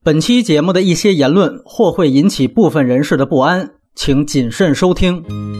本期节目的一些言论或会引起部分人士的不安，请谨慎收听。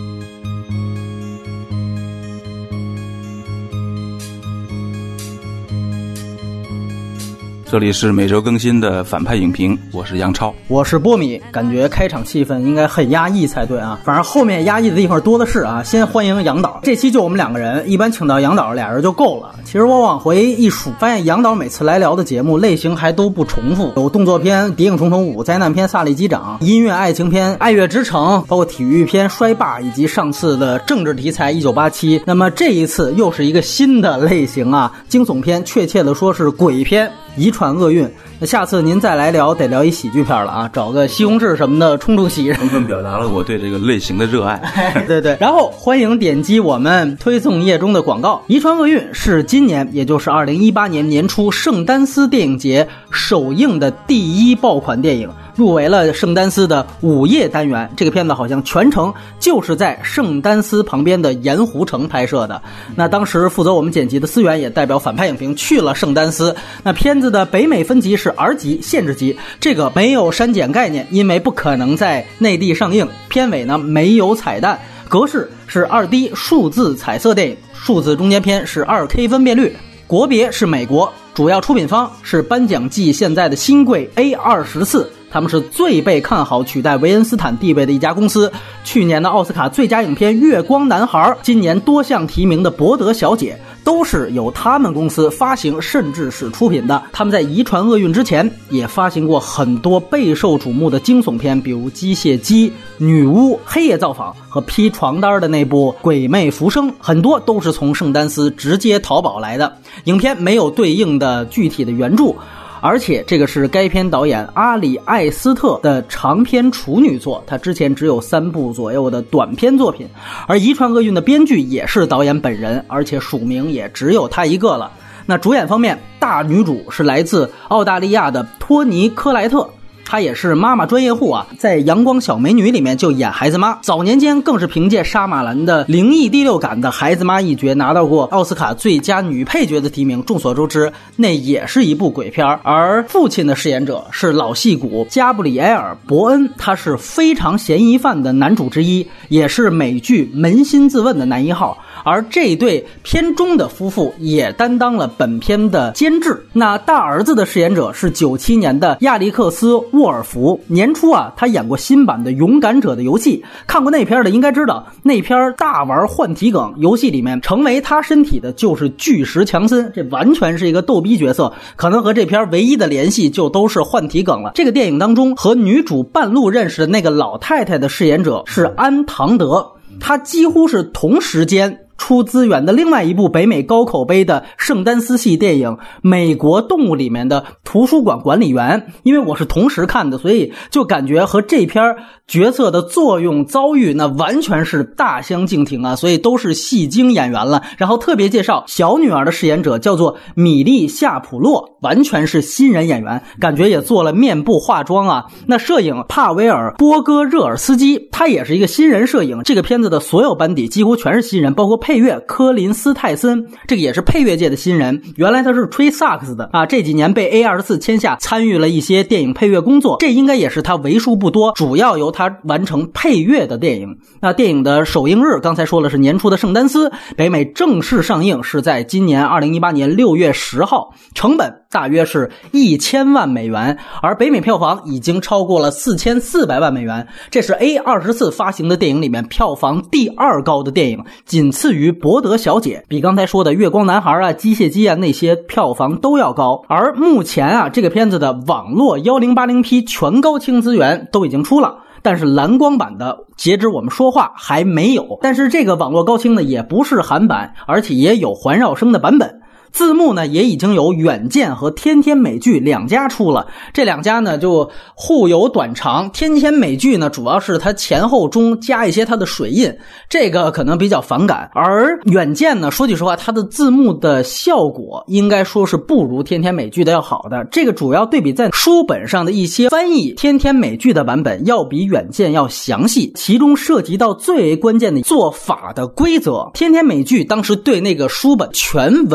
这里是每周更新的反派影评，我是杨超， 我是波米。感觉开场气氛应该很压抑才对啊，反正后面压抑的地方多的是啊。先欢迎杨导，这期就我们两个人，一般请到杨导俩人就够了。其实我往回一数，发现杨导每次来聊的节目类型还都不重复，有动作片《谍影重重5》，灾难片《萨利机长》，音乐爱情片《爱乐之城》，包括体育片《摔霸》，以及上次的政治题材《1987》。那么这一次又是一个新的类型啊，惊悚片，确切的说是鬼片。遗传厄运，那下次您再来聊，得聊一喜剧片了啊，找个西红柿什么的冲喜， 充分表达了我对这个类型的热爱。 对对，然后欢迎点击我们推送页中的广告。遗传厄运是今年，也就是2018年年初圣丹斯电影节首映的第一爆款电影，入围了圣丹斯的午夜单元。这个片子好像全程就是在圣丹斯旁边的盐湖城拍摄的。那当时负责我们剪辑的思源也代表反派影评去了圣丹斯。那片子的北美分级是 R 级限制级，这个没有删减概念，因为不可能在内地上映。片尾呢没有彩蛋，格式是 2D 数字彩色电影，数字中间片是 2K 分辨率，国别是美国，主要出品方是颁奖季现在的新贵 A24，他们是最被看好取代维恩斯坦地位的一家公司。去年的奥斯卡最佳影片《月光男孩》，今年多项提名的《伯德小姐》，都是由他们公司发行甚至是出品的。他们在遗传厄运之前也发行过很多备受瞩目的惊悚片，比如《机械姬》、《女巫》、《黑夜造访》和披床单的那部《鬼魅浮生》，很多都是从圣丹斯直接淘宝来的。影片没有对应的具体的原著，而且这个是该片导演阿里艾斯特的长篇处女作，他之前只有3部左右的短篇作品。而遗传厄运的编剧也是导演本人，而且署名也只有他一个了。那主演方面，大女主是来自澳大利亚的托尼科莱特，她也是妈妈专业户啊，在阳光小美女里面就演孩子妈，早年间更是凭借沙马兰的灵异第六感的孩子妈一角拿到过奥斯卡最佳女配角的提名。众所周知，那也是一部鬼片。而父亲的饰演者是老戏骨加布里埃尔·伯恩，他是非常嫌疑犯的男主之一，也是美剧扪心自问的男一号。而这对片中的夫妇也担当了本片的监制。那大儿子的饰演者是97年的亚历克斯·沃尔福，年初啊，他演过新版的《勇敢者的游戏》，看过那片的应该知道，那片大玩换体梗，游戏里面成为他身体的就是巨石强森，这完全是一个逗逼角色，可能和这片唯一的联系就都是换体梗了。这个电影当中和女主半路认识的那个老太太的饰演者是安唐德，她几乎是同时间出资源的另外一部北美高口碑的圣丹斯系电影《美国动物》里面的图书馆管理员。因为我是同时看的，所以就感觉和这篇角色的作用遭遇那完全是大相径庭啊，所以都是戏精演员了。然后特别介绍小女儿的饰演者叫做米莉夏普洛，完全是新人演员，感觉也做了面部化妆啊。那摄影帕维尔·波戈热尔斯基，他也是一个新人摄影。这个片子的所有班底几乎全是新人，包括配乐科林斯泰森，这个也是配乐界的新人，原来他是吹萨克斯的啊，这几年被 A24 签下参与了一些电影配乐工作，这应该也是他为数不多主要由他完成配乐的电影。那电影的首映日刚才说了是年初的圣丹斯，北美正式上映是在今年2018年6月10号，成本大约是1000万美元，而北美票房已经超过了4400万美元，这是 A24 发行的电影里面票房第2高的电影，仅次于伯德小姐，比刚才说的月光男孩啊、机械姬啊那些票房都要高。而目前啊，这个片子的网络 1080p 全高清资源都已经出了，但是蓝光版的截止我们说话还没有。但是这个网络高清呢也不是韩版，而且也有环绕声的版本。字幕呢也已经有远见和天天美剧2家出了，这2家呢就互有短长。天天美剧呢主要是它前后中加一些它的水印，这个可能比较反感。而远见呢说句实话，它的字幕的效果应该说是不如天天美剧的要好的，这个主要对比在书本上的一些翻译，天天美剧的版本要比远见要详细，其中涉及到最为关键的做法的规则。天天美剧当时对那个书本全文做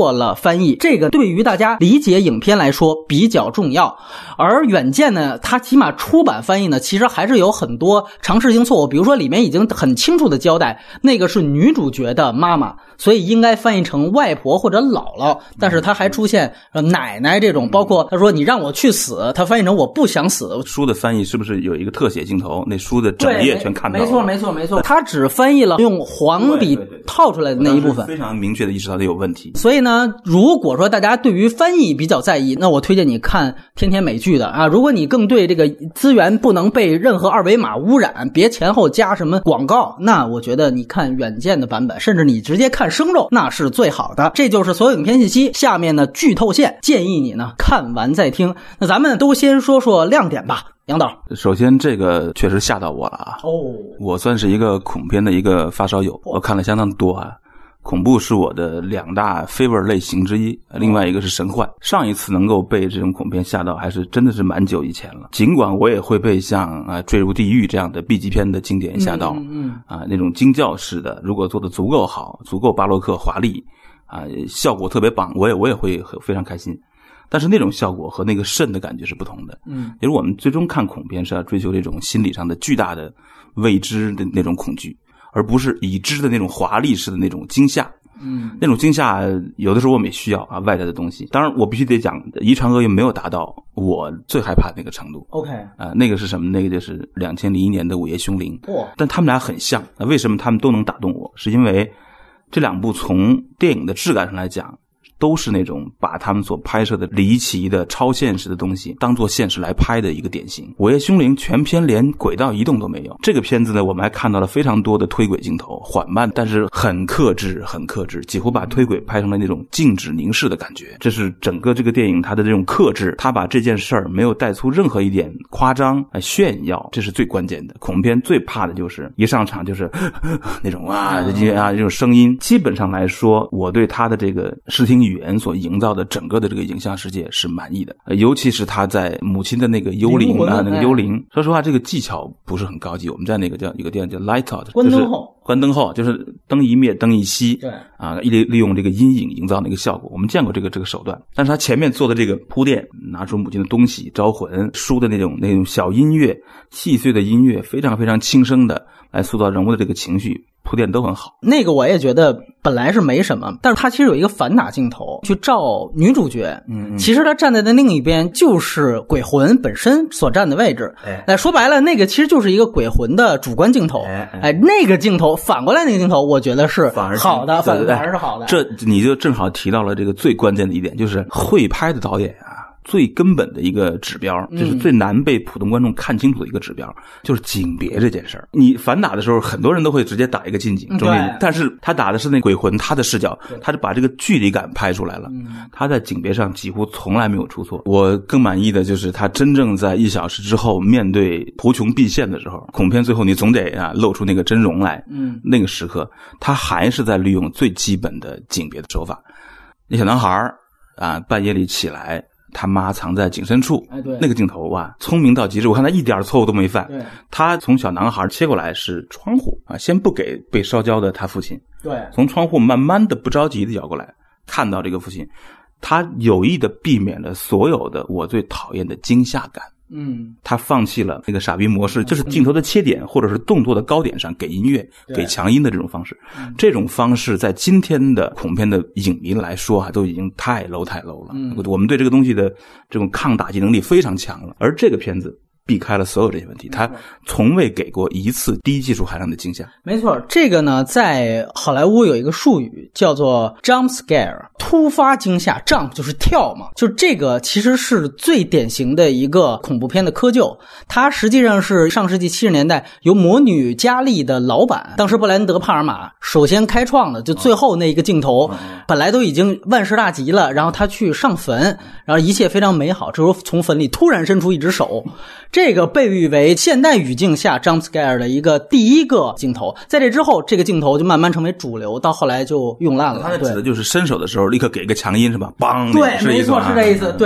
做了翻译，这个对于大家理解影片来说比较重要。而远见呢，它起码出版翻译呢，其实还是有很多常识性错误，比如说里面已经很清楚的交代那个是女主角的妈妈，所以应该翻译成外婆或者姥姥，但是它还出现奶奶这种，包括他说你让我去死，他翻译成我不想死。 书的翻译是不是有一个特写镜头，那书的整页全看到了？ 没错，他只翻译了用黄笔套出来的那一部分， 非常明确的意识到它有问题。 所以呢，如果说大家对于翻译比较在意，那我推荐你看天天美剧的啊。如果你更对这个资源不能被任何二维码污染，别前后加什么广告，那我觉得你看远见的版本，甚至你直接看生肉，那是最好的。这就是所有影片信息。下面呢，剧透线建议你呢看完再听。那咱们都先说说亮点吧。杨导， 首先这个确实吓到我了啊！我算是一个恐片的一个发烧友，我看了相当多啊。恐怖是我的2大 favorite 类型之一，另外一个是神幻。上一次能够被这种恐片吓到，还是真的是蛮久以前了。尽管我也会被像坠入地狱这样的 B 级片的经典吓到，那种惊叫式的，如果做得足够好，足够巴洛克华丽效果特别棒，我也会非常开心。但是那种效果和那个瘆的感觉是不同的。因为我们最终看恐片是要追求这种心理上的巨大的未知的那种恐惧，而不是已知的那种华丽式的那种惊吓。那种惊吓有的时候我们也需要外在的东西。当然我必须得讲，遗传厄运没有达到我最害怕的那个程度。 OK， 那个是什么？那个就是2001年的午夜凶铃。但他们俩很像。为什么他们都能打动我？是因为这2部从电影的质感上来讲，都是那种把他们所拍摄的离奇的超现实的东西当作现实来拍的一个典型。午夜凶铃全片连轨道移动都没有。这个片子呢，我们还看到了非常多的推轨镜头，缓慢但是很克制，几乎把推轨拍成了那种静止凝视的感觉。这是整个这个电影它的这种克制，它把这件事儿没有带出任何一点夸张炫耀，这是最关键的。恐怖片最怕的就是一上场就是那种这种声音。基本上来说，我对它的这个视听语言所营造的整个的这个影像世界是满意的，尤其是他在母亲的那个幽灵那个幽灵，说实话这个技巧不是很高级。我们在那个一个电影叫 Light Out， 关灯后就是灯一灭灯一熄，利用这个阴影营造那个效果，我们见过这个手段。但是他前面做的这个铺垫，拿出母亲的东西招魂，书的那种小音乐，细碎的音乐，非常非常轻声的来塑造人物的这个情绪，铺垫都很好。 那个我也觉得本来是没什么，但是他其实有一个反打镜头去照女主角，其实他站在的另一边就是鬼魂本身所站的位置。说白了，那个其实就是一个鬼魂的主观镜头。那个镜头反过来那个镜头，我觉得是好的，反而是好的。 这你就正好提到了这个最关键的一点，就是会拍的导演最根本的一个指标，就是最难被普通观众看清楚的一个指标，就是景别这件事儿。你反打的时候，很多人都会直接打一个近景，但是他打的是那鬼魂他的视角，他就把这个距离感拍出来了。他在景别上几乎从来没有出错。我更满意的就是他真正在1小时之后面对图穷匕现的时候，恐片最后你总得露出那个真容来。那个时刻他还是在利用最基本的景别的手法。那小男孩半夜里起来，他妈藏在井深处，那个镜头聪明到极致，我看他一点错误都没犯。他从小男孩切过来是窗户先不给被烧焦的他父亲，从窗户慢慢的不着急的摇过来，看到这个父亲，他有意的避免了所有的我最讨厌的惊吓感。他放弃了那个傻逼模式，就是镜头的切点或者是动作的高点上给音乐给强音的这种方式。这种方式在今天的恐片的影迷来说都已经太 low 了。我们对这个东西的这种抗打击能力非常强了，而这个片子避开了所有这些问题，他从未给过一次低技术含量的惊吓。 没错，这个呢在好莱坞有一个术语叫做 jump scare， 突发惊吓。 jump 就是跳嘛，就这个其实是最典型的一个恐怖片的窠臼。它实际上是上世纪70年代由魔女佳丽的老板当时布莱恩德帕尔玛首先开创的，就最后那一个镜头本来都已经万事大吉了，然后他去上坟，然后一切非常美好，这时候从坟里突然伸出一只手，这个被誉为现代语境下 jump scare 的一个第一个镜头。在这之后，这个镜头就慢慢成为主流，到后来就用烂了。 他指的就是伸手的时候立刻给一个强音是吧？梆！ 对，没错，是这意思。对。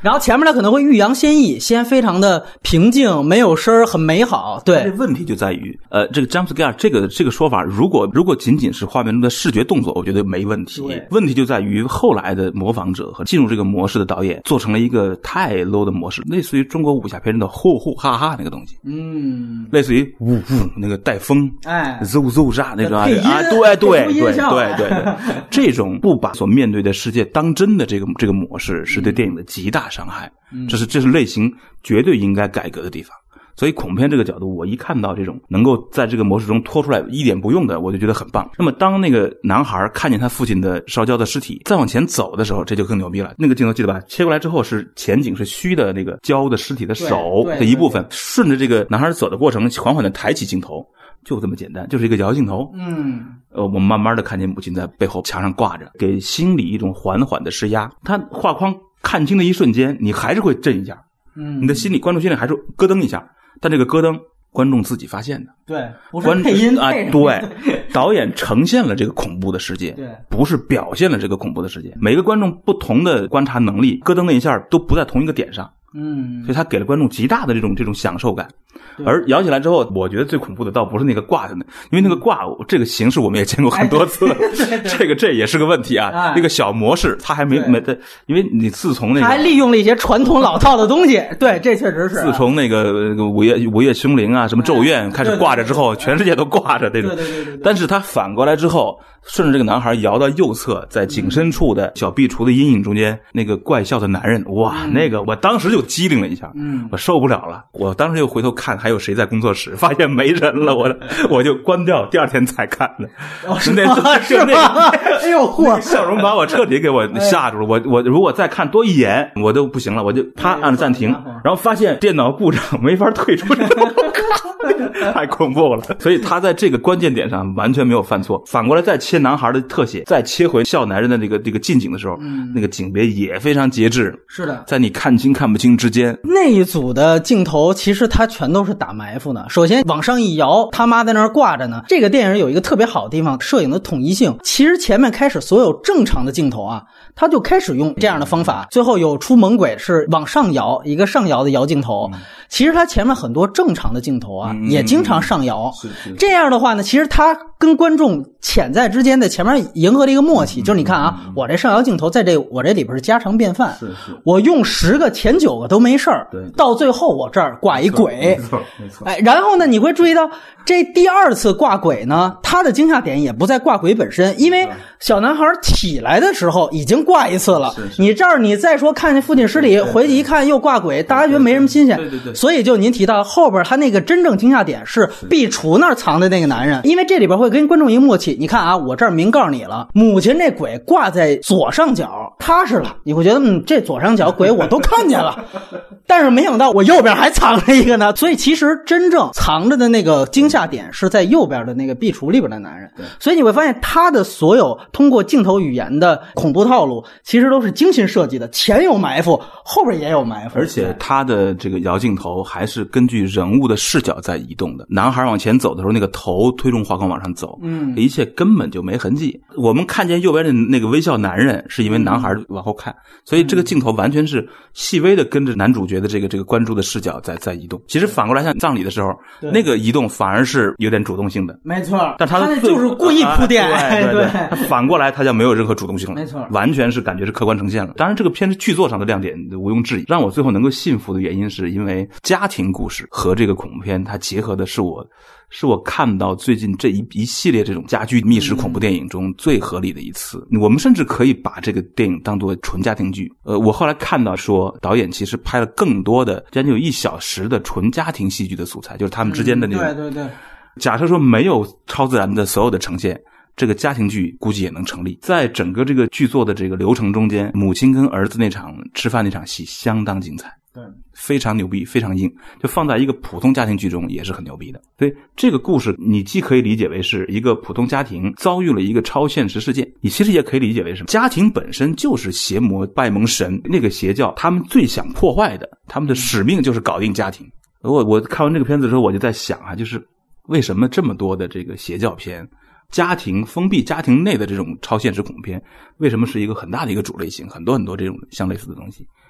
然后前面呢可能会欲扬先抑，先非常的平静，没有声儿，很美好。对， 问题就在于，这个 jump scare 这个说法，如果仅仅是画面中的视觉动作，我觉得没问题。问题就在于后来的模仿者和进入这个模式的导演做成了一个太 low 的模式，类似于中国武侠片的呼呼哈哈那个东西，类似于呜呜那个带风，嗖嗖炸那种啊，对，这种不把所面对的世界当真的这个模式，是对电影的极大伤害。这是类型绝对应该改革的地方。所以恐怖片这个角度，我一看到这种能够在这个模式中拖出来一点不用的，我就觉得很棒。那么当那个男孩看见他父亲的烧焦的尸体再往前走的时候，这就更牛逼了。那个镜头记得吧，切过来之后是前景是虚的那个焦的尸体的手的一部分，顺着这个男孩走的过程缓缓的抬起镜头，就这么简单，就是一个摇镜头。我们慢慢的看见母亲在背后墙上挂着，给心理一种缓缓的施压。他画框看清的一瞬间，你还是会震一下，你的心里观众心里还是咯噔一下，但这个咯噔观众自己发现的。 对，不是配音啊，对，导演呈现了这个恐怖的世界， 对， 不是表现了这个恐怖的世界。每个观众不同的观察能力，咯噔那一下都不在同一个点上。所以他给了观众极大的这种享受感。而摇起来之后，我觉得最恐怖的倒不是那个挂的，因为那个挂这个形式我们也见过很多次了，这也是个问题啊。那个小模式他还没因为你自从那个他还利用了一些传统老套的东西，对，这确实是。 自从那个午夜凶铃啊，什么咒怨开始挂着之后，全世界都挂着这种。 对。 但是他反过来之后，顺着这个男孩摇到右侧，在景深处的小壁橱的阴影中间，那个怪笑的男人，哇，那个我当时就机灵了一下，我受不了了，我当时又回头看还有谁在工作室，发现没人了，我就关掉，第二天才看的。 是吗？哎呦嚯！ 笑容把我彻底给我吓住了。我如果再看多一眼，我都不行了，我就啪按了暂停，然后发现电脑故障，没法退出。太恐怖了。所以他在这个关键点上完全没有犯错。反过来再切男孩的特写，再切回笑男人的这个近景的时候，那个景别也非常节制。 是的， 在你看清看不清之间， 那一组的镜头其实它全都是打埋伏的。首先往上一摇，他妈在那儿挂着呢。这个电影有一个特别好的地方，摄影的统一性。其实前面开始所有正常的镜头啊，他就开始用这样的方法，最后有出猛鬼是往上摇，一个上摇的摇镜头。其实他前面很多正常的镜头啊，也经常上摇。这样的话呢，其实他跟观众潜在之间的前面迎合了一个默契，就是你看啊，我这上摇镜头在我这里边是家常便饭，我用10个前9个都没事儿，到最后我这儿挂一鬼， 没错。 哎，然后呢，你会注意到这第二次挂鬼呢，他的惊吓点也不在挂鬼本身，因为小男孩起来的时候已经挂一次了，你这儿你再说看见父亲尸体回去一看又挂鬼，大家觉得没什么新鲜， 对。 所以就您提到后边他那个真正惊吓点是壁橱那儿藏的那个男人，因为这里边会跟观众一个默契，你看啊，我这儿明告诉你了，母亲这鬼挂在左上角踏实了，你会觉得这左上角鬼我都看见了，但是没想到我右边还藏着一个呢，所以其实真正藏着的那个惊吓点是在右边的那个壁橱里边的男人，所以你会发现他的所有通过镜头语言的恐怖套路其实都是精心设计的，前有埋伏，后边也有埋伏， 而且他的这个摇镜头还是根据人物的视角在移动的。男孩往前走的时候，那个头推动画框往上走，一切根本就没痕迹。我们看见右边的那个微笑男人，是因为男孩往后看，所以这个镜头完全是细微的跟着男主角的这个关注的视角在移动。其实反过来像葬礼的时候，那个移动反而是有点主动性的， 没错。 但他那就是故意铺垫， 对。他反过来他就没有任何主动性了， 没错，完全是感觉是客观呈现了。当然，这个片是剧作上的亮点毋庸置疑。让我最后能够信服的原因，是因为家庭故事和这个恐怖片它结合的是我看到最近这一系列这种家居密室恐怖电影中最合理的一次。我们甚至可以把这个电影当作纯家庭剧。我后来看到说导演其实拍了更多的将近有1小时的纯家庭戏剧的素材，就是他们之间的那种对。 假设说没有超自然的所有的呈现，这个家庭剧估计也能成立。在整个这个剧作的这个流程中间，母亲跟儿子那场吃饭那场戏相当精彩， 对， 非常牛逼，非常硬，就放在一个普通家庭剧中也是很牛逼的。所以这个故事你既可以理解为是一个普通家庭遭遇了一个超现实事件，你其实也可以理解为是家庭本身就是邪魔拜蒙神那个邪教他们最想破坏的，他们的使命就是搞定家庭。我看完这个片子之后，我就在想啊，就是为什么这么多的这个邪教片，家庭封闭家庭内的这种超现实恐怖片，为什么是一个很大的一个主类型，很多这种相类似的东西。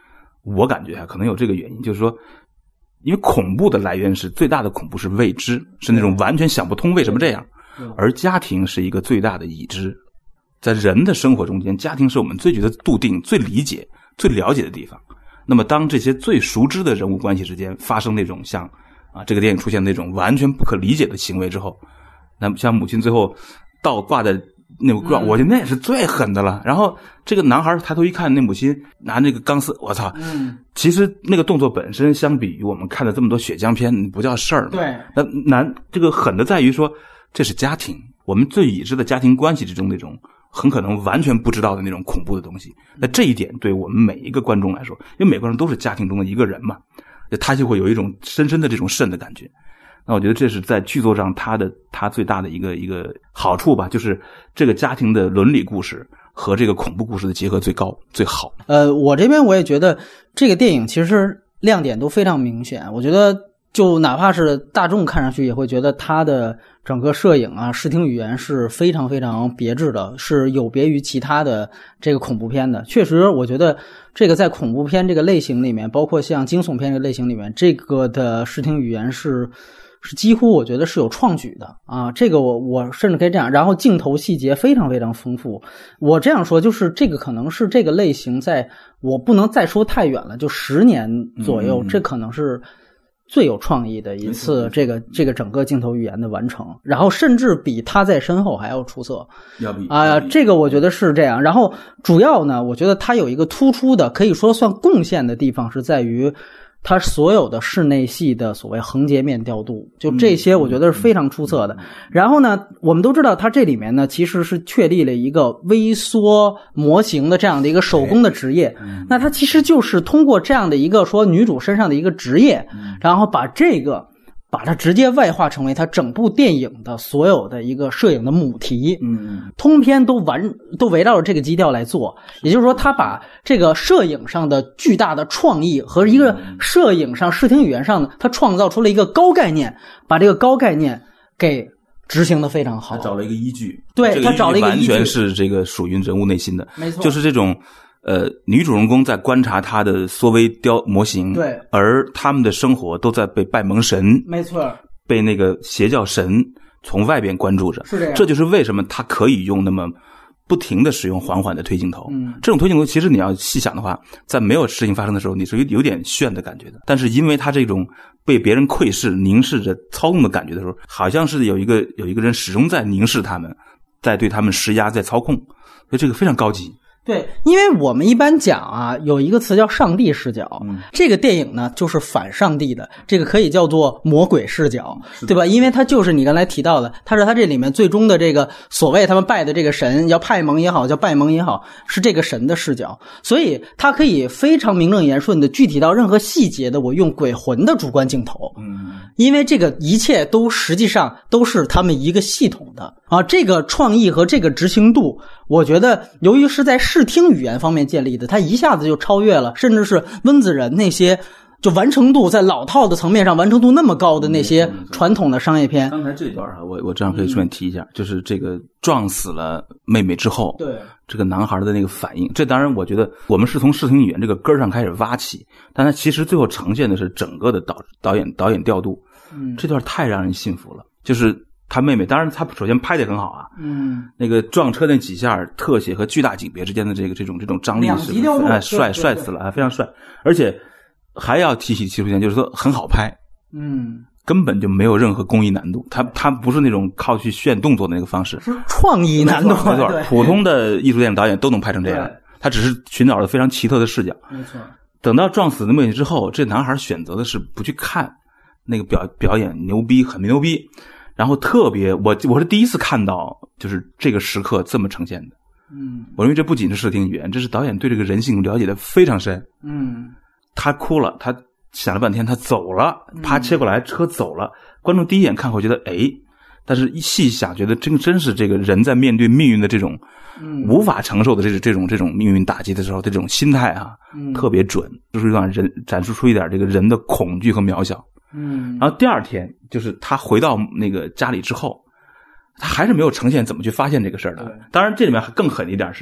我感觉可能有这个原因，就是说因为恐怖的来源是最大的恐怖是未知，是那种完全想不通为什么这样，而家庭是一个最大的已知。在人的生活中间，家庭是我们最觉得笃定、最理解、最了解的地方。那么当这些最熟知的人物关系之间发生那种像这个电影出现那种完全不可理解的行为之后，那么像母亲最后倒挂在那个挂，我觉得那也是最狠的了。然后这个男孩抬头一看，那母亲拿那个钢丝，我操！其实那个动作本身相比于我们看的这么多血浆片不叫事儿。 对， 那这个狠的在于说这是家庭，我们最已知的家庭关系之中那种很可能完全不知道的那种恐怖的东西。那这一点对我们每一个观众来说，因为每个人都是家庭中的一个人嘛，他就会有一种深深的这种渗的感觉。那我觉得这是在剧作上他最大的一个好处吧，就是这个家庭的伦理故事和这个恐怖故事的结合最高最好。 我这边我也觉得这个电影其实亮点都非常明显，我觉得就哪怕是大众看上去也会觉得它的整个摄影视听语言是非常非常别致的，是有别于其他的这个恐怖片的。确实我觉得这个在恐怖片这个类型里面，包括像惊悚片这个类型里面，这个的视听语言是几乎我觉得是有创举的这个我甚至可以这样，然后镜头细节非常非常丰富。我这样说就是这个可能是这个类型在我不能再说太远了，就10年左右，这可能是最有创意的一次这个整个镜头语言的完成，然后甚至比他在身后还要出色， 要比这个我觉得是这样。然后主要呢，我觉得他有一个突出的可以说算贡献的地方是在于他所有的室内戏的所谓横截面调度，就这些我觉得是非常出色的。然后呢，我们都知道他这里面呢其实是确立了一个微缩模型的这样的一个手工的职业，那他其实就是通过这样的一个说女主身上的一个职业，然后把它直接外化成为它整部电影的所有的一个摄影的母题，通篇都围绕着这个基调来做。也就是说，他把这个摄影上的巨大的创意和一个摄影上视听语言上的，他创造出了一个高概念，把这个高概念给执行的非常好。 他找了一个依据， 对，他找了一个依据， 完全是这个属于人物内心的， 没错， 就是这种。女主人公在观察她的缩微模型， 对， 而他们的生活都在被拜蒙神， 没错， 被那个邪教神从外边关注着， 是这样。 这就是为什么他可以用那么不停的使用缓缓的推镜头。这种推镜头其实你要细想的话，在没有事情发生的时候，你是有点炫的感觉的。但是因为他这种被别人窥视、凝视着操纵的感觉的时候，好像是有一个人始终在凝视他们，在对他们施压，在操控，所以这个非常高级。 对，因为我们一般讲有一个词叫上帝视角，这个电影呢就是反上帝的，这个可以叫做魔鬼视角，对吧？因为它就是你刚才提到的，它是它这里面最终的这个所谓他们拜的这个神，叫派蒙也好，叫拜蒙也好，是这个神的视角，所以它可以非常名正言顺的具体到任何细节的我用鬼魂的主观镜头，因为这个一切都实际上都是他们一个系统的这个创意和这个执行度，我觉得由于是在视听语言方面建立的，它一下子就超越了甚至是温子仁那些就完成度在老套的层面上完成度那么高的那些传统的商业片。 刚才这段我这样可以顺便提一下，就是这个撞死了妹妹之后， 对这个男孩的那个反应，这当然我觉得我们是从视听语言这个根上开始挖起，但它其实最后呈现的是整个的导演调度，这段太让人信服了。就是他妹妹，当然他首先拍得很好那个撞车那几下特写和巨大景别之间的这种张力是帅死了非常帅。而且还要提出一点，就是说很好拍，根本就没有任何工艺难度，他不是那种靠去炫动作的那个方式， 是创意难度， 没错，普通的艺术电影导演都能拍成这样，他只是寻找了非常奇特的视角。 没错。 等到撞死的妹妹之后，这男孩选择的是不去看那个表演牛逼，很牛逼。然后特别我是第一次看到就是这个时刻这么呈现的。我认为这不仅是视听语言，这是导演对这个人性了解的非常深。他哭了，他想了半天，他走了，啪切过来，车走了。观众第一眼看会觉得但是一细想觉得真是这个人在面对命运的这种无法承受的这种命运打击的时候的这种心态特别准，就是让人展示出一点这个人的恐惧和渺小。然后第二天就是他回到那个家里之后，他还是没有呈现怎么去发现这个事儿的。当然这里面更狠一点是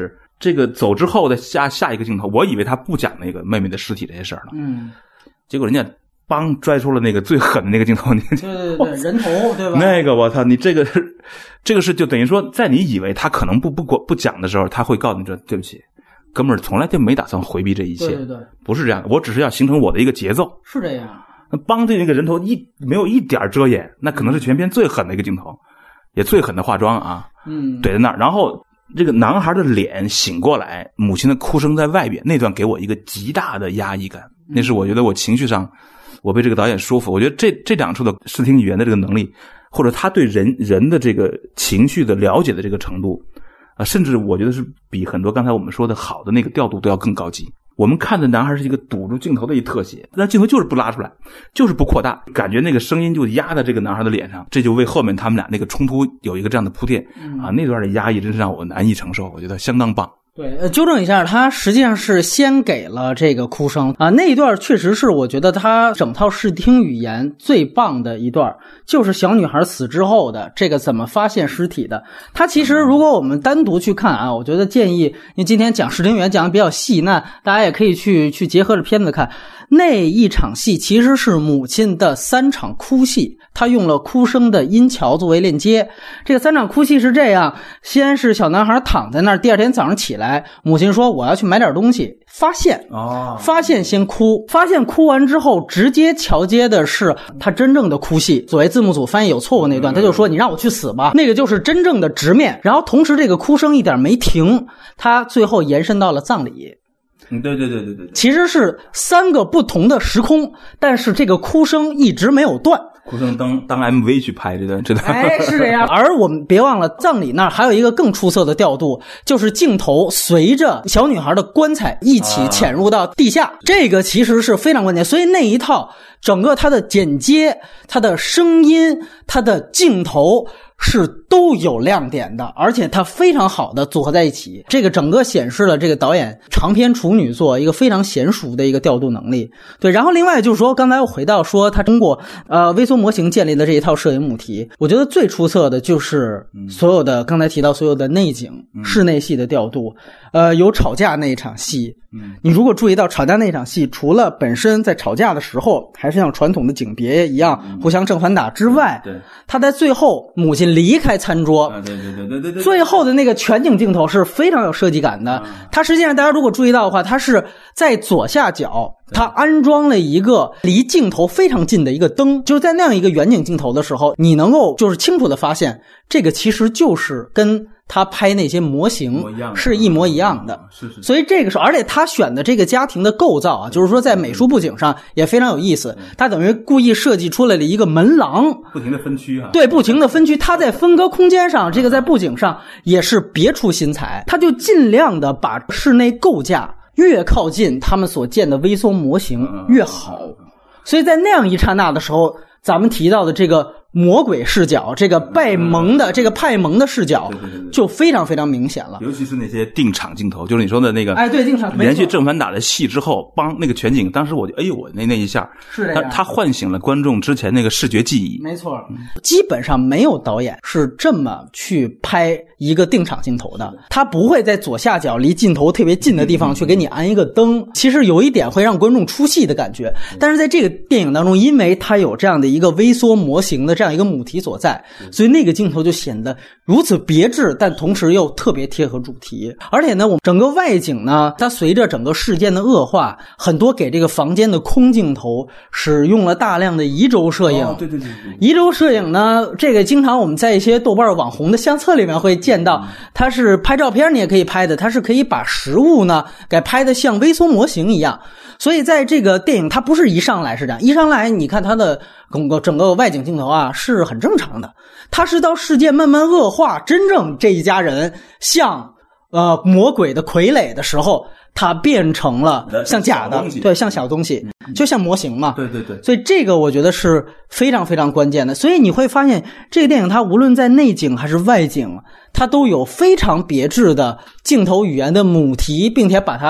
这个走之后的下一个镜头，我以为他不讲那个妹妹的尸体这些事儿了，结果人家帮拽出了那个最狠的那个镜头， 对，人头，对吧？ 那个我操，你这个是就等于说，在你以为他可能不讲的时候，他会告诉你说对不起，哥们儿从来就没打算回避这一切， 对， 不是这样的，我只是要形成我的一个节奏， 是这样。 帮这个人头没有一点遮掩，那可能是全片最狠的一个镜头，也最狠的化妆啊，怼在那儿，然后这个男孩的脸醒过来，母亲的哭声在外边，那段给我一个极大的压抑感，那是我觉得我情绪上我被这个导演说服，我觉得这两处的视听语言的这个能力，或者他对人的这个情绪的了解的这个程度甚至我觉得是比很多刚才我们说的好的那个调度都要更高级。我们看的男孩是一个堵住镜头的一特写，但镜头就是不拉出来，就是不扩大，感觉那个声音就压在这个男孩的脸上，这就为后面他们俩那个冲突有一个这样的铺垫那段的压抑真是让我难以承受，我觉得相当棒。 对，纠正一下，他实际上是先给了这个哭声那一段确实是我觉得他整套视听语言最棒的一段，就是小女孩死之后的这个怎么发现尸体的。他其实如果我们单独去看我觉得建议，因为今天讲视听语言讲的比较细，那大家也可以去结合着片子看。那一场戏其实是母亲的3场哭戏，他用了哭声的音桥作为链接。这个3场哭戏是这样，先是小男孩躺在那儿，第二天早上起来，母亲说我要去买点东西，发现先哭，发现哭完之后直接桥接的是他真正的哭戏，所谓字幕组翻译有错误那段，他就说你让我去死吧，那个就是真正的直面。然后同时这个哭声一点没停，他最后延伸到了葬礼。 对， 其实是3个不同的时空，但是这个哭声一直没有断。 哭声当 MV 去拍这段是这样。而我们别忘了葬礼那儿还有一个更出色的调度，就是镜头随着小女孩的棺材一起潜入到地下，这个其实是非常关键。所以那一套整个它的剪接、它的声音、它的镜头是都有亮点的，而且它非常好的组合在一起，这个整个显示了这个导演长篇处女作一个非常娴熟的一个调度能力。对，然后另外就是说，刚才我回到说他通过微缩模型建立的这一套摄影母题，我觉得最出色的就是所有的刚才提到所有的内景、室内戏的调度。有吵架那一场戏，你如果注意到吵架那一场戏，除了本身在吵架的时候还是像传统的景别一样互相正反打之外，他在最后母亲离开餐桌，对，最后的那个全景镜头是非常有设计感的。它实际上大家如果注意到的话，它是在左下角它安装了一个离镜头非常近的一个灯，就是在那样一个远景镜头的时候，你能够就是清楚的发现这个其实就是跟他拍那些模型是一模一样的，所以这个是，而且他选的这个家庭的构造就是说在美术布景上也非常有意思，他等于故意设计出来了一个门廊， 不停的分区对，不停的分区，他在分割空间上，这个在布景上也是别出心裁，他就尽量的把室内构架越靠近他们所建的微缩模型越好，所以在那样一刹那的时候，咱们提到的这个魔鬼视角，这个拜蒙的这个派蒙的视角就非常非常明显了， 尤其是那些定场镜头，就是你说的那个对，定场连续正反打的戏之后，帮那个全景，当时我就我那一下是他唤醒了观众之前那个视觉记忆。 没错，基本上没有导演是这么去拍一个定场镜头的，他不会在左下角离镜头特别近的地方去给你安一个灯，其实有一点会让观众出戏的感觉，但是在这个电影当中，因为它有这样的一个微缩模型的这样一个母题所在，所以那个镜头就显得如此别致，但同时又特别贴合主题。而且呢，我们整个外景呢，它随着整个事件的恶化，很多给这个房间的空镜头使用了大量的移轴摄影。 对， 移轴摄影呢，这个经常我们在一些豆瓣网红的相册里面会见到，它是拍照片你也可以拍的，它是可以把实物呢给拍的像微缩模型一样。所以在这个电影它不是一上来是这样，一上来你看它的整个外景镜头是很正常的，它是到事件慢慢恶化，真正这一家人像魔鬼的傀儡的时候，它变成了像假的，对，像小东西，就像模型嘛。 对， 所以这个我觉得是非常非常关键的。所以你会发现这个电影它无论在内景还是外景，它都有非常别致的镜头语言的母题，并且把它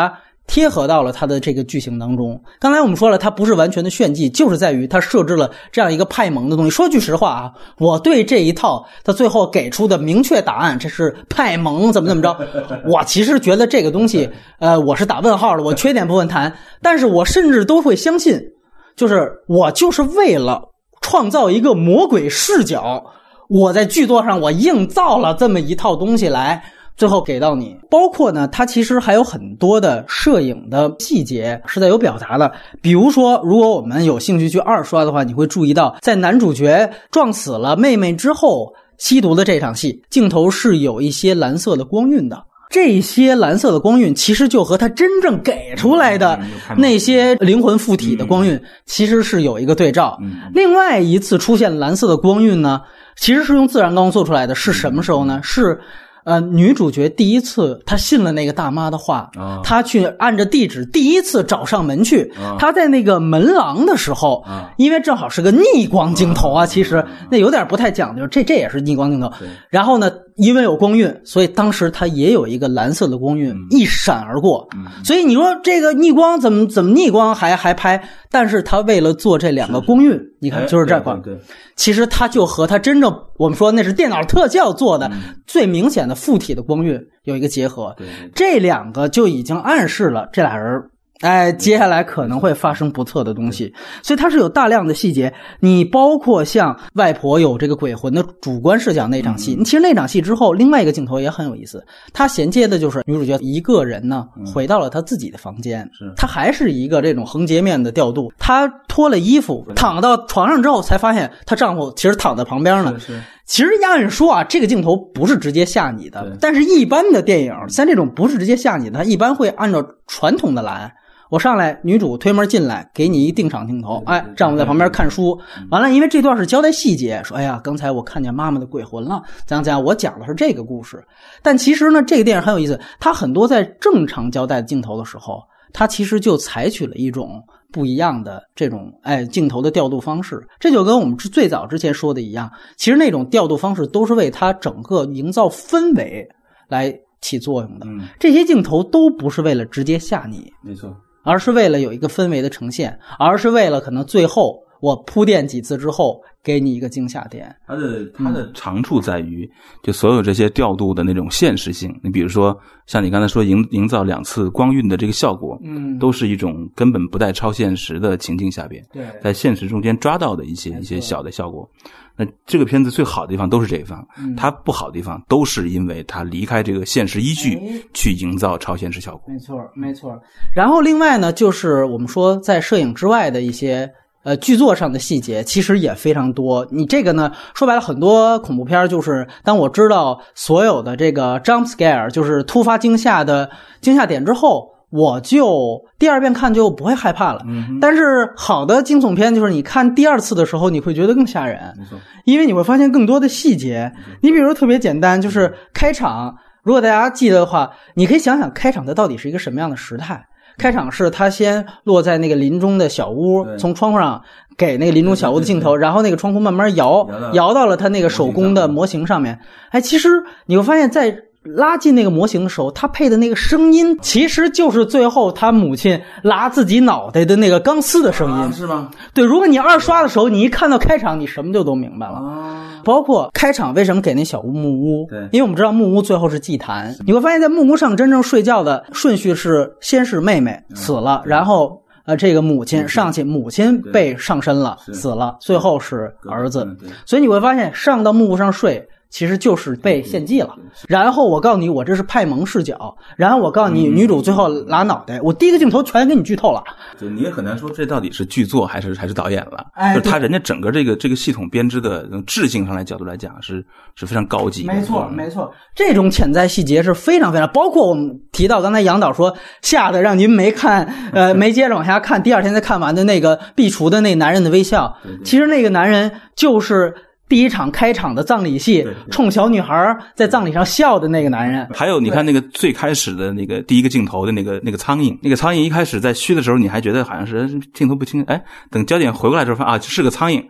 贴合到了他的这个剧情当中。刚才我们说了，它不是完全的炫技，就是在于它设置了这样一个派蒙的东西。说句实话啊，我对这一套他最后给出的明确答案，这是派蒙怎么着，我其实觉得这个东西我是打问号的，我缺点不问谈，但是我甚至都会相信，就是我就是为了创造一个魔鬼视角，我在剧作上我硬造了这么一套东西来最后给到你。包括呢，它其实还有很多的摄影的细节是在有表达的。比如说，如果我们有兴趣去二刷的话，你会注意到在男主角撞死了妹妹之后吸毒的这场戏，镜头是有一些蓝色的光晕的。这些蓝色的光晕其实就和他真正给出来的那些灵魂附体的光晕其实是有一个对照。另外一次出现蓝色的光晕呢，其实是用自然光做出来的，是什么时候呢？是女主角第一次她信了那个大妈的话，她去按着地址第一次找上门去，她在那个门廊的时候，因为正好是个逆光镜头啊，其实那有点不太讲究，这也是逆光镜头。然后呢，因为有光晕，所以当时它也有一个蓝色的光晕一闪而过。所以你说这个逆光怎么逆光还拍，但是他为了做这两个光晕，你看就是这块，其实它就和它真正我们说那是电脑特效做的最明显的附体的光晕有一个结合，这两个就已经暗示了这俩人接下来可能会发生不测的东西。所以它是有大量的细节，你包括像外婆有这个鬼魂的主观视角那场戏，其实那场戏之后另外一个镜头也很有意思，它衔接的就是女主角一个人呢回到了她自己的房间，她还是一个这种横截面的调度，她脱了衣服躺到床上之后才发现她丈夫其实躺在旁边呢。其实按说啊，这个镜头不是直接吓你的，但是一般的电影像这种不是直接吓你的，它一般会按照传统的来，我上来女主推门进来给你一定场镜头，丈夫在旁边看书，完了因为这段是交代细节，说哎呀刚才我看见妈妈的鬼魂了，怎样我讲的是这个故事。但其实呢这个电影很有意思，它很多在正常交代镜头的时候，它其实就采取了一种不一样的这种镜头的调度方式。这就跟我们最早之前说的一样，其实那种调度方式都是为它整个营造氛围来起作用的。这些镜头都不是为了直接吓你， 没错， 而是为了有一个氛围的呈现，而是为了可能最后我铺垫几次之后给你一个惊吓点。 它的长处在于就所有这些调度的那种现实性，你比如说像你刚才说营造两次光晕的这个效果，都是一种根本不带超现实的情境下边，在现实中间抓到的一些小的效果。那这个片子最好的地方都是这一方，它不好的地方都是因为它离开这个现实依据去营造超现实效果。 没错。然后另外呢，就是我们说在摄影之外的一些剧作上的细节其实也非常多。你这个呢说白了，很多恐怖片就是当我知道所有的这个 jump scare 就是突发惊吓的惊吓点之后，我就第二遍看就不会害怕了。但是好的惊悚片就是你看第二次的时候你会觉得更吓人，因为你会发现更多的细节。你比如特别简单，就是开场，如果大家记得的话，你可以想想开场它到底是一个什么样的时态。开场是他先落在那个林中的小屋，从窗户上给那个林中小屋的镜头，然后那个窗户慢慢摇到了他那个手工的模型上面。其实你会发现在拉近那个模型的时候，他配的那个声音其实就是最后他母亲拉自己脑袋的那个钢丝的声音， 是吗？ 对，如果你二刷的时候你一看到开场你什么就都明白了。包括开场为什么给那小屋木屋，因为我们知道木屋最后是祭坛，你会发现在木屋上真正睡觉的顺序是先是妹妹死了，然后这个母亲上去，母亲被上身了死了，最后是儿子。所以你会发现上到木屋上睡其实就是被献祭了。然后我告诉你我这是派蒙视角，然后我告诉你女主最后拉脑袋，我第一个镜头全给你剧透了。 就你也很难说这到底是剧作还是导演了。就是他人家整个这个系统编织的质性上来角度来讲是非常高级的。 没错，这种潜在细节是非常非常，包括我们提到刚才杨导说吓得让您没看没接着往下看，第二天才看完的那个壁橱的那男人的微笑，其实那个男人就是第一场开场的葬礼戏冲小女孩在葬礼上笑的那个男人。 还有你看那个最开始的那个第一个镜头的那个苍蝇，那个苍蝇一开始在虚的时候你还觉得好像是镜头不清，等焦点回过来之后发现是个苍蝇，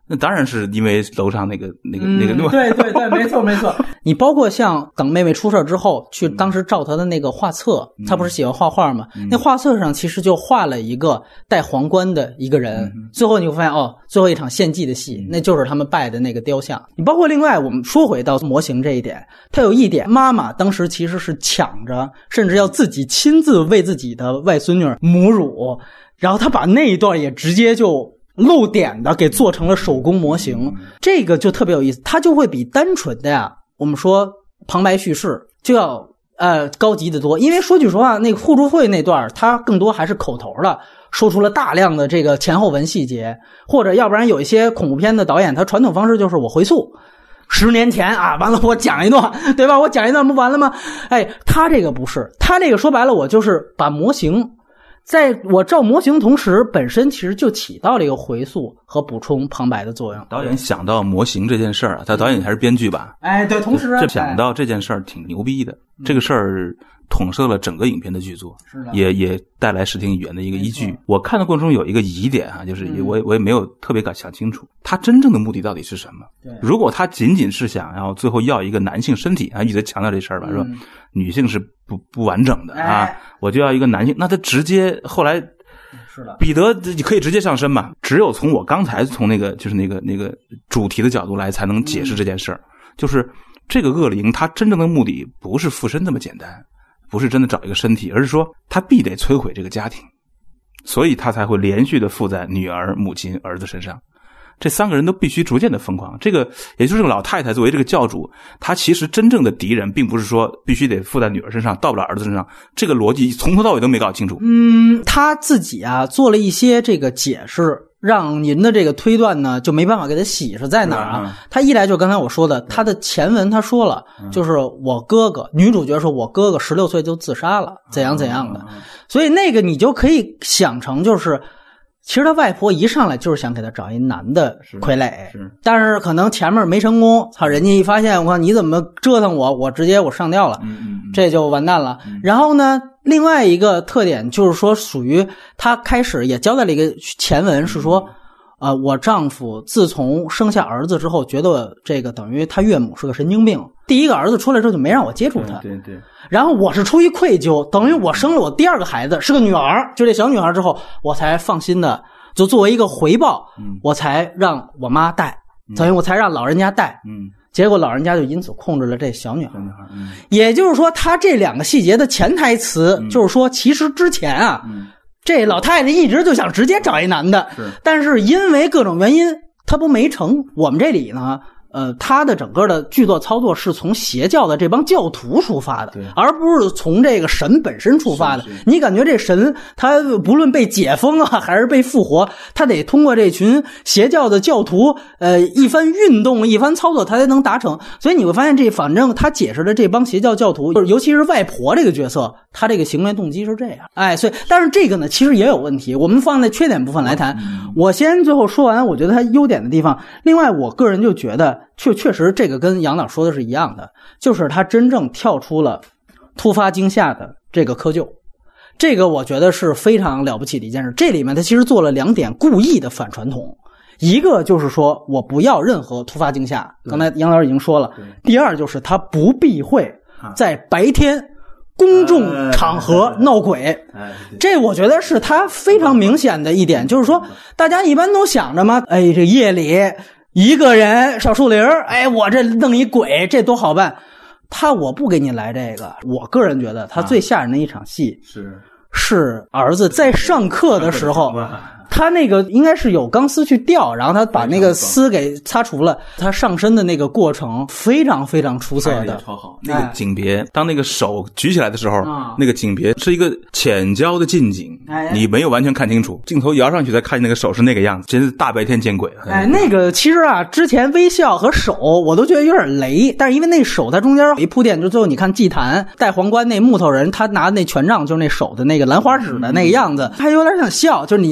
那当然是因为楼上那个对，没错没错。你包括像等妹妹出事之后，去当时照她的那个画册，她不是喜欢画画吗？那画册上其实就画了一个戴皇冠的一个人，最后你会发现最后一场献祭的戏，那就是他们拜的那个雕像。你包括另外我们说回到模型这一点，它有一点，妈妈当时其实是抢着，甚至要自己亲自为自己的外孙女母乳，然后他把那一段也直接就露点的给做成了手工模型，这个就特别有意思，它就会比单纯的呀，我们说旁白叙事就要高级的多。因为说句实话，那个互助会那段它更多还是口头的，说出了大量的这个前后文细节，或者要不然有一些恐怖片的导演，他传统方式就是我回溯10年前啊，完了我讲一段，对吧？我讲一段不完了吗？他这个不是，他这个说白了，我就是把模型在我照模型同时，本身其实就起到了一个回溯和补充旁白的作用。 导演想到模型这件事儿啊，他导演还是编剧吧？ 对，同时这想到这件事儿挺牛逼的，这个事儿统摄了整个影片的剧作，也带来视听语言的一个依据。我看的过程中有一个疑点啊，就是我也没有特别想清楚，他真正的目的到底是什么？如果他仅仅是想要最后要一个男性身体啊，一直强调这事儿吧，说女性是不完整的啊，我就要一个男性，那他直接后来是的， 彼得你可以直接上身嘛？只有从我刚才从那个就是那个主题的角度来，才能解释这件事儿。就是这个恶灵，他真正的目的不是附身这么简单，不是真的找一个身体，而是说他必得摧毁这个家庭，所以他才会连续的附在女儿、母亲、儿子身上。这3个人都必须逐渐的疯狂。这个也就是这个老太太作为这个教主，她其实真正的敌人并不是说必须得附在女儿身上，到不了儿子身上，这个逻辑从头到尾都没搞清楚。 他自己啊做了一些这个解释，让您的这个推断呢就没办法给他洗是在哪儿啊？他一来就刚才我说的，他的前文他说了，就是我哥哥，女主角说我哥哥16岁就自杀了，怎样怎样的，所以那个你就可以想成就是。其实他外婆一上来就是想给他找一男的傀儡，但是可能前面没成功，人家一发现，我靠，你怎么折腾我直接上吊了，这就完蛋了。然后呢，另外一个特点就是说，属于他开始也交代了一个前文，是说，我丈夫自从生下儿子之后，觉得这个等于他岳母是个神经病。第一个儿子出来之后就没让我接触他， 对。 然后我是出于愧疚，等于我生了我第2个孩子是个女儿，就这小女孩之后，我才放心的，就作为一个回报，我才让我妈带，等于我才让老人家带，结果老人家就因此控制了这小女孩。也就是说，他这2个细节的潜台词就是说，其实之前啊，这老太太一直就想直接找一男的，但是因为各种原因，他不没成。我们这里呢。他的整个的剧作操作是从邪教的这帮教徒出发的，而不是从这个神本身出发的。你感觉这神他不论被解封啊还是被复活，他得通过这群邪教的教徒一番运动一番操作他才能达成。所以你会发现反正他解释的这帮邪教教徒，尤其是外婆这个角色，他这个行为动机是这样。所以但是这个呢其实也有问题，我们放在缺点部分来谈。我先最后说完我觉得他优点的地方。另外我个人就觉得确实这个跟杨导说的是一样的，就是他真正跳出了突发惊吓的这个窠臼，这个我觉得是非常了不起的一件事。这里面他其实做了2点故意的反传统，一个就是说我不要任何突发惊吓，刚才杨导已经说了。第二就是他不避讳在白天公众场合闹鬼，这我觉得是他非常明显的一点。就是说大家一般都想着嘛，这夜里一个人小树林，我这弄一鬼，这多好办。我不给你来这个。我个人觉得他最吓人的一场戏是儿子在上课的时候，他那个应该是有钢丝去吊，然后他把那个丝给擦除了，他上身的那个过程非常非常出色的， 超好。那个景别，当那个手举起来的时候，那个景别是一个浅焦的近景，你没有完全看清楚，镜头摇上去才看见那个手是那个样子，真是大白天见鬼了。 那个其实啊，之前微笑和手我都觉得有点雷，但是因为那手它中间有一铺垫，就最后你看祭坛戴皇冠那木头人，他拿那权杖就是那手的那个兰花指的那个样子，还有点想笑，就是你弄一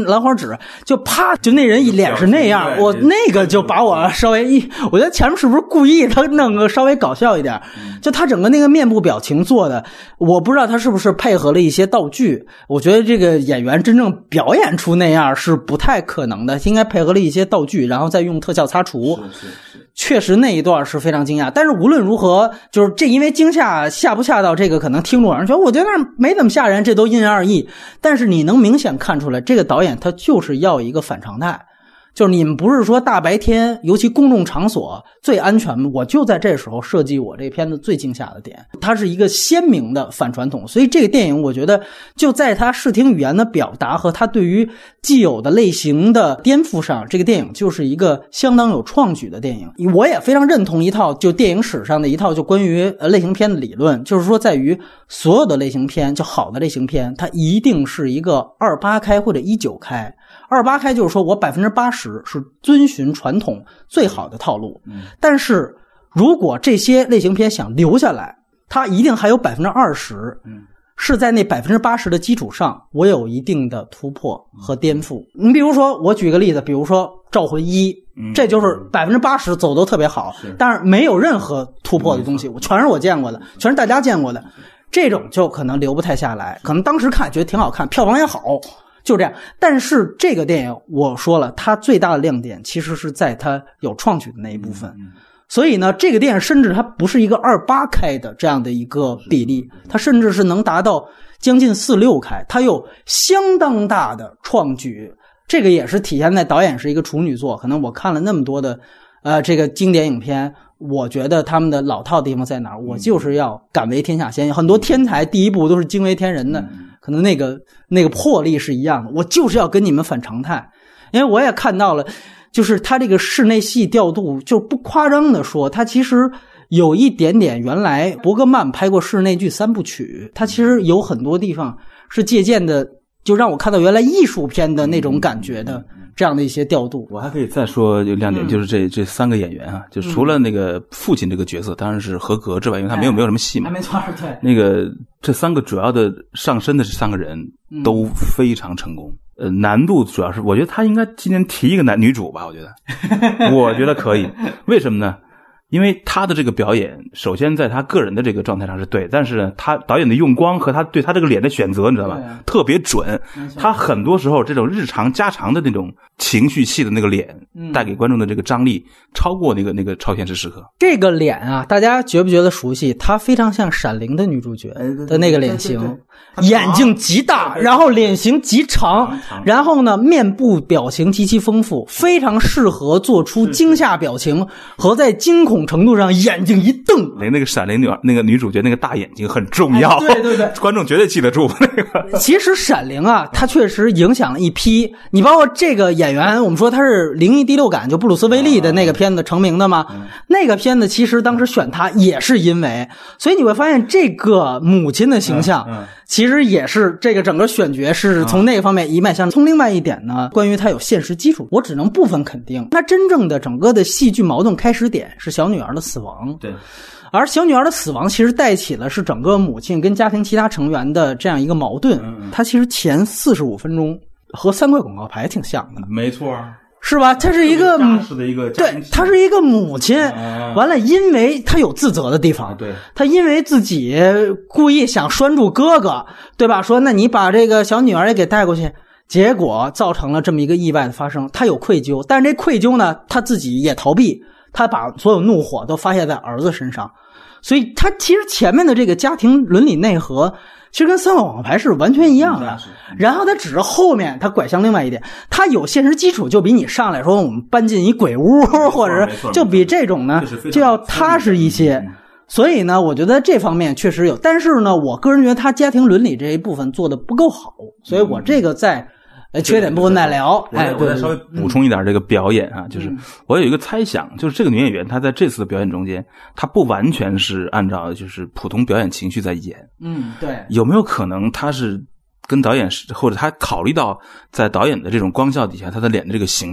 兰花指，就啪，就那人一脸是那样，我那个就把我稍微我觉得前面是不是故意他弄个稍微搞笑一点，就他整个那个面部表情做的，我不知道他是不是配合了一些道具，我觉得这个演员真正表演出那样是不太可能的，应该配合了一些道具，然后再用特效擦除。 是确实那一段是非常惊讶，但是无论如何，就是这因为惊吓不吓到这个可能听众人觉得我觉得没怎么吓人，这都因人而异。但是你能明显看出来，这个导演他就是要一个反常态。就是你们不是说大白天尤其公众场所最安全吗？我就在这时候设计我这片子最惊吓的点，它是一个鲜明的反传统。所以这个电影我觉得就在它视听语言的表达和它对于既有的类型的颠覆上，这个电影就是一个相当有创举的电影。我也非常认同一套就电影史上的一套就关于类型片的理论，就是说在于所有的类型片，就好的类型片它一定是一个28开或者19开。28开就是说我 80% 是遵循传统最好的套路，但是如果这些类型片想留下来，它一定还有 20% 是在那 80% 的基础上我有一定的突破和颠覆。你比如说我举个例子，比如说招魂1，这就是 80% 走都特别好，但是没有任何突破的东西，全是我见过的，全是大家见过的，这种就可能留不太下来，可能当时看觉得挺好看，票房也好，就这样。但是这个电影我说了，它最大的亮点其实是在它有创举的那一部分。所以呢，这个电影甚至它不是一个28开的这样的一个比例，它甚至是能达到将近46开，它有相当大的创举。这个也是体现在导演是一个处女作，可能我看了那么多的这个经典影片，我觉得他们的老套地方在哪儿？我就是要敢为天下先，很多天才第一部都是惊为天人的，可能那个魄力是一样的，我就是要跟你们反常态。因为我也看到了，就是他这个室内戏调度，就不夸张的说，他其实有一点点原来伯格曼拍过室内剧3部曲，他其实有很多地方是借鉴的，就让我看到原来艺术片的那种感觉的这样的一些调度。 我还可以再说有亮点，就是这3个演员啊，就除了那个父亲这个角色当然是合格之外，因为他没有什么戏嘛， 没错，对， 那个这3个主要的上身的这3个人都非常成功。难度主要是我觉得他应该今年提一个女主吧，我觉得可以。为什么呢？因为他的这个表演，首先在他个人的这个状态上是对，但是呢，他导演的用光和他对他这个脸的选择，你知道吧？特别准。他很多时候这种日常家常的那种情绪戏的那个脸，带给观众的这个张力，超过那个超现实时刻。 这个脸啊，大家觉不觉得熟悉？他非常像《闪灵》的女主角的那个脸型，眼睛极大，然后脸型极长，然后呢，面部表情极其丰富，非常适合做出惊吓表情和在惊恐程度上眼睛一瞪。 那个闪灵那个女主角那个大眼睛很重要， 对， 观众绝对记得住那个。 其实闪灵啊，它确实影响了一批。你包括这个演员，我们说他是灵异第六感，就布鲁斯威利的那个片子成名的嘛。那个片子其实当时选他也是因为，所以你会发现这个母亲的形象，其实也是这个整个选角是从那个方面一脉相承。从另外一点呢，关于他有现实基础，我只能部分肯定，他真正的整个的戏剧矛盾开始点是小女儿的死亡。 对。 而小女儿的死亡其实带起了是整个母亲跟家庭其他成员的这样一个矛盾。它其实前45分钟和3块广告牌挺像的。 没错， 是吧？它是一个对， 它是一个母亲，完了，因为她有自责的地方， 对， 她因为自己故意想拴住哥哥，对吧？说那你把这个小女儿也给带过去。结果造成了这么一个意外的发生，她有愧疚，但是这愧疚呢，她自己也逃避，她把所有怒火都发泄在儿子身上，所以她其实前面的这个家庭伦理内核，其实跟3块广告牌是完全一样的。然后她只是后面她拐向另外一点，她有现实基础，就比你上来说我们搬进一鬼屋，或者是就比这种呢就要踏实一些。所以呢，我觉得这方面确实有，但是呢，我个人觉得他家庭伦理这一部分做的不够好，所以我这个在缺点部分再聊。 我再稍微补充一点这个表演啊，就是我有一个猜想，就是这个女演员她在这次的表演中间，她不完全是按照就是普通表演情绪在演。 对。 有没有可能她是跟导演或者她考虑到在导演的这种光效底下，她的脸的这个形状，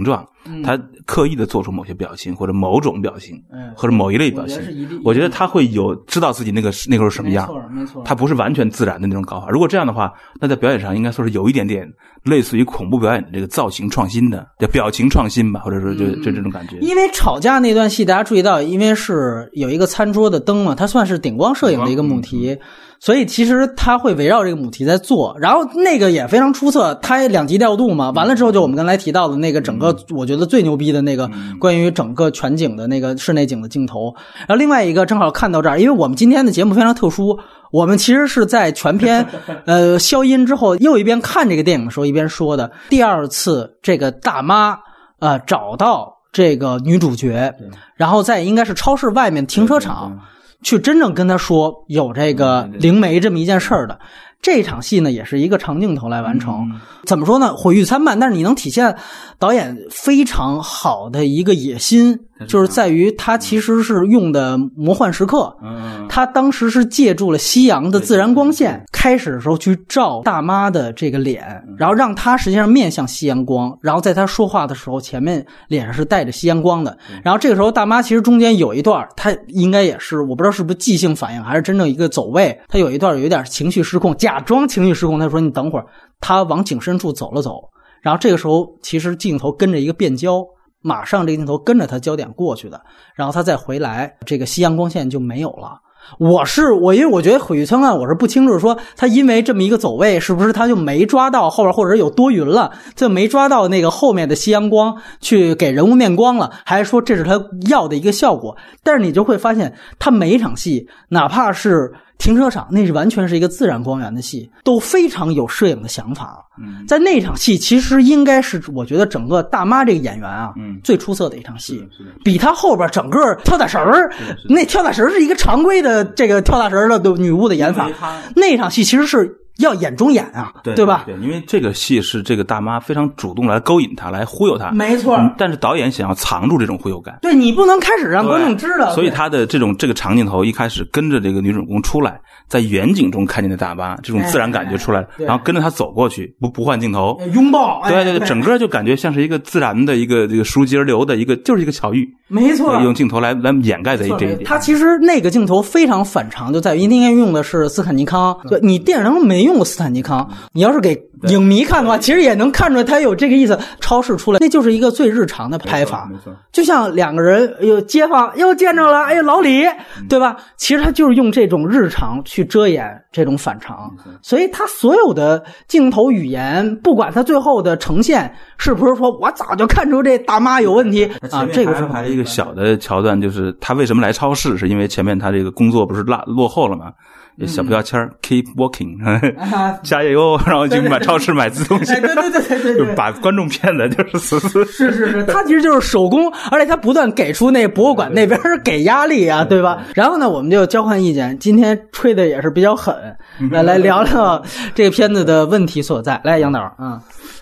他刻意的做出某些表情或者某种表情，或者某一类表情，我觉得他会有知道自己那个时候什么样， 没错， 他不是完全自然的那种搞法。如果这样的话，那在表演上应该说是有一点点类似于恐怖表演的这个造型创新的，叫表情创新吧，或者说就这种感觉。 因为吵架那段戏，大家注意到，因为是有一个餐桌的灯嘛，它算是顶光摄影的一个母题。所以其实他会围绕这个母题在做，然后那个也非常出色，他2级调度嘛，完了之后就我们刚才提到的那个整个我觉得最牛逼的那个关于整个全景的那个室内景的镜头。然后另外一个正好看到这儿，因为我们今天的节目非常特殊，我们其实是在全篇消音之后又一边看这个电影的时候一边说的，第二次这个大妈找到这个女主角，然后在应该是超市外面停车场去真正跟他说有这个灵媒这么一件事儿的。这场戏呢也是一个长镜头来完成，怎么说呢，毁誉参半，但是你能体现导演非常好的一个野心，就是在于他其实是用的魔幻时刻，他当时是借助了西洋的自然光线，开始的时候去照大妈的这个脸，然后让她实际上面向西洋光，然后在她说话的时候前面脸上是带着西洋光的，然后这个时候大妈其实中间有一段，她应该也是我不知道是不是即兴反应还是真正一个走位，她有一段有一点情绪失控，假装情绪失控，她说你等会儿，她往景深处走了走，然后这个时候其实镜头跟着一个变焦，马上这个镜头跟着他焦点过去的，然后他再回来，这个西洋光线就没有了。因为我觉得毁誉参半，我是不清楚说他因为这么一个走位是不是他就没抓到后边，或者是有多云了就没抓到那个后面的西洋光去给人物面光了，还是说这是他要的一个效果。但是你就会发现他每一场戏哪怕是停车场，那是完全是一个自然光源的戏，都非常有摄影的想法。在那场戏其实应该是我觉得整个大妈这个演员啊，最出色的一场戏，比他后边整个跳大绳儿，那跳大绳儿是一个常规的这个跳大绳儿的女巫的演法，那场戏其实是要眼中眼啊，对吧？ 对，因为这个戏是这个大妈非常主动来勾引他，来忽悠他， 没错。 但是导演想要藏住这种忽悠感， 对，你不能开始让观众知道。 所以他的这个长镜头一开始跟着这个女主人公出来，在远景中看见的大妈，这种自然感就出来了，然后跟着他走过去，不换镜头， 拥抱， 对，整个就感觉像是一个自然的一个这个书接流的一个，就是一个巧遇， 没错， 用镜头来掩盖这一点。 他其实那个镜头非常反常，就在于今天用的是斯坦尼康，对，你电影当中没用过斯坦尼康，你要是给影迷看的话，其实也能看出来他有这个意思。超市出来，那就是一个最日常的拍法， 没错， 就像两个人，街坊又见着了，哎呦老李，对吧？其实他就是用这种日常去遮掩这种反常，所以他所有的镜头语言，不管他最后的呈现是不是说我早就看出这大妈有问题啊，这个是安排了一个小的桥段，就是他为什么来超市，是因为前面他这个工作不是落后了吗？小标签 keep walking 加油，然后就买超市买东西，对，就把观众骗的就是死。 是，他其实就是手工，而且他不断给出那博物馆那边给压力啊，对吧？然后呢，我们就交换意见，今天吹的也是比较狠，来聊聊这个片子的问题所在。来，杨导啊。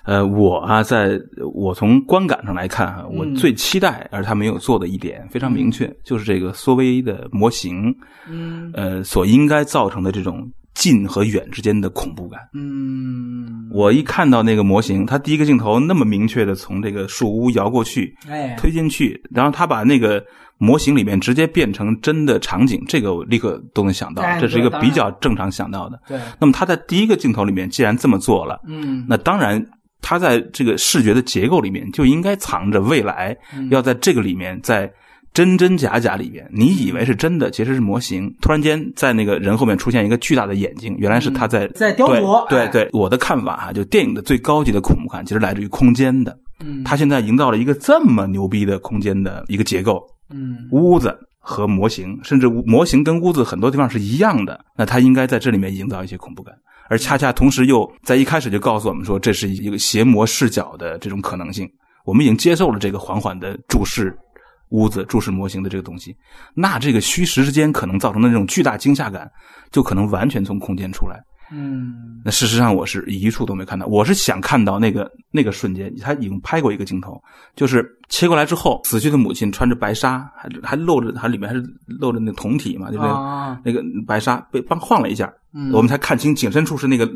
我从观感上来看我最期待而他没有做的一点非常明确，就是这个缩微的模型，所应该造成的这种近和远之间的恐怖感。我一看到那个模型，他第一个镜头那么明确的从这个树屋摇过去，推进去，然后他把那个模型里面直接变成真的场景，这个我立刻都能想到，这是一个比较正常想到的。 对， 那么他在第一个镜头里面既然这么做了，那当然他在这个视觉的结构里面就应该藏着未来，要在这个里面，在真真假假里面，你以为是真的，其实是模型。突然间在那个人后面出现一个巨大的眼睛，原来是他在雕琢。 对，我的看法就电影的最高级的恐怖感其实来自于空间的。他现在营造了一个这么牛逼的空间的一个结构，屋子和模型，甚至模型跟屋子很多地方是一样的，那他应该在这里面营造一些恐怖感。而恰恰同时又在一开始就告诉我们说，这是一个邪魔视角的这种可能性。我们已经接受了这个缓缓的注视屋子、注视模型的这个东西，那这个虚实之间可能造成的这种巨大惊吓感，就可能完全从空间出来。那事实上我是一处都没看到，我是想看到那个瞬间，他已经拍过一个镜头，就是切过来之后，死去的母亲穿着白纱，还露着，还里面还是露着那个胴体嘛，对不对？那个白纱被晃了一下，我们才看清景深处是那个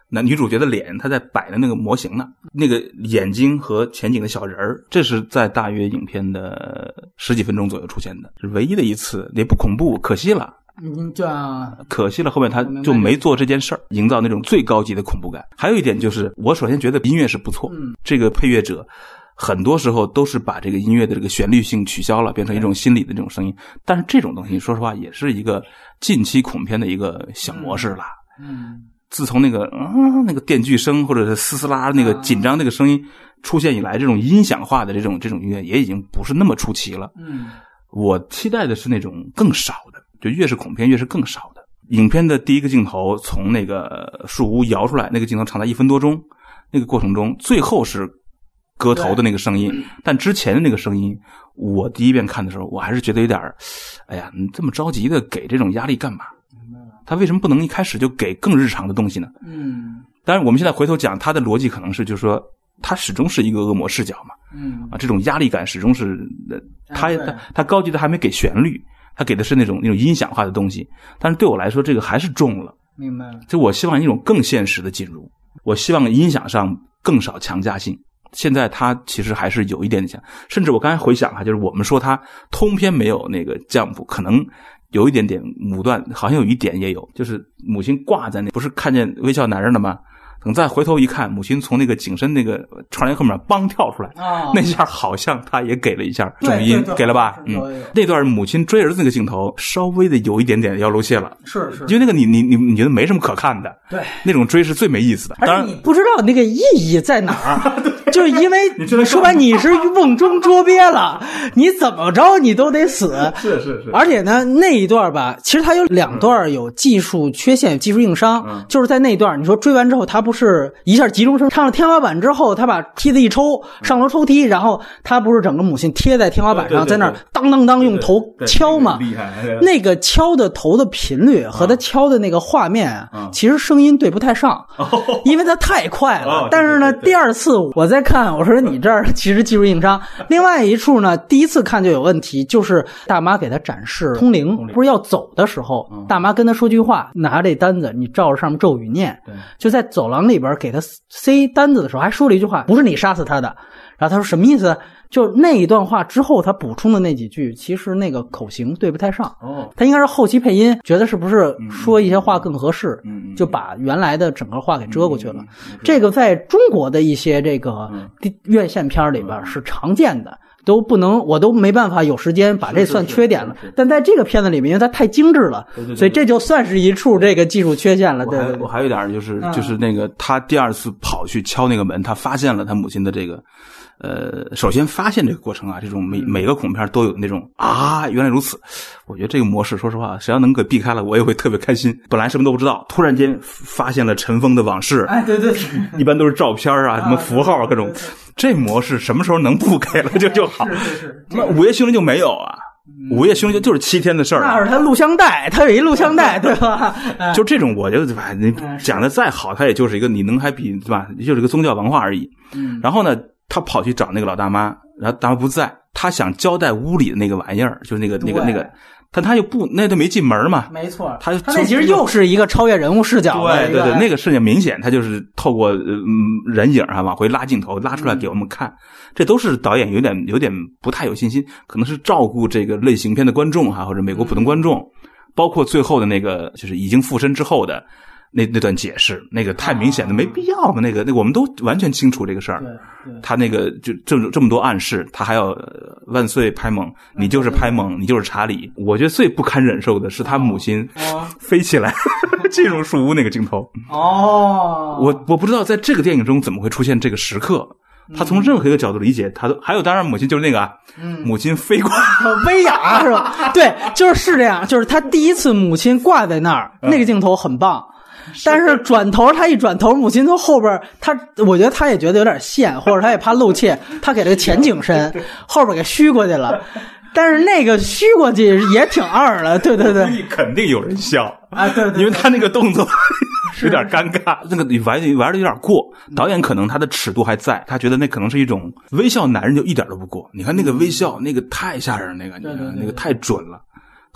那女主角的脸她在摆的那个模型呢，那个眼睛和前景的小人儿，这是在大约影片的10几分钟左右出现的，是唯一的一次，也不恐怖，可惜了。可惜了，后面他就没做这件事儿，营造那种最高级的恐怖感。还有一点就是，我首先觉得音乐是不错，这个配乐者很多时候都是把这个音乐的这个旋律性取消了，变成一种心理的这种声音。但是这种东西，说实话，也是一个近期恐片的一个小模式了。自从那个电锯声或者是嘶嘶啦那个紧张那个声音出现以来，这种音响化的这种音乐也已经不是那么出奇了。我期待的是那种更少的。就越是恐片越是更少的。影片的第一个镜头从那个树屋摇出来，那个镜头长达1分多钟，那个过程中最后是割头的那个声音，但之前的那个声音我第一遍看的时候我还是觉得有点哎呀，你这么着急的给这种压力干嘛？他为什么不能一开始就给更日常的东西呢？当然我们现在回头讲他的逻辑可能是就是说他始终是一个恶魔视角嘛，这种压力感始终是他高级的还没给旋律，他给的是那种音响化的东西，但是对我来说这个还是重了。 明白了。 就我希望一种更现实的进入，我希望音响上更少强加性。现在它其实还是有一点点强，甚至我刚才回想就是我们说它通篇没有那个jump，可能有一点点母段，好像有一点也有，就是母亲挂在那，不是看见微笑男人了吗？等再回头一看，母亲从那个景深那个窗帘后面梆跳出来，那下好像他也给了一下重音，给了吧？那段母亲追儿子那个镜头稍微的有一点点要露怯了， 是， 因为那个你觉得没什么可看的， 对， 那种追是最没意思的。当然你不知道那个意义在哪儿，就是因为说白你是瓮中捉鳖了，你怎么着你都得死， 是。 而且呢，那一段吧，其实它有2段有技术缺陷、技术硬伤，就是在那一段，你说追完之后他不是一下急中生上了天花板之后，他把梯子一抽上楼抽梯，然后他不是整个母亲贴在天花板上，在那儿当当当用头敲嘛， 厉害。 那个敲的头的频率和他敲的那个画面其实声音对不太上，因为它太快了。但是呢，第2次我再看，我说你这儿其实技术硬伤。另外一处呢，第一次看就有问题，就是大妈给他展示通灵，不是要走的时候，大妈跟他说句话，拿这单子你照着上面咒语念，就在走廊里边给他塞单子的时候还说了一句话，不是你杀死他的。然后他说什么意思？就那一段话之后他补充的那几句，其实那个口型对不太上，他应该是后期配音觉得是不是说一些话更合适，就把原来的整个话给遮过去了。这个在中国的一些这个院线片里边是常见的，都不能，我都没办法有时间把这算缺点了。但在这个片子里面，因为它太精致了，所以这就算是一处这个技术缺陷了。对， 我还有一点就是那个他第2次跑去敲那个门，他发现了他母亲的这个首先发现这个过程啊，这种每个恐片都有那种原来如此。我觉得这个模式说实话谁要能给避开了，我也会特别开心。本来什么都不知道，突然间发现了尘封的往事， 对， 一般都是照片啊什么符号啊各种，这模式什么时候能不给了就好。那午夜凶铃就没有啊，午夜凶铃就是7天的事儿， 那是他录像带，他有一录像带对吧？ 就这种我觉得你讲的再好，它也就是一个你能还比对吧，就是一个宗教文化而已。然后呢他跑去找那个老大妈，然后大妈不在，他想交代屋里的那个玩意儿，就是那个，但他又不，那都没进门嘛。 没错， 他那其实又是一个超越人物视角的。 对，那个视角明显他就是透过人影往回拉镜头拉出来给我们看，这都是导演有点不太有信心，可能是照顾这个类型片的观众或者美国普通观众，包括最后的那个就是已经附身之后的那段解释，那个太明显的没必要嘛，那个我们都完全清楚这个事儿。他那个就这么多暗示，他还要万岁拍蒙，你就是拍蒙，你就是查理。我觉得最不堪忍受的是他母亲飞起来进入树屋那个镜头。我不知道在这个电影中怎么会出现这个时刻。他从任何一个角度理解，他都还有，当然母亲就是那个母亲飞过威亚是吧？对，是这样，就是他第一次母亲挂在那儿，那个镜头很棒。但是他一转头，母亲从后边，我觉得他也觉得有点陷，或者他也怕露怯，他给这个前景深后边给虚过去了。但是那个虚过去也挺二的，对， 肯定有人笑对， 因为他那个动作有点尴尬，那个玩的有点过。导演可能他的尺度还在，他觉得那可能是一种微笑男人，就一点都不过。你看那个微笑，那个太吓人，那个太准了。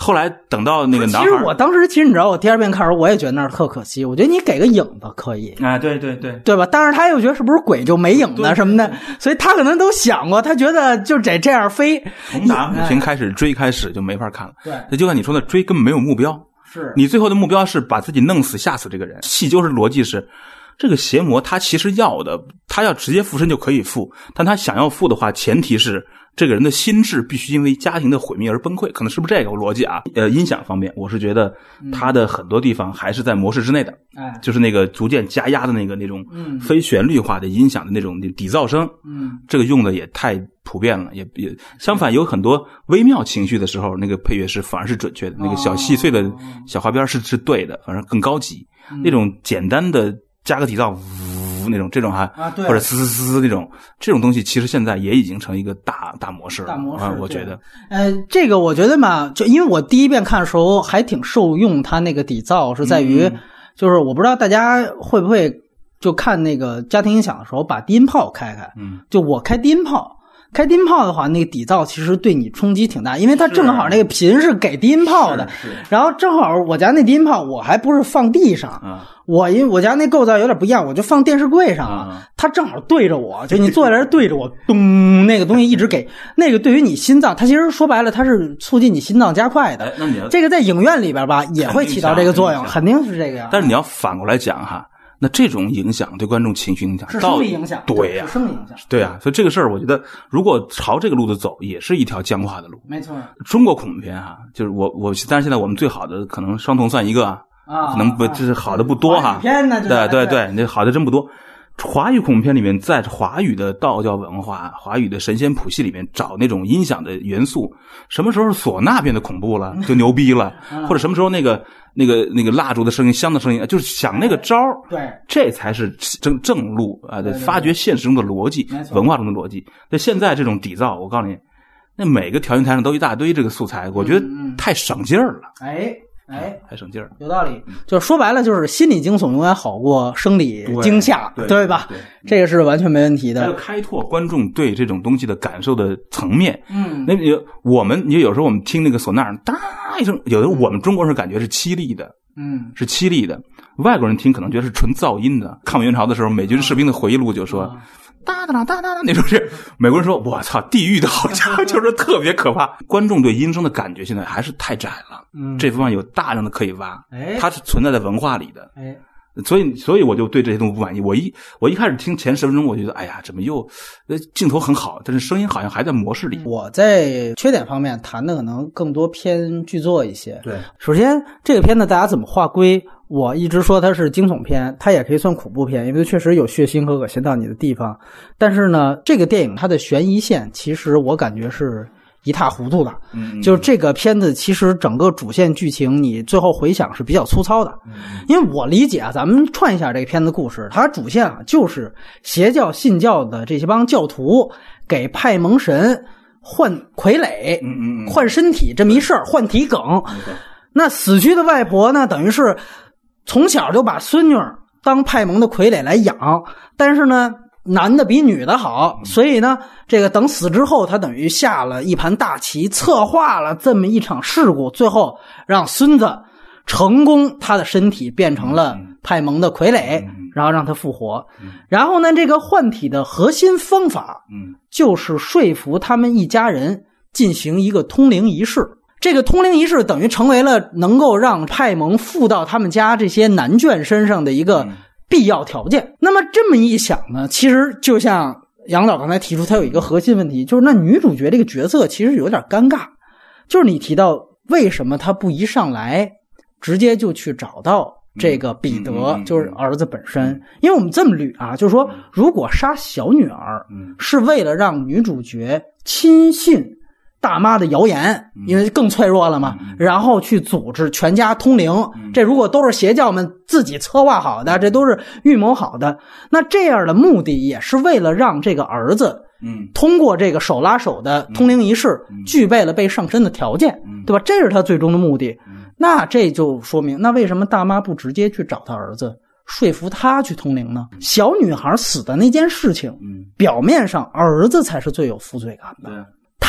后来等到那个男孩， 其实我当时你知道，我第二遍看的时候，我也觉得那儿特可惜。我觉得你给个影子可以啊，对对对， 对吧？但是他又觉得是不是鬼就没影子什么的，所以他可能都想过，他觉得就得这样飞。 从打母亲开始追开始就没法看了。 对， 就像你说的，追根本没有目标。 是你最后的目标是把自己弄死吓死这个人。戏就是逻辑是，这个邪魔他其实要的，他要直接附身就可以附，但他想要附的话，前提是这个人的心智必须因为家庭的毁灭而崩溃，可能是不是这个逻辑啊？音响方面，我是觉得他的很多地方还是在模式之内的，就是那个逐渐加压的那种非旋律化的音响的那种底噪声，这个用的也太普遍了，也相反有很多微妙情绪的时候，那个配乐是反而是准确的，那个小细碎的小花边是对的，反正更高级，那种简单的加个底噪呜那种这种或者嘶嘶嘶那种这种东西，其实现在也已经成一个大模式了。 大模式我觉得。 这个我觉得嘛，就因为我第一遍看的时候还挺受用，它那个底噪是在于，就是我不知道大家会不会就看那个家庭音响的时候把低音炮开开，就我开低音炮。开低音炮的话，那个底噪其实对你冲击挺大，因为它正好那个频是给低音炮的，然后正好我家那低音炮我还不是放地上，因为我家那构造有点不一样，我就放电视柜上了，它正好对着我，就你坐在这对着我，咚，那个东西一直给，那个对于你心脏，它其实说白了，它是促进你心脏加快的。这个在影院里边吧，也会起到这个作用，肯定是这个样。 但是你要反过来讲哈。那这种影响对观众情绪影响是生理影响， 对呀， 是生理影响， 对啊，所以这个事儿，我觉得如果朝这个路子走，也是一条僵化的路。 没错， 中国恐怖片哈，就是但是现在我们最好的可能双瞳算一个可能不就是好的不多哈。 片呢， 对，那好的真不多。华语恐怖片里面，在华语的道教文化、华语的神仙谱系里面找那种音响的元素，什么时候唢呐变得恐怖了，就牛逼了，或者什么时候那个蜡烛的声音、香的声音，就是想那个招儿， 对， 这才是正路啊！发掘现实中的逻辑、文化中的逻辑。那现在这种底噪，我告诉你，那每个调音台上都一大堆这个素材，我觉得太省劲儿了。 还省劲儿， 有道理。就是说白了，就是心理惊悚永远好过生理惊吓，对吧？这个是完全没问题的。 还要开拓观众对这种东西的感受的层面。那你有时候我们听那个唢呐哒一声，有的我们中国人感觉是凄厉的，是凄厉的。外国人听可能觉得是纯噪音的。抗美援朝的时候，美军士兵的回忆录就说。哒哒哒哒哒，那种是美国人说，我操，地狱的好家伙，就是特别可怕。观众对音声的感觉现在还是太窄了，这方面有大量的可以挖，它是存在在文化里的，所以我就对这些东西不满意。我一开始听前10分钟，我觉得，哎呀，怎么又镜头很好，但是声音好像还在模式里。 我在缺点方面谈的可能更多偏剧作一些。 对， 首先这个片子大家怎么划归？我一直说它是惊悚片，它也可以算恐怖片，因为确实有血腥和恶心到你的地方。但是呢，这个电影它的悬疑线其实我感觉是一塌糊涂的。就是这个片子其实整个主线剧情你最后回想是比较粗糙的。因为我理解啊，咱们串一下这个片子故事，它主线啊就是邪教信教的这些帮教徒给派蒙神换傀儡，换身体这么一事儿，换体梗。那死去的外婆呢，等于是从小就把孙女当派蒙的傀儡来养，但是呢男的比女的好，所以呢这个等死之后他等于下了一盘大棋，策划了这么一场事故，最后让孙子成功他的身体变成了派蒙的傀儡，然后让他复活。然后呢这个换体的核心方法就是说服他们一家人进行一个通灵仪式。这个通灵仪式等于成为了能够让派蒙附到他们家这些男眷身上的一个必要条件。那么这么一想呢，其实就像杨导刚才提出，他有一个核心问题，就是那女主角这个角色其实有点尴尬。就是你提到为什么他不一上来直接就去找到这个彼得，就是儿子本身。因为我们这么捋啊，就是说如果杀小女儿是为了让女主角亲信大妈的谣言，因为更脆弱了嘛，然后去组织全家通灵，这如果都是邪教们自己策划好的，这都是预谋好的，那这样的目的也是为了让这个儿子通过这个手拉手的通灵仪式具备了被上身的条件，对吧？这是他最终的目的。那这就说明，那为什么大妈不直接去找他儿子说服他去通灵呢？小女孩死的那件事情表面上儿子才是最有负罪感的，他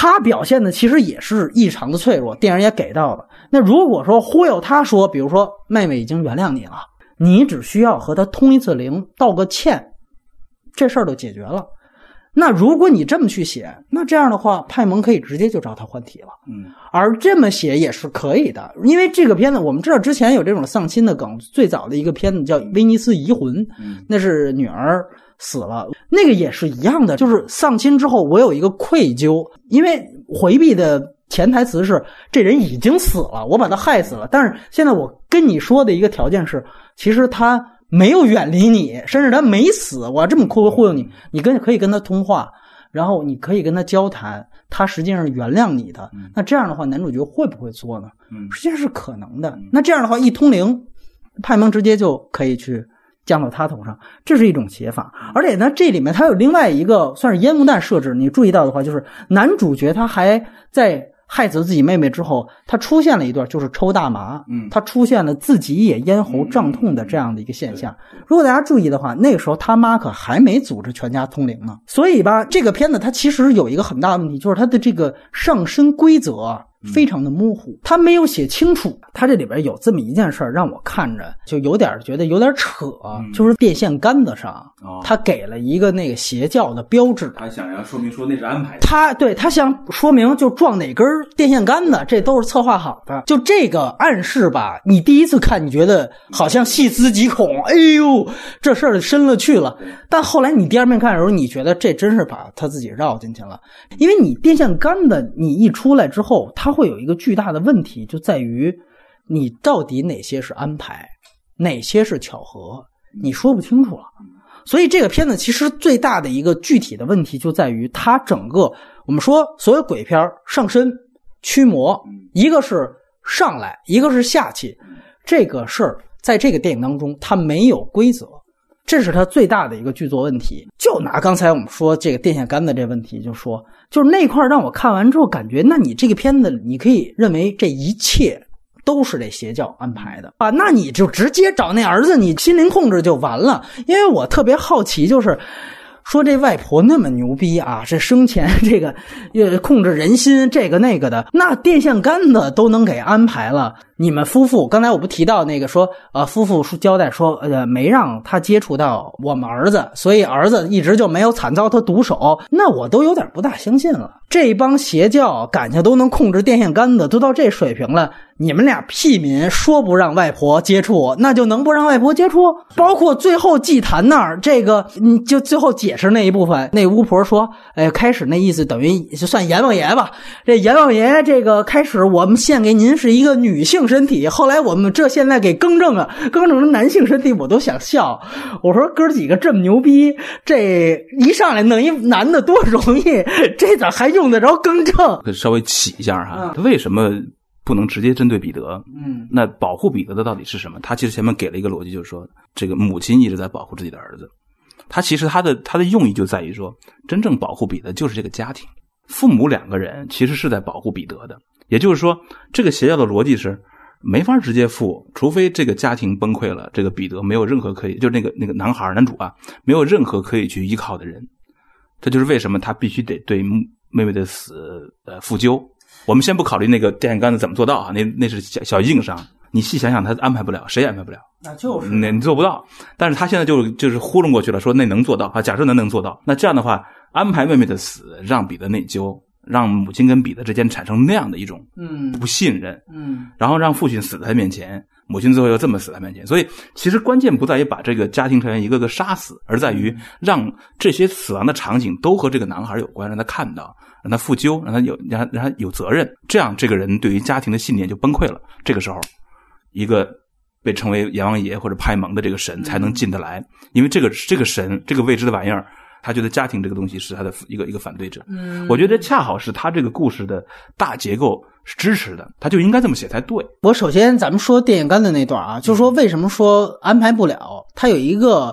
他表现的其实也是异常的脆弱，电影也给到了。那如果说忽悠他说，比如说妹妹已经原谅你了，你只需要和他通一次灵，道个歉，这事儿就解决了。那如果你这么去写，那这样的话派蒙可以直接就找他换体了。而这么写也是可以的，因为这个片子我们知道之前有这种丧亲的梗，最早的一个片子叫《威尼斯移魂》，那是女儿死了，那个也是一样的，就是丧亲之后我有一个愧疚，因为回避的潜台词是这人已经死了，我把他害死了，但是现在我跟你说的一个条件是，其实他没有远离你，甚至他没死，我这么忽悠你，你可以跟他通话，然后你可以跟他交谈，他实际上是原谅你的。那这样的话男主角会不会做呢？实际上是可能的。那这样的话一通灵，派蒙直接就可以去降到他头上，这是一种写法。而且呢这里面他有另外一个算是烟雾弹设置，你注意到的话，就是男主角他还在害死自己妹妹之后，他出现了一段就是抽大麻，他出现了自己也咽喉胀痛的这样的一个现象。如果大家注意的话，那个时候他妈可还没组织全家通灵呢。所以吧，这个片子它其实有一个很大的问题，就是它的这个上身规则非常的模糊，他没有写清楚。他这里边有这么一件事让我看着就有点觉得有点扯，就是电线杆子上他给了一个那个邪教的标志， 他想要说明说那是安排的， 他想说明就撞哪根电线杆子，这都是策划好的。就这个暗示吧，你第一次看你觉得好像细思极恐，哎呦这事儿深了去了，但后来你第二遍看的时候，你觉得这真是把他自己绕进去了。因为你电线杆子你一出来之后，它会有一个巨大的问题，就在于你到底哪些是安排，哪些是巧合，你说不清楚了。所以这个片子其实最大的一个具体的问题就在于它整个，我们说所有鬼片上身驱魔，一个是上来，一个是下去，这个事儿在这个电影当中它没有规则，这是它最大的一个剧作问题。就拿刚才我们说这个电线杆的这问题，就是那块让我看完之后感觉，那你这个片子你可以认为这一切都是这邪教安排的啊，那你就直接找那儿子你心灵控制就完了。因为我特别好奇，就是说这外婆那么牛逼啊，这生前这个控制人心这个那个的，那电线杆子都能给安排了，你们夫妇刚才我不提到那个说夫妇交代说没让他接触到我们儿子，所以儿子一直就没有惨遭他毒手，那我都有点不大相信了。这帮邪教感情都能控制电线杆子，都到这水平了，你们俩屁民说不让外婆接触，那就能不让外婆接触？包括最后祭坛那儿，这个你就最后解释那一部分，那巫婆说开始那意思等于就算阎王爷吧，这阎王爷这个开始我们献给您是一个女性身体，后来我们这现在给更正成男性身体，我都想笑。我说哥几个这么牛逼，这一上来弄一男的多容易，这咋还用得着更正？ 稍微起一下哈，他为什么不能直接针对彼得？那保护彼得的到底是什么？他其实前面给了一个逻辑，就是说这个母亲一直在保护自己的儿子，他其实他的用意就在于说，真正保护彼得就是这个家庭，父母两个人其实是在保护彼得的。也就是说，这个邪教的逻辑是没法直接付，除非这个家庭崩溃了，这个彼得没有任何可以，就是那个男主啊，没有任何可以去依靠的人。这就是为什么他必须得对妹妹的死负疚。我们先不考虑那个电线杆子怎么做到啊，那是小硬伤，你细想想他安排不了，谁也安排不了， 那就是你做不到。但是他现在就是糊弄过去了，说那能做到啊，假设能做到，那这样的话安排妹妹的死，让彼得内疚，让母亲跟彼得之间产生那样的一种不信任，然后让父亲死在他面前，母亲最后又这么死在他面前。所以其实关键不在于把这个家庭成员一个个杀死，而在于让这些死亡的场景都和这个男孩有关，让他看到，让他负疚，让他有责任，这样这个人对于家庭的信念就崩溃了。这个时候一个被称为阎王爷或者派蒙的这个神才能进得来，因为这个神这个未知的玩意儿，他觉得家庭这个东西是他的一个反对者。我觉得恰好是他这个故事的大结构是支持的，他就应该这么写才对。 我首先咱们说电线杆的那段啊，就说为什么说安排不了，他有一个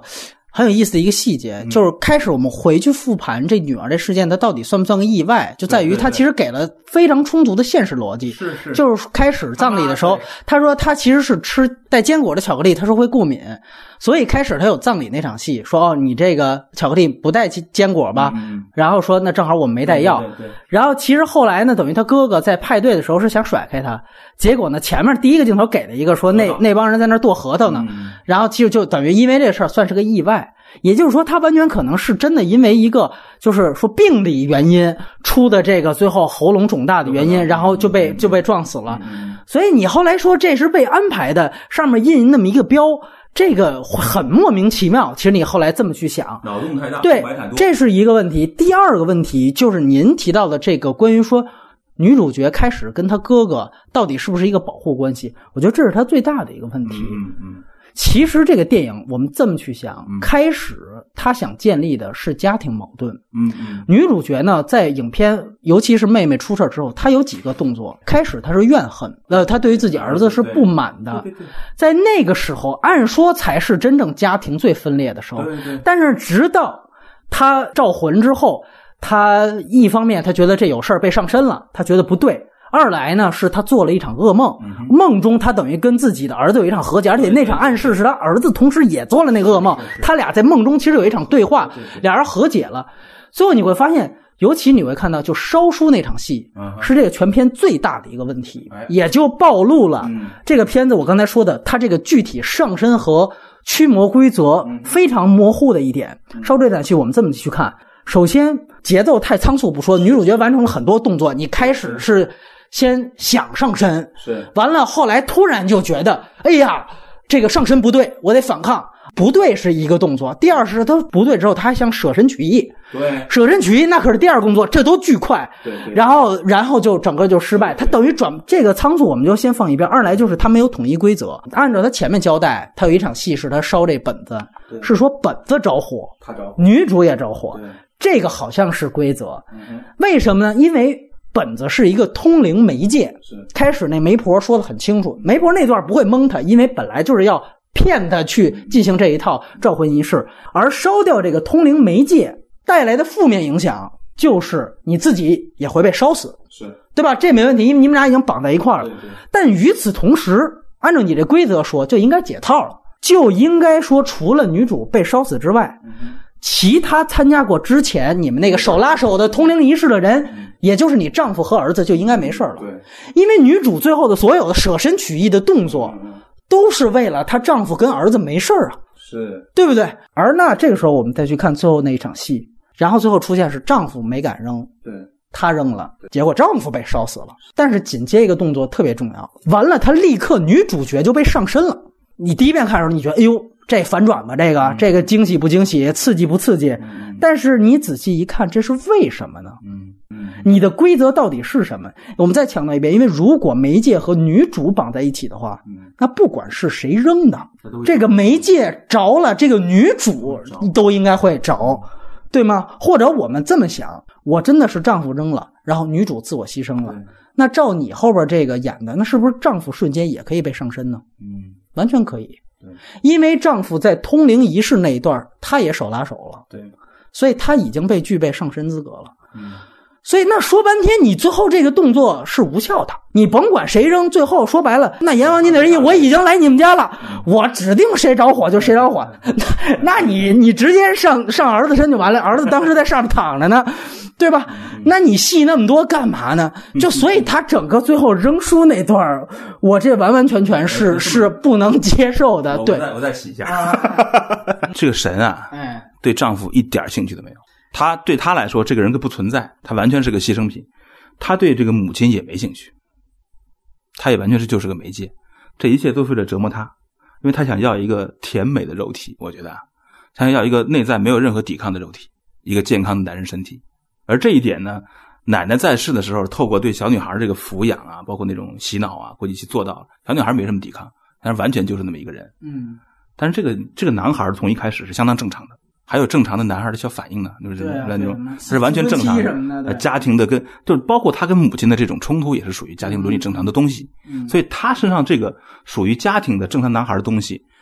很有意思的一个细节，就是开始我们回去复盘这女儿这事件，它到底算不算个意外，就在于它其实给了非常充足的现实逻辑。 是是， 就是开始葬礼的时候，他说他其实是吃带坚果的巧克力，他说会过敏，所以开始他有葬礼那场戏，说你这个巧克力不带坚果吧？然后说那正好我们没带药。 对， 然后其实后来呢，等于他哥哥在派对的时候是想甩开他，结果呢前面第一个镜头给了一个说那帮人在那剁核桃呢，然后其实就等于因为这事儿算是个意外。也就是说他完全可能是真的因为一个就是说病理原因出的这个最后喉咙肿大的原因，然后就被撞死了。所以你后来说这是被安排的，上面印那么一个标，这个很莫名其妙。其实你后来这么去想， 脑洞太大， 对，这是一个问题。第二个问题就是您提到的这个关于说女主角开始跟她哥哥到底是不是一个保护关系，我觉得这是她最大的一个问题。其实这个电影我们这么去想，开始他想建立的是家庭矛盾。女主角呢在影片尤其是妹妹出事之后，她有几个动作，开始她是怨恨，她对于自己儿子是不满的。在那个时候按说才是真正家庭最分裂的时候，但是直到她召魂之后，她一方面她觉得这有事儿被上身了，她觉得不对，二来呢是他做了一场噩梦，梦中他等于跟自己的儿子有一场和解，而且那场暗示是他儿子同时也做了那个噩梦，他俩在梦中其实有一场对话，俩人和解了。最后你会发现，尤其你会看到就烧书那场戏是这个全片最大的一个问题，也就暴露了这个片子我刚才说的他这个具体上身和驱魔规则非常模糊的一点。烧这场戏我们这么去看，首先节奏太仓促不说，女主角完成了很多动作，你开始是先想上身，是完了后来突然就觉得哎呀这个上身不对，我得反抗，不对是一个动作。第二是他不对之后他还想舍身取义，对，舍身取义那可是第二工作，这都巨快，对，然后就整个就失败。他等于转这个仓促我们就先放一边。二来就是他没有统一规则，按照他前面交代，他有一场戏是他烧这本子，是说本子着火，他着火，女主也着火，这个好像是规则。为什么呢？因为本子是一个通灵媒介，开始那媒婆说得很清楚，媒婆那段不会蒙他，因为本来就是要骗他去进行这一套召魂仪式。而烧掉这个通灵媒介带来的负面影响就是你自己也会被烧死，是对吧？这没问题，因为你们俩已经绑在一块了。但与此同时，按照你这规则说就应该解套了，就应该说除了女主被烧死之外，其他参加过之前你们那个手拉手的通灵仪式的人，也就是你丈夫和儿子就应该没事了。对，因为女主最后的所有的舍身取义的动作都是为了她丈夫跟儿子没事啊，是对不对？而那这个时候我们再去看最后那一场戏，然后最后出现是丈夫没敢扔，对，她扔了，结果丈夫被烧死了。但是紧接一个动作特别重要，完了她立刻女主角就被上身了。你第一遍看的时候你觉得哎呦这反转吧，这个惊喜不惊喜，刺激不刺激？但是你仔细一看，这是为什么呢？你的规则到底是什么？我们再强调一遍，因为如果媒介和女主绑在一起的话，那不管是谁扔的，这个媒介着了，这个女主都应该会着，对吗？或者我们这么想，我真的是丈夫扔了，然后女主自我牺牲了，那照你后边这个演的，那是不是丈夫瞬间也可以被上身呢？完全可以。因为丈夫在通灵仪式那一段他也手拉手了，对，所以他已经被具备上身资格了。所以那说半天你最后这个动作是无效的，你甭管谁扔，最后说白了那阎王您的仁义我已经来你们家了，我指定谁着火就谁着火，那你直接上儿子身就完了，儿子当时在上面躺着呢，对吧？那你戏那么多干嘛呢？就所以他整个最后扔书那段我这完完全全是不能接受的。对， 我再洗一下。这个神啊，对丈夫一点兴趣都没有，他对他来说这个人不存在，他完全是个牺牲品。他对这个母亲也没兴趣，他也完全就是个媒介，这一切都是为了折磨他，因为他想要一个甜美的肉体，我觉得想要一个内在没有任何抵抗的肉体，一个健康的男人身体。而这一点呢，奶奶在世的时候透过对小女孩这个抚养啊，包括那种洗脑啊，估计去做到了，小女孩没什么抵抗，但是完全就是那么一个人。但是这个男孩从一开始是相当正常的，还有正常的男孩的小反应呢，就是那种是完全正常的家庭的就是包括他跟母亲的这种冲突也是属于家庭伦理正常的东西。所以他身上这个属于家庭的正常男孩的东西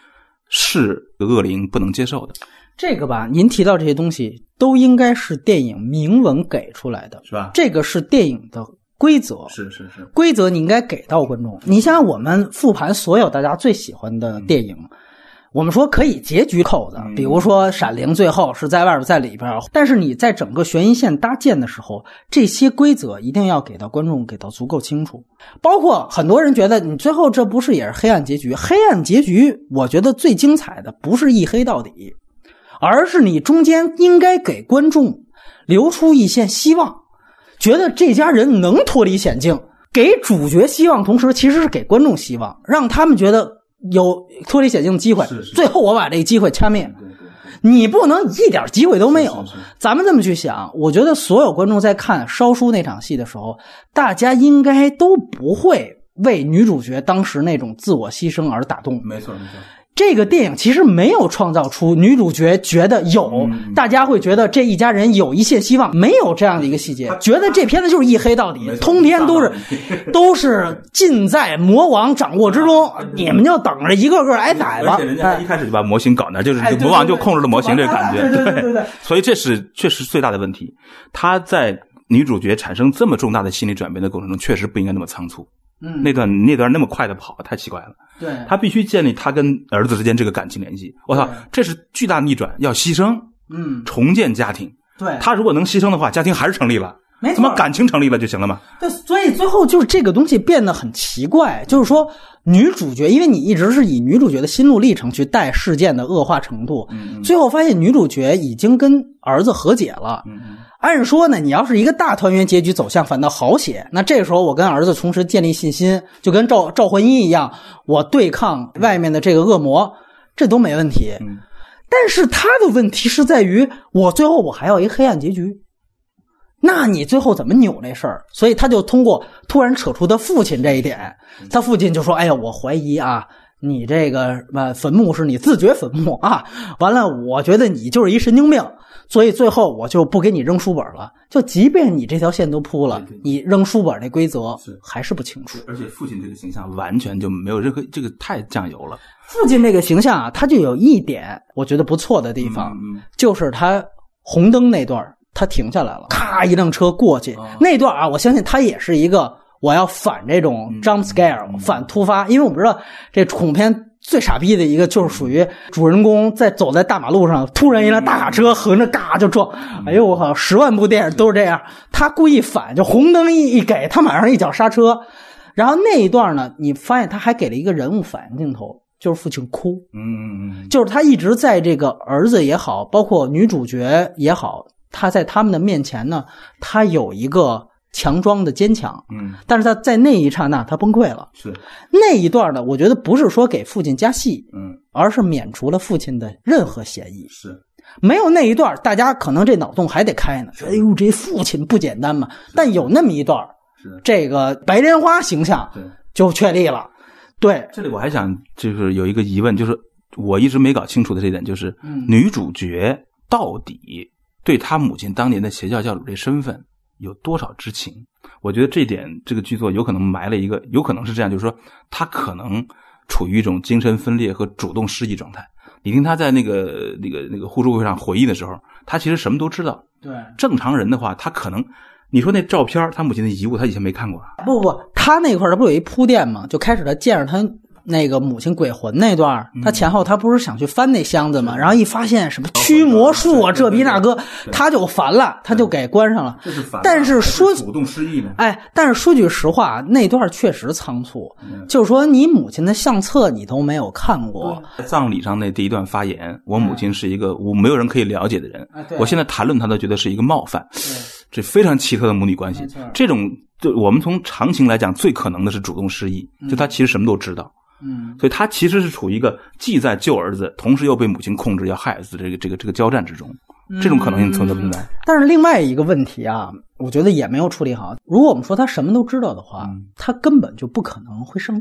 是恶灵不能接受的。 这个吧，您提到这些东西都应该是电影明文给出来的， 是吧？ 这个是电影的规则， 是规则，你应该给到观众。你想想，我们复盘所有大家最喜欢的电影，我们说可以结局扣的，比如说《闪灵》最后是在外边在里边，但是你在整个悬疑线搭建的时候，这些规则一定要给到观众，给到足够清楚。包括很多人觉得你最后这不是也是黑暗结局？黑暗结局，我觉得最精彩的不是一黑到底，而是你中间应该给观众留出一线希望，觉得这家人能脱离险境，给主角希望，同时其实是给观众希望，让他们觉得有脱离险境的机会。最后我把这个机会掐灭，你不能一点机会都没有。咱们这么去想，我觉得所有观众在看烧书那场戏的时候，大家应该都不会为女主角当时那种自我牺牲而打动。 没错。 这个电影其实没有创造出女主角觉得有，大家会觉得这一家人有一线希望，没有这样的一个细节，觉得这片子就是一黑到底，通篇都是尽在魔王掌握之中，你们就等着一个个挨宰吧。 而且人家一开始就把模型搞那，就是魔王就控制了模型这个感觉， 对。 所以这是确实最大的问题。他在女主角产生这么重大的心理转变的过程中，确实不应该那么仓促。那段那么快的跑太奇怪了。 对， 他必须建立他跟儿子之间这个感情联系。我操，这是巨大逆转，要牺牲，重建家庭。 对， 他如果能牺牲的话，家庭还是成立了， 没错， 怎么感情成立了就行了嘛？ 对，所以最后就是这个东西变得很奇怪，就是说女主角，因为你一直是以女主角的心路历程去带事件的恶化程度，最后发现女主角已经跟儿子和解了。按说呢，你要是一个大团圆结局走向反倒好写，那这时候我跟儿子同时建立信心，就跟赵焕一一样，我对抗外面的这个恶魔，这都没问题。但是他的问题是在于，我最后我还要一黑暗结局，那你最后怎么扭这事儿？所以他就通过突然扯出他父亲这一点，他父亲就说：“哎呀，我怀疑啊，你这个坟墓是你自掘坟墓啊，完了，我觉得你就是一神经病。”所以最后我就不给你扔书本了，就即便你这条线都铺了，你扔书本那规则还是不清楚。 而且父亲这个形象完全就没有任何，这个太酱油了。 父亲这个形象啊，他就有一点我觉得不错的地方，就是他红灯那段他停下来了，咔一辆车过去，那段啊，我相信他也是一个我要反这种 jump scare，反突发，因为我们知道这恐怖片最傻逼的一个就是属于主人公走在大马路上，突然一辆大卡车横着嘎就撞，哎呦我靠，10万部电影都是这样，他故意反，就红灯一给，他马上一脚刹车，然后那一段呢，你发现他还给了一个人物反应镜头，就是父亲哭，就是他一直在这个儿子也好，包括女主角也好，他在他们的面前呢，他有一个强装的坚强，但是他在那一刹那他崩溃了。 是那一段呢，我觉得不是说给父亲加戏，而是免除了父亲的任何嫌疑。 是没有那一段，大家可能这脑洞还得开呢。哎呦，这父亲不简单嘛！但有那么一段，这个白莲花形象就确立了。对， 这里我还想就是有一个疑问，就是我一直没搞清楚的这点，就是女主角到底对她母亲当年的邪教教主这身份有多少知情？我觉得这一点，这个剧作有可能埋了一个，有可能是这样，就是说他可能处于一种精神分裂和主动失忆状态。你听他在那个互助会上回忆的时候，他其实什么都知道。 对， 正常人的话，他可能，你说那照片，他母亲的遗物，他以前没看过。 不，他那块儿他不有一铺垫吗？就开始他见着他那个母亲鬼魂那段，他前后他不是想去翻那箱子吗？然后一发现什么驱魔术啊，这逼那个，他就烦了，他就给关上了。 这是烦。 但是说主动失忆呢？ 但是说句实话，那段确实仓促。就是说你母亲的相册你都没有看过。 在葬礼上那第一段发言，我母亲是一个我没有人可以了解的人，我现在谈论她都觉得是一个冒犯。这非常奇特的母女关系。这种就我们从常情来讲，最可能的是主动失忆，就他其实什么都知道。所以他其实是处于一个既在救儿子，同时又被母亲控制要害儿子的这个交战之中，这种可能性存在不存在？ 但是另外一个问题啊，我觉得也没有处理好。如果我们说他什么都知道的话，他根本就不可能会上当。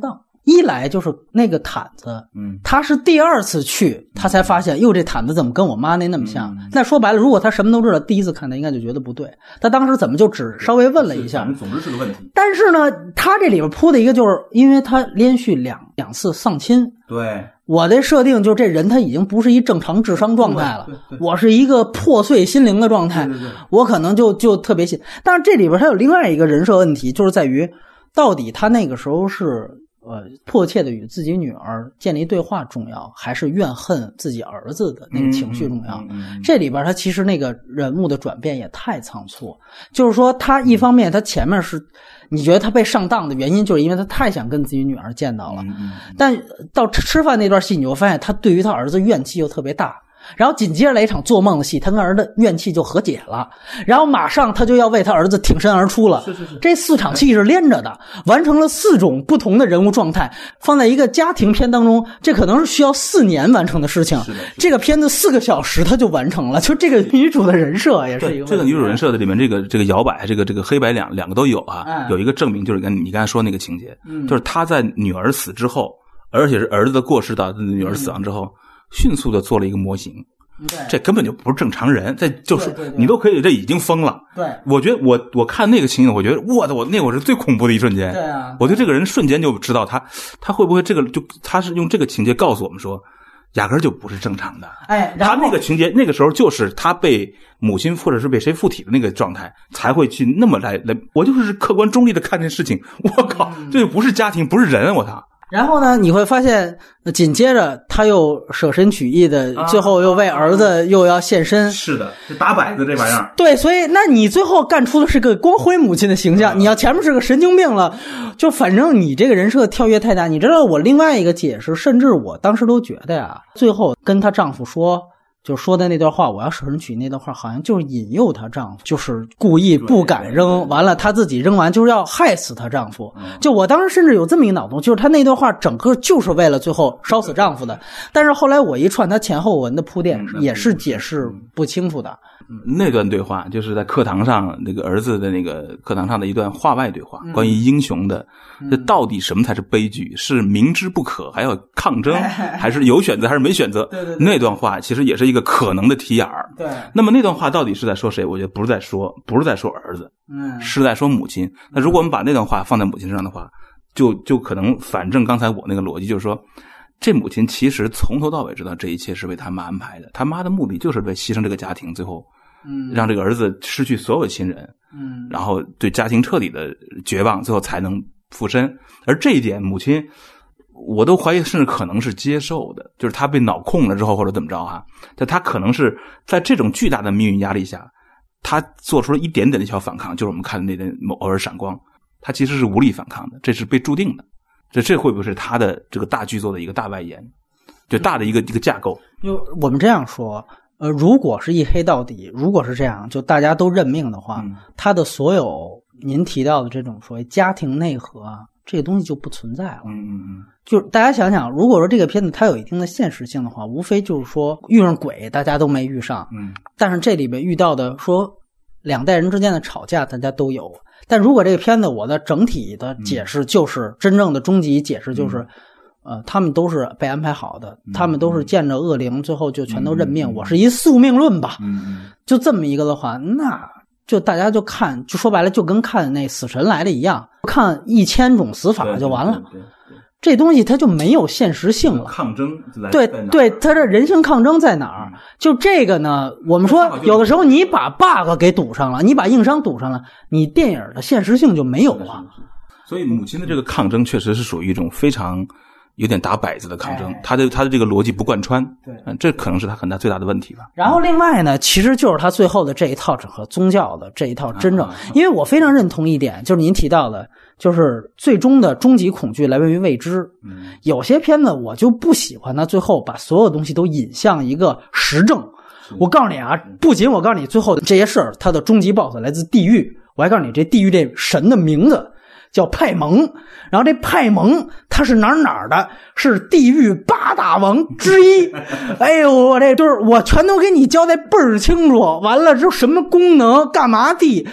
一来就是那个毯子，他是第二次去，他才发现，哟，这毯子怎么跟我妈那么像？那说白了，如果他什么都知道，第一次看他应该就觉得不对。他当时怎么就只稍微问了一下？ 总之是个问题。 但是呢，他这里边铺的一个就是，因为他连续两次丧亲， 对。 我的设定就是这人他已经不是一正常智商状态了，我是一个破碎心灵的状态，我可能就特别信。但是这里边他有另外一个人设问题，就是在于到底他那个时候是迫切的与自己女儿建立对话重要，还是怨恨自己儿子的那个情绪重要？这里边他其实那个人物的转变也太仓促，就是说他一方面他前面是你觉得他被上当的原因，就是因为他太想跟自己女儿见到了，但到吃饭那段戏，你会发现他对于他儿子怨气又特别大。然后紧接着来一场做梦的戏，他跟儿子怨气就和解了，然后马上他就要为他儿子挺身而出了。这4场戏是连着的，完成了4种不同的人物状态，放在一个家庭片当中，这可能是需要4年完成的事情。这个片子4个小时他就完成了，就这个女主的人设也是一个。 这个女主人设的里面，这个摇摆，这个黑白两个都有啊。有一个证明就是跟你刚才说那个情节，就是他在女儿死之后，而且是儿子的过世到女儿死亡之后。迅速的做了一个模型，这根本就不是正常人，这就是你都可以，这已经疯了。 对， 我觉得我看那个情景，我觉得我是最恐怖的一瞬间。 对啊， 我对这个人瞬间就知道他会不会这个他是用这个情节告诉我们说，压根儿就不是正常的。 哎， 他那个情节那个时候就是他被母亲或者是被谁附体的那个状态，才会去那么来，我就是客观中立的看这事情。我靠，这就不是家庭，不是人，我操！ 然后呢，你会发现紧接着他又舍身取义的，最后又为儿子又要献身。 是的，这打摆子这玩意儿。 对，所以那你最后干出的是个光辉母亲的形象，你要前面是个神经病了，就反正你这个人设跳跃太大。你知道我另外一个解释，甚至我当时都觉得呀，最后跟她丈夫说。就说的那段话，我要舍身取义那段话，好像就是引诱她丈夫，就是故意不敢扔，完了她自己扔完，就是要害死她丈夫。就我当时甚至有这么一个脑洞，就是她那段话整个就是为了最后烧死丈夫的。但是后来我一串她前后文的铺垫，也是解释不清楚的。 那段对话就是在课堂上那个儿子的那个课堂上的一段话外对话，关于英雄的，这到底什么才是悲剧？是明知不可还要抗争，还是有选择还是没选择？ 对， 那段话其实也是一个可能的题眼儿。 对， 那么那段话到底是在说谁？我觉得不是在说儿子，是在说母亲。那如果我们把那段话放在母亲身上的话，就可能反正刚才我那个逻辑就是说。这母亲其实从头到尾知道这一切是为他妈安排的，他妈的目的就是为牺牲这个家庭，最后让这个儿子失去所有亲人，然后对家庭彻底的绝望，最后才能附身。而这一点母亲我都怀疑甚至可能是接受的，就是他被脑控了之后或者怎么着啊，但他可能是在这种巨大的命运压力下，他做出了一点点的小反抗，就是我们看的那点偶尔闪光，他其实是无力反抗的，这是被注定的。这会不会是他的这个大剧作的一个大外延，就大的一个架构？ 就我们这样说，如果是一黑到底，如果是这样，就大家都认命的话，他的所有您提到的这种所谓家庭内核啊，这个东西就不存在了。就大家想想，如果说这个片子它有一定的现实性的话，无非就是说遇上鬼大家都没遇上，但是这里面遇到的说两代人之间的吵架大家都有。但如果这个片子我的整体的解释就是真正的终极解释就是他们都是被安排好的，他们都是见着恶灵最后就全都认命，我是一宿命论吧，就这么一个的话，那就大家就看，就说白了就跟看那死神来了一样，看1000种死法就完了。这东西它就没有现实性了， 抗争对，它这人性抗争在哪儿？就这个呢，我们说有的时候你把 bug 给堵上了，你把硬伤堵上了，你电影的现实性就没有了。 所以母亲的这个抗争确实是属于一种非常有点打摆子的抗争，他的这个逻辑不贯穿，对，这可能是他很大最大的问题吧。 然后另外呢，其实就是他最后的这一套整个宗教的这一套真正，因为我非常认同一点，就是您提到的，就是最终的终极恐惧来源于未知。有些片子我就不喜欢他最后把所有东西都引向一个实证。我告诉你啊，不仅我告诉你最后的这些事儿，他的终极 BOSS 来自地狱，我还告诉你这地狱这神的名字叫派蒙，然后这派蒙他是哪儿的，是地狱8大王之一。哎呦，我这就是我全都给你交代倍儿清楚，完了之后什么功能干嘛地，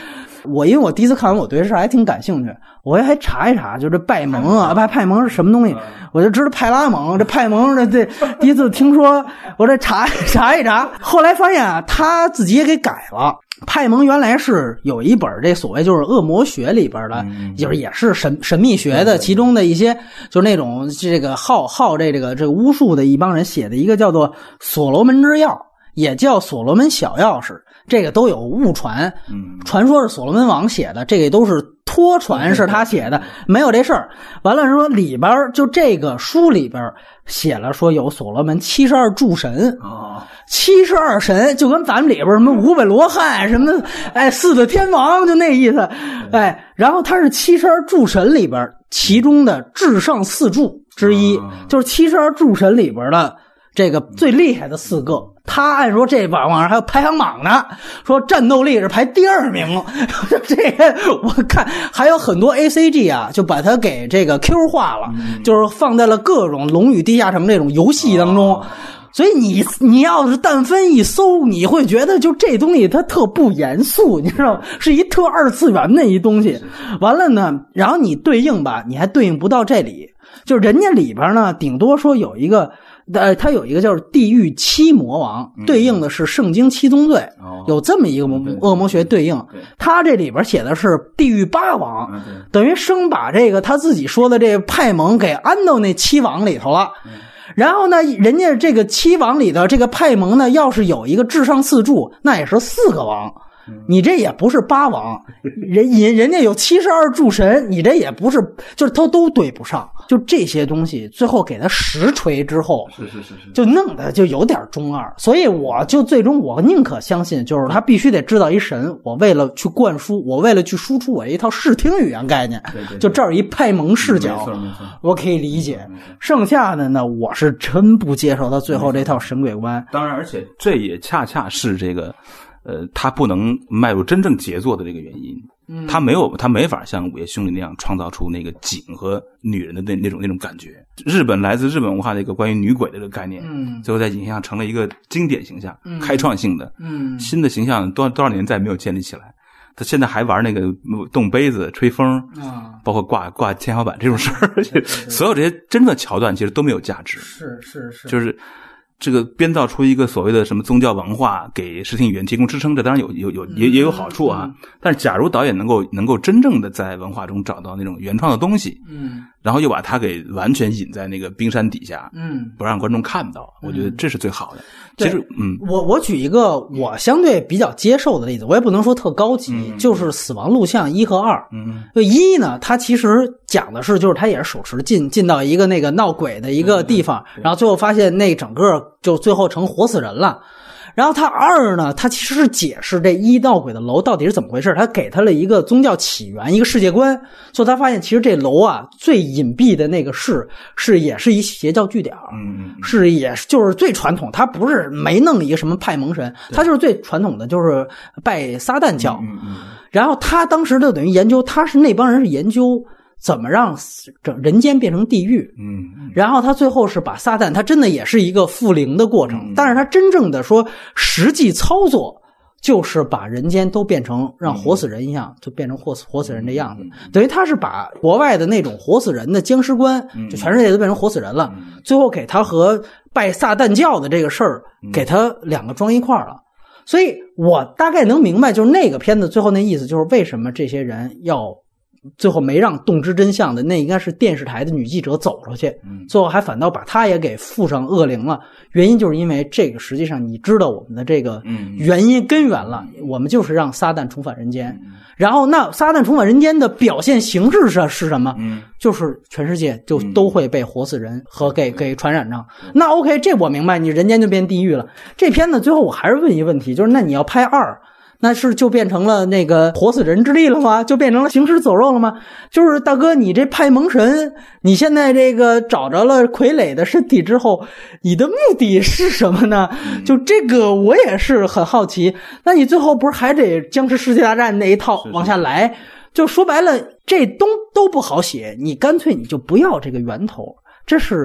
因为我第一次看完，我对这事还挺感兴趣，我还查一查，就这拜蒙啊，派蒙是什么东西，我就知道派拉蒙，这派蒙这第一次听说，我这查一查，后来发现啊，他自己也给改了。派蒙原来是有一本这所谓就是恶魔学里边的，就是也是神秘学的其中的一些，就是那种这个好这个巫术的一帮人写的一个叫做所罗门之钥，也叫所罗门小钥匙，这个都有误传，传说是所罗门王写的，这个都是托传是他写的，没有这事儿。完了说里边就这个书里边写了说有所罗门72诸神，72神就跟咱们里边什么五百罗汉什么四个天王就那意思，然后他是72诸神里边其中的至上4柱之一，就是72诸神里边的这个最厉害的4个。他按说这网上还有排行榜呢，说战斗力是排第2名。这个我看还有很多 ACG 啊，就把它给这个 Q 化了，就是放在了各种龙与地下城这种游戏当中。所以你要是但分一搜，你会觉得就这东西它特不严肃，你知道吗？是一特二次元的一东西。完了呢，然后你对应吧，你还对应不到这里，就是人家里边呢，顶多说有一个。它有一个叫地狱7魔王，对应的是圣经7宗罪，有这么一个恶魔学对应。他这里边写的是地狱8王，等于生把这个他自己说的这个派蒙给安到那7王里头了。然后呢，人家这个7王里的这个派蒙呢，要是有一个至上4柱，那也是4个王。你这也不是8王，人家有72诸神，你这也不是，就是他都对不上。就这些东西最后给他实锤之后，是，就弄得就有点中二。所以我就最终我宁可相信，就是他必须得知道一神，我为了去灌输，我为了去输出我一套视听语言概念，就这儿一派蒙视角，我可以理解。剩下的呢，我是真不接受他最后这套神鬼观。 当然，而且这也恰恰是这个。他不能迈入真正杰作的这个原因，他没法像午夜凶铃那样创造出那个景和女人的那种感觉。来自日本文化的一个关于女鬼的这个概念，最后在影像成了一个经典形象，开创性的，新的形象多少年再没有建立起来。他现在还玩那个动杯子、吹风，包括挂天花板这种事儿，所有这些真正的桥段其实都没有价值。 是， 就是这个编造出一个所谓的什么宗教文化给视听语言提供支撑，这当然也有好处啊。但是假如导演能够真正的在文化中找到那种原创的东西，然后又把它给完全隐在那个冰山底下，不让观众看到，我觉得这是最好的。其实， 我举一个我相对比较接受的例子，我也不能说特高级，就是《死亡录像》1和2。就1呢，它其实讲的是，就是他也是手持进到一个那个闹鬼的一个地方，然后最后发现那整个就最后成活死人了。然后他2呢，他其实是解释这1闹鬼的楼到底是怎么回事，他给他了一个宗教起源，一个世界观。所以他发现其实这楼啊最隐蔽的那个也是一邪教据点，也就是最传统，他不是没弄一个什么派蒙神，他就是最传统的就是拜撒旦教。然后他当时就等于研究，他是那帮人是研究怎么让人间变成地狱。然后他最后是把撒旦，他真的也是一个复灵的过程，但是他真正的说实际操作就是把人间都变成让活死人一样，就变成活死人的样子。等于他是把国外的那种活死人的僵尸观，就全世界都变成活死人了，最后给他和拜撒旦教的这个事儿给他2个装一块了。所以我大概能明白，就是那个片子最后那意思，就是为什么这些人要最后没让洞知真相的那应该是电视台的女记者走出去，最后还反倒把她也给附上恶灵了。原因就是因为这个实际上你知道我们的这个原因根源了，我们就是让撒旦重返人间。然后那撒旦重返人间的表现形式是什么？就是全世界就都会被活死人和给传染上。那 OK， 这我明白，你人间就变地狱了。这片子最后我还是问一个问题，就是那你要拍2，那是就变成了那个活死人之力了吗？就变成了行尸走肉了吗？就是大哥，你这派蒙神，你现在这个找着了傀儡的身体之后，你的目的是什么呢？就这个我也是很好奇。那你最后不是还得僵尸世界大战那一套往下来？就说白了，这都不好写，你干脆你就不要这个源头。这是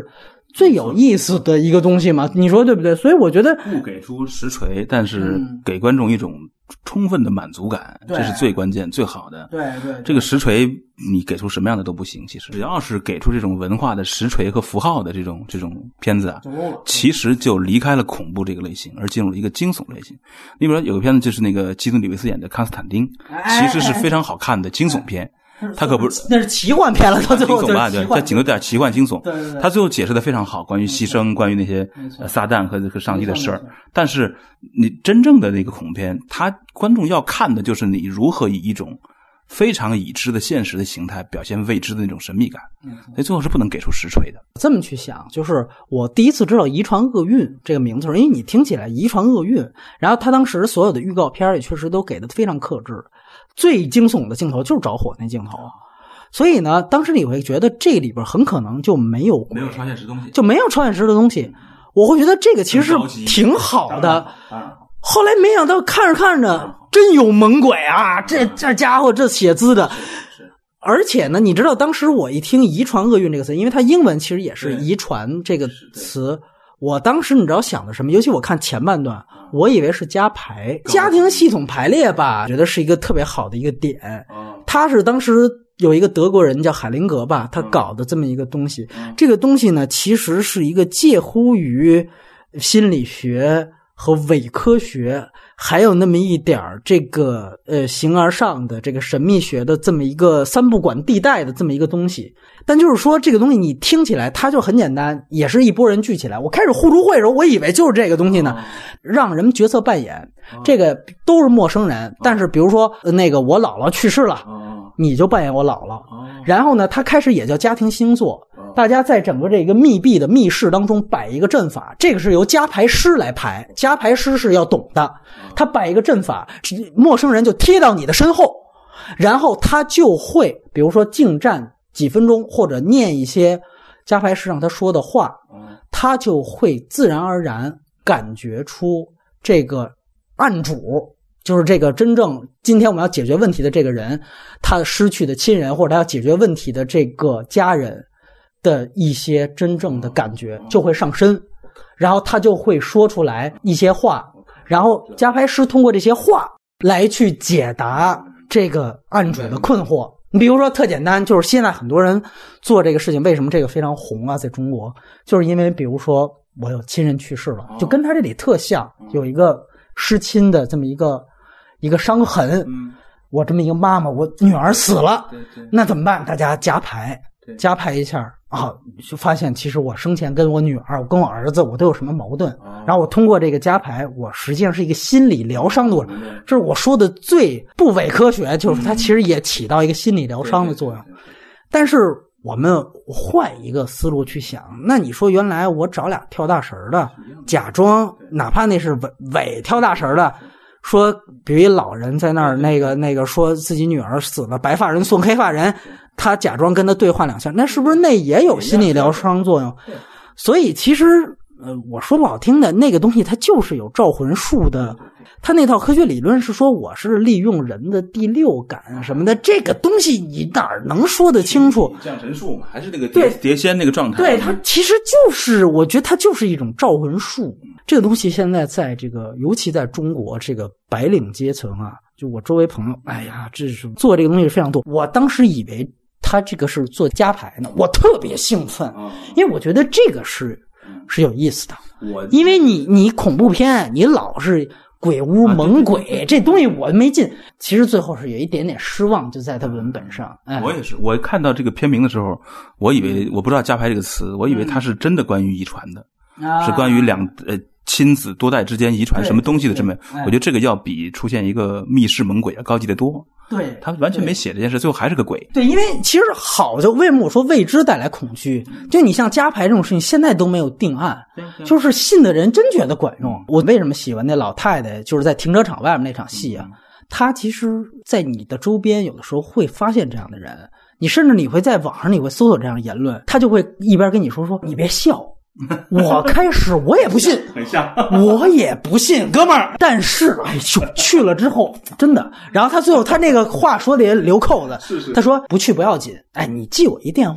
最有意思的一个东西嘛，你说对不对？所以我觉得不给出实锤，但是给观众一种充分的满足感，这是最关键最好的。 对， 这个实锤你给出什么样的都不行，其实只要是给出这种文化的实锤和符号的这种片子啊，其实就离开了恐怖这个类型，而进入了一个惊悚类型。你比如说有个片子就是那个基努里维斯演的《康斯坦丁》，其实是非常好看的惊悚片。他可不是， 那是奇幻片了，到最后惊悚吧，对，它顶多点奇幻惊悚。 对， 他最后解释的非常好，关于牺牲，关于那些撒旦和上帝的事儿。但是你真正的那个恐怖片，他观众要看的就是你如何以一种非常已知的现实的形态表现未知的那种神秘感，所以最后是不能给出实锤的。 这么去想，就是我第一次知道遗传厄运这个名字，因为你听起来遗传厄运，然后他当时所有的预告片也确实都给的非常克制，最惊悚的镜头就是着火那镜头，所以呢，当时你会觉得这里边很可能就没有超现实东西， 就没有超现实的东西。我会觉得这个其实挺好的。后来没想到看着看着真有猛鬼啊，这家伙这写字的。而且呢，你知道当时我一听遗传厄运这个词，因为它英文其实也是遗传这个词，我当时你知道想的什么？尤其我看前半段，我以为是家排家庭系统排列吧，觉得是一个特别好的一个点。他是当时有一个德国人叫海灵格吧，他搞的这么一个东西。这个东西呢，其实是一个介乎于心理学和伪科学，还有那么一点这个形而上的这个神秘学的这么一个三不管地带的这么一个东西。但就是说这个东西你听起来它就很简单，也是一拨人聚起来。我开始互助会的时候，我以为就是这个东西呢，让人角色扮演，这个都是陌生人。但是比如说那个我姥姥去世了，你就扮演我姥姥。然后呢，他开始也叫家庭星座，大家在整个这个密闭的密室当中摆一个阵法，这个是由家排师来排，家排师是要懂的，他摆一个阵法，陌生人就贴到你的身后，然后他就会比如说静站几分钟，或者念一些家排师让他说的话，他就会自然而然感觉出这个案主，就是这个真正今天我们要解决问题的这个人，他失去的亲人，或者他要解决问题的这个家人的一些真正的感觉就会上身，然后他就会说出来一些话，然后家排师通过这些话来去解答这个案主的困惑。你比如说特简单，就是现在很多人做这个事情，为什么这个非常红啊，在中国，就是因为比如说我有亲人去世了，就跟他这里特像，有一个失亲的这么一个伤痕，我这么一个妈妈，我女儿死了，那怎么办？大家加排一下啊，就发现其实我生前跟我女儿，我跟我儿子，我都有什么矛盾，然后我通过这个加排，我实际上是一个心理疗伤的过程。这是我说的最不伪科学，就是它其实也起到一个心理疗伤的作用。但是我们换一个思路去想，那你说原来我找俩跳大神的，假装哪怕那是伪跳大神的，说比如一老人在那儿那个说自己女儿死了，白发人送黑发人，他假装跟他对话两下，那是不是那也有心理疗伤作用？所以其实我说不好听的，那个东西它就是有招魂术的。他那套科学理论是说我是利用人的第六感什么的，这个东西你哪能说得清楚？ 降神术嘛，还是那个碟仙那个状态。 对，它其实就是我觉得它就是一种招魂术。这个东西现在在这个尤其在中国这个白领阶层啊，就我周围朋友，哎呀，这是做这个东西非常多。我当时以为他这个是做加牌呢，我特别兴奋，因为我觉得这个是有意思的。因为你恐怖片，你老是鬼屋猛鬼，这东西我没进，其实最后是有一点点失望，就在它文本上。 我也是，我看到这个片名的时候，我以为我不知道加牌这个词，我以为它是真的关于遗传的，是关于亲子多代之间遗传什么东西的这么，我觉得这个要比出现一个密室猛鬼要高级得多。 对， 他完全没写这件事，最后还是个鬼。 对，因为其实好就为什么我说未知带来恐惧，就你像加牌这种事情现在都没有定案，就是信的人真觉得管用。我为什么喜欢那老太太，就是在停车场外面那场戏啊，她其实在你的周边有的时候会发现这样的人，你甚至你会在网上你会搜索这样的言论，她就会一边跟你说你别笑，我开始我也不信， 很像， 我也不信，哥们儿。但是，哎呦，去了之后真的。然后他最后他那个话说的也留扣子，他说不去不要紧，哎，你记我一电话，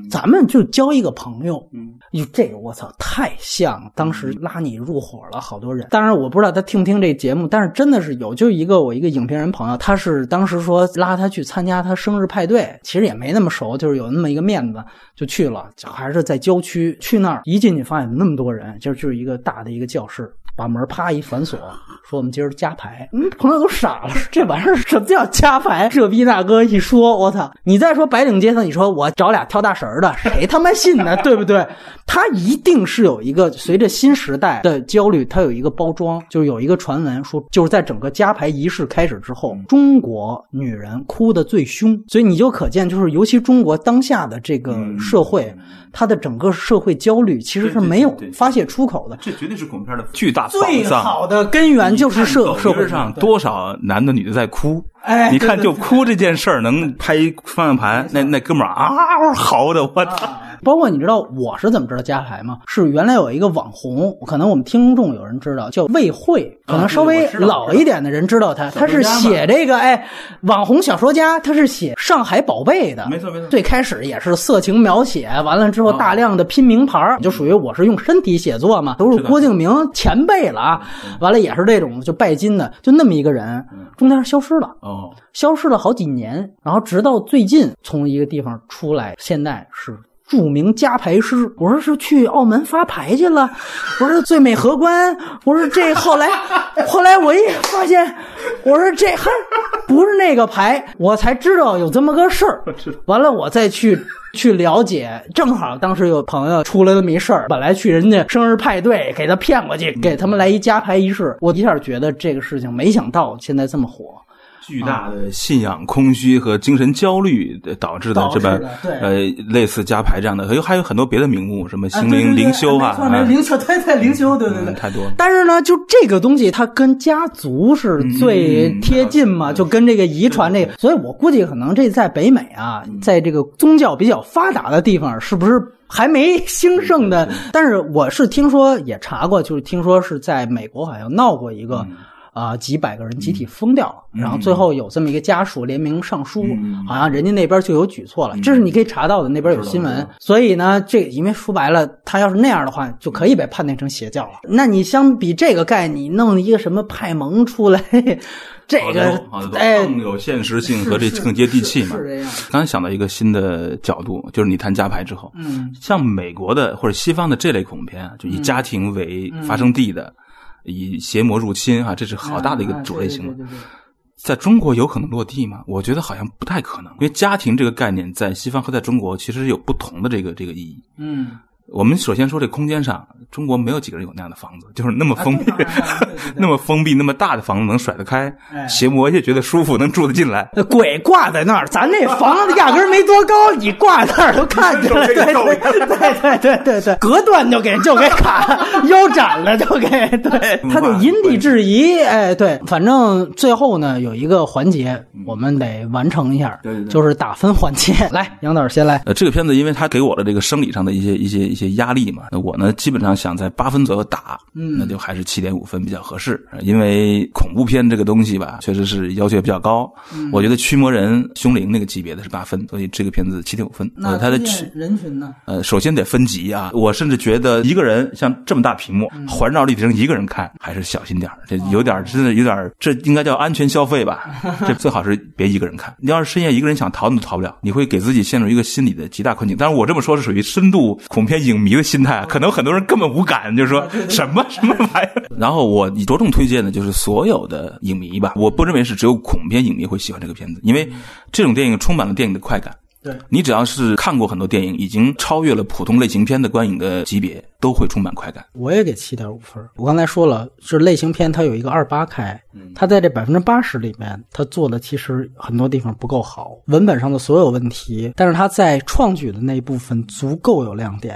咱们就交一个朋友。就这个我操太像当时拉你入伙了好多人。当然我不知道他听不听这节目，但是真的是有，就我一个影评人朋友，他是当时说拉他去参加他生日派对，其实也没那么熟，就是有那么一个面子就去了，还是在郊区。去那儿一进去发现那么多人，就是一个大的一个教室，把门啪一反锁，说我们今儿加牌。朋友都傻了，这玩意儿什么叫加牌？这逼大哥一说，我操！你再说白领阶层，你说我找俩跳大神的，谁他妈信呢？对不对？他一定是有一个随着新时代的焦虑，他有一个包装，就是有一个传闻说，就是在整个加牌仪式开始之后，中国女人哭得最凶，所以你就可见，就是尤其中国当下的这个社会，它的整个社会焦虑其实是没有发泄出口的。 这绝对是恐怖片的巨大宝藏。 最好的根源就是社会上多少男的女的在哭。你看就哭这件事儿能拍一方向盘，那哥们儿嚎的我操！ 包括你知道我是怎么知道加牌吗？是原来有一个网红，可能我们听众有人知道，叫魏慧，可能稍微老一点的人知道他，他是写这个网红小说家，他是写上海宝贝的， 没错没错。 最开始也是色情描写，完了之后大量的拼名牌，就属于我是用身体写作嘛，都是郭敬明前辈了啊。完了也是这种就拜金的，就那么一个人，中间消失了。消失了好几年，然后直到最近从一个地方出来，现在是著名加牌师。我说是去澳门发牌去了，我说最美荷官，我说这后来我一发现，我说这还不是那个牌，我才知道有这么个事儿。完了我再去了解，正好当时有朋友出了这么一事儿，本来去人家生日派对给他骗过去，给他们来一加牌仪式，我一下觉得这个事情没想到现在这么火。 巨大的信仰空虚和精神焦虑导致的这般类似加牌这样的，还有很多别的名目，什么心灵灵修啊， 灵修，对灵修，对， 太多了。 但是呢，就这个东西它跟家族是最贴近嘛，就跟这个遗传这个，所以我估计可能这在北美啊，在这个宗教比较发达的地方，是不是还没兴盛的？但是我是听说也查过，就是听说是在美国好像闹过一个。几百个人集体疯掉了，然后最后有这么一个家属联名上书，好像人家那边就有举措了，这是你可以查到的，那边有新闻。所以呢，这因为说白了，他要是那样的话，就可以被判定成邪教了。那你相比这个概念，你弄一个什么派蒙出来，这个更有现实性和这更接地气嘛。 是这样。 刚才想到一个新的角度，就是你谈加牌之后，像美国的或者西方的这类恐怖片，就以家庭为发生地的。以邪魔入侵这是好大的一个主类型了。在中国有可能落地吗？我觉得好像不太可能，因为家庭这个概念在西方和在中国其实有不同的这个意义。我们首先说这空间上，中国没有几个人有那样的房子，就是那么封闭，那么封闭那么大的房子能甩得开，邪魔也觉得舒服，能住得进来。 鬼挂在那儿，咱那房子压根没多高，你挂那儿都看见了。对，隔断就给砍，腰斩了就给。对，他得因地制宜。对，反正最后呢有一个环节我们得完成一下，就是打分环节。来，杨导先来。 这个片子因为他给我的这个生理上的一些压力嘛，那我呢基本上想在8分左右打，那就还是7.5分比较合适。因为恐怖片这个东西吧，确实是要求也比较高。我觉得驱魔人、凶灵那个级别的是8分，所以这个片子7.5分。 那它的人群呢？ 首先得分级啊。我甚至觉得一个人像这么大屏幕，环绕立体声一个人看，还是小心点，这有点真的有点，这应该叫安全消费吧？这最好是别一个人看。你要是深夜一个人想逃，你都逃不了，你会给自己陷入一个心理的极大困境。当然，我这么说是属于深度恐怖片影迷的心态，可能很多人根本无感，就是说什么玩意儿。然后我着重推荐的就是所有的影迷吧，我不认为是只有恐怖片影迷会喜欢这个片子，因为这种电影充满了电影的快感。 对， 你只要是看过很多电影，已经超越了普通类型片的观影的级别，都会充满快感。 我也给7.5分。我刚才说了，是类型片它有一个28开，它在这 80% 里面，它做的其实很多地方不够好，文本上的所有问题，但是它在创举的那一部分足够有亮点。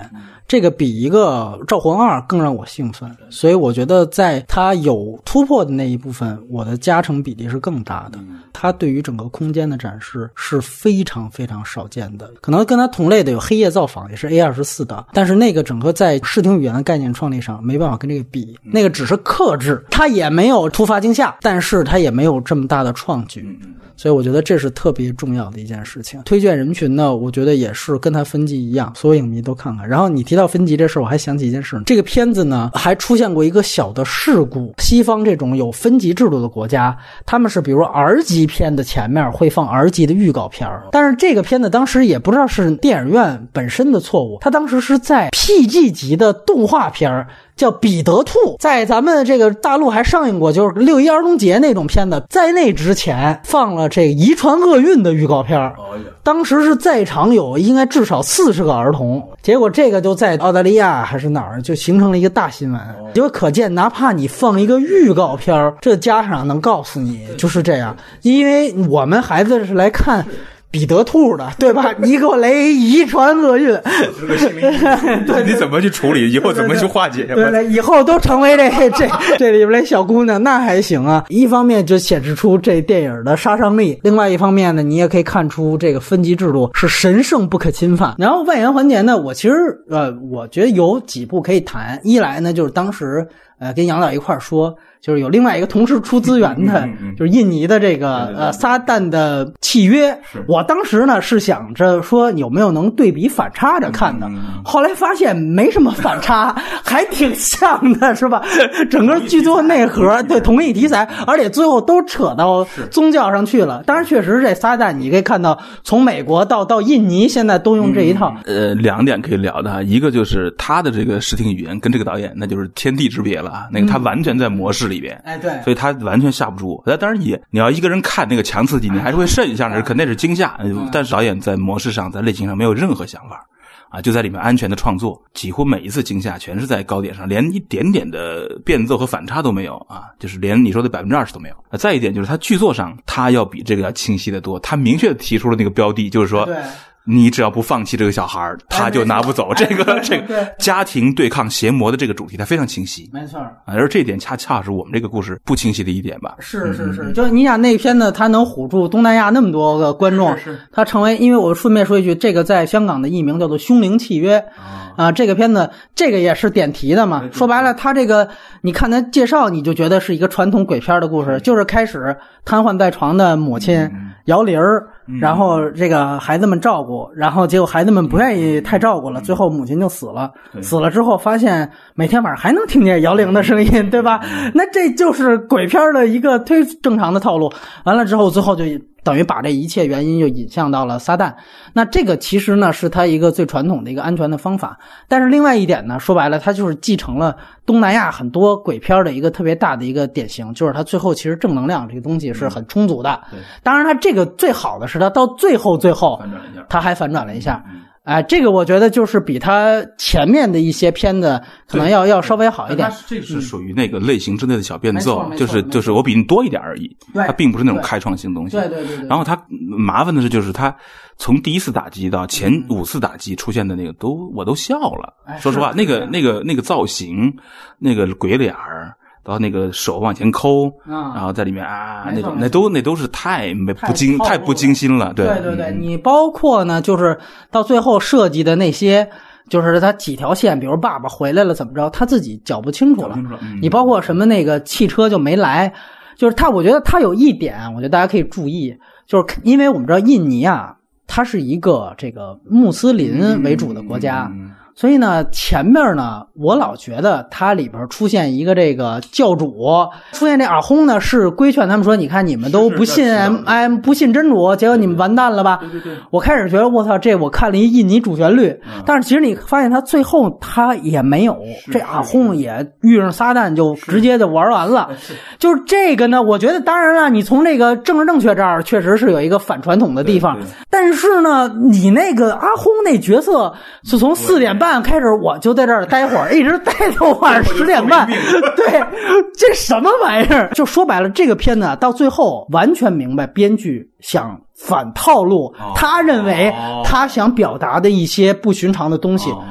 这个比一个《招魂2》更让我兴奋，所以我觉得在它有突破的那一部分，我的加成比例是更大的。它对于整个空间的展示是非常非常少见的，可能跟它同类的有《黑夜造访》，也是 A24 的，但是那个整个在视听语言的概念创立上没办法跟这个比，那个只是克制，它也没有突发惊吓，但是它也没有这么大的创举。所以我觉得这是特别重要的一件事情。推荐人群呢，我觉得也是跟它分级一样，所有影迷都看看。然后你提到分级这事，我还想起一件事，这个片子呢还出现过一个小的事故。西方这种有分级制度的国家，他们是比如 R 级片的前面会放 R 级的预告片，但是这个片子当时也不知道是电影院本身的错误，它当时是在 PG 级的动画片叫彼得兔，在咱们这个大陆还上映过，就是6·1儿童节那种片子，在那之前放了这个遗传厄运的预告片，当时是在场有应该至少40个儿童，结果这个就在澳大利亚还是哪儿就形成了一个大新闻，结果可见哪怕你放一个预告片，这家长能告诉你就是这样，因为我们孩子是来看彼得兔的，对吧？你给我来遗传厄运， 对，你怎么去处理？以后怎么去化解？ 对，以后都成为这里边那小姑娘，那还行啊。一方面就显示出这电影的杀伤力，另外一方面呢，你也可以看出这个分级制度是神圣不可侵犯。然后外延环节呢，我其实我觉得有几部可以谈。一来呢，就是当时跟杨导一块说，就是有另外一个同时出资源的，就是印尼的这个撒旦的契约。我当时呢是想着说有没有能对比反差着看的，后来发现没什么反差，还挺像的，是吧？整个剧作内核对同一题材，而且最后都扯到宗教上去了。当然，确实这撒旦你可以看到，从美国到印尼，现在都用这一套。 两点可以聊的，一个就是他的这个视听语言跟这个导演那就是天地之别了，那个他完全在模式里边， 对， 所以他完全吓不住。当然也，你要一个人看那个强刺激，你还是会瘆一下，肯定是惊吓。但是导演在模式上，在类型上没有任何想法啊，就在里面安全的创作，几乎每一次惊吓全是在高点上，连一点点的变奏和反差都没有啊，就是连你说的 20% 都没有。再一点就是他剧作上，他要比这个要清晰得多，他明确的提出了那个标的，就是说。你只要不放弃这个小孩，他就拿不走。这个家庭对抗邪魔的这个主题，它非常清晰， 没错。 而这一点恰恰是我们这个故事不清晰的一点吧？ 是，就是你想那片子，它能唬住东南亚那么多个观众，它成为，因为我顺便说一句，这个在香港的译名叫做《凶灵契约》啊，这个片子这个也是点题的嘛。说白了，它这个你看它介绍，你就觉得是一个传统鬼片的故事，就是开始瘫痪在床的母亲摇铃儿。然后这个孩子们照顾，然后结果孩子们不愿意太照顾了，最后母亲就死了。死了之后发现每天晚上还能听见摇铃的声音，对吧？那这就是鬼片的一个推正常的套路。完了之后最后就等于把这一切原因就引向到了撒旦。那这个其实呢是他一个最传统的一个安全的方法。但是另外一点呢，说白了他就是继承了东南亚很多鬼片的一个特别大的一个典型，就是他最后其实正能量这个东西是很充足的。当然他这个最好的是他到最后他还反转了一下。这个我觉得就是比他前面的一些片子可能要稍微好一点。 这是属于那个类型之内的小变奏，就是我比你多一点而已。它并不是那种开创性东西。 对。 然后它麻烦的是，就是它从第一次打击到前5次打击出现的那个我都笑了。说实话，那个造型，那个鬼脸儿。然后那个手往前抠，然后在里面那种那都是太不精心了。对， 你包括呢，就是到最后设计的那些，就是他几条线，比如爸爸回来了怎么着，他自己搅不清楚了。你包括什么那个汽车就没来，就是我觉得他有一点，我觉得大家可以注意，就是因为我们知道印尼啊，它是一个这个穆斯林为主的国家。所以呢，前面呢，我老觉得它里边出现一个这个教主，出现这阿訇呢，是规劝他们说，你看你们都不信，不信真主，结果你们完蛋了吧？对。我开始觉得我操，这我看了一印尼主旋律，但是其实你发现他最后他也没有，这阿訇也遇上撒旦就直接就玩完了。就是这个呢，我觉得当然了，你从这个政治正确这儿确实是有一个反传统的地方，但是呢，你那个阿訇那角色是从4点半开始我就在这儿待会儿，一直待到晚上10点半。对，这什么玩意儿？就说白了，这个片子到最后完全明白编剧想反套路，他认为他想表达的一些不寻常的东西。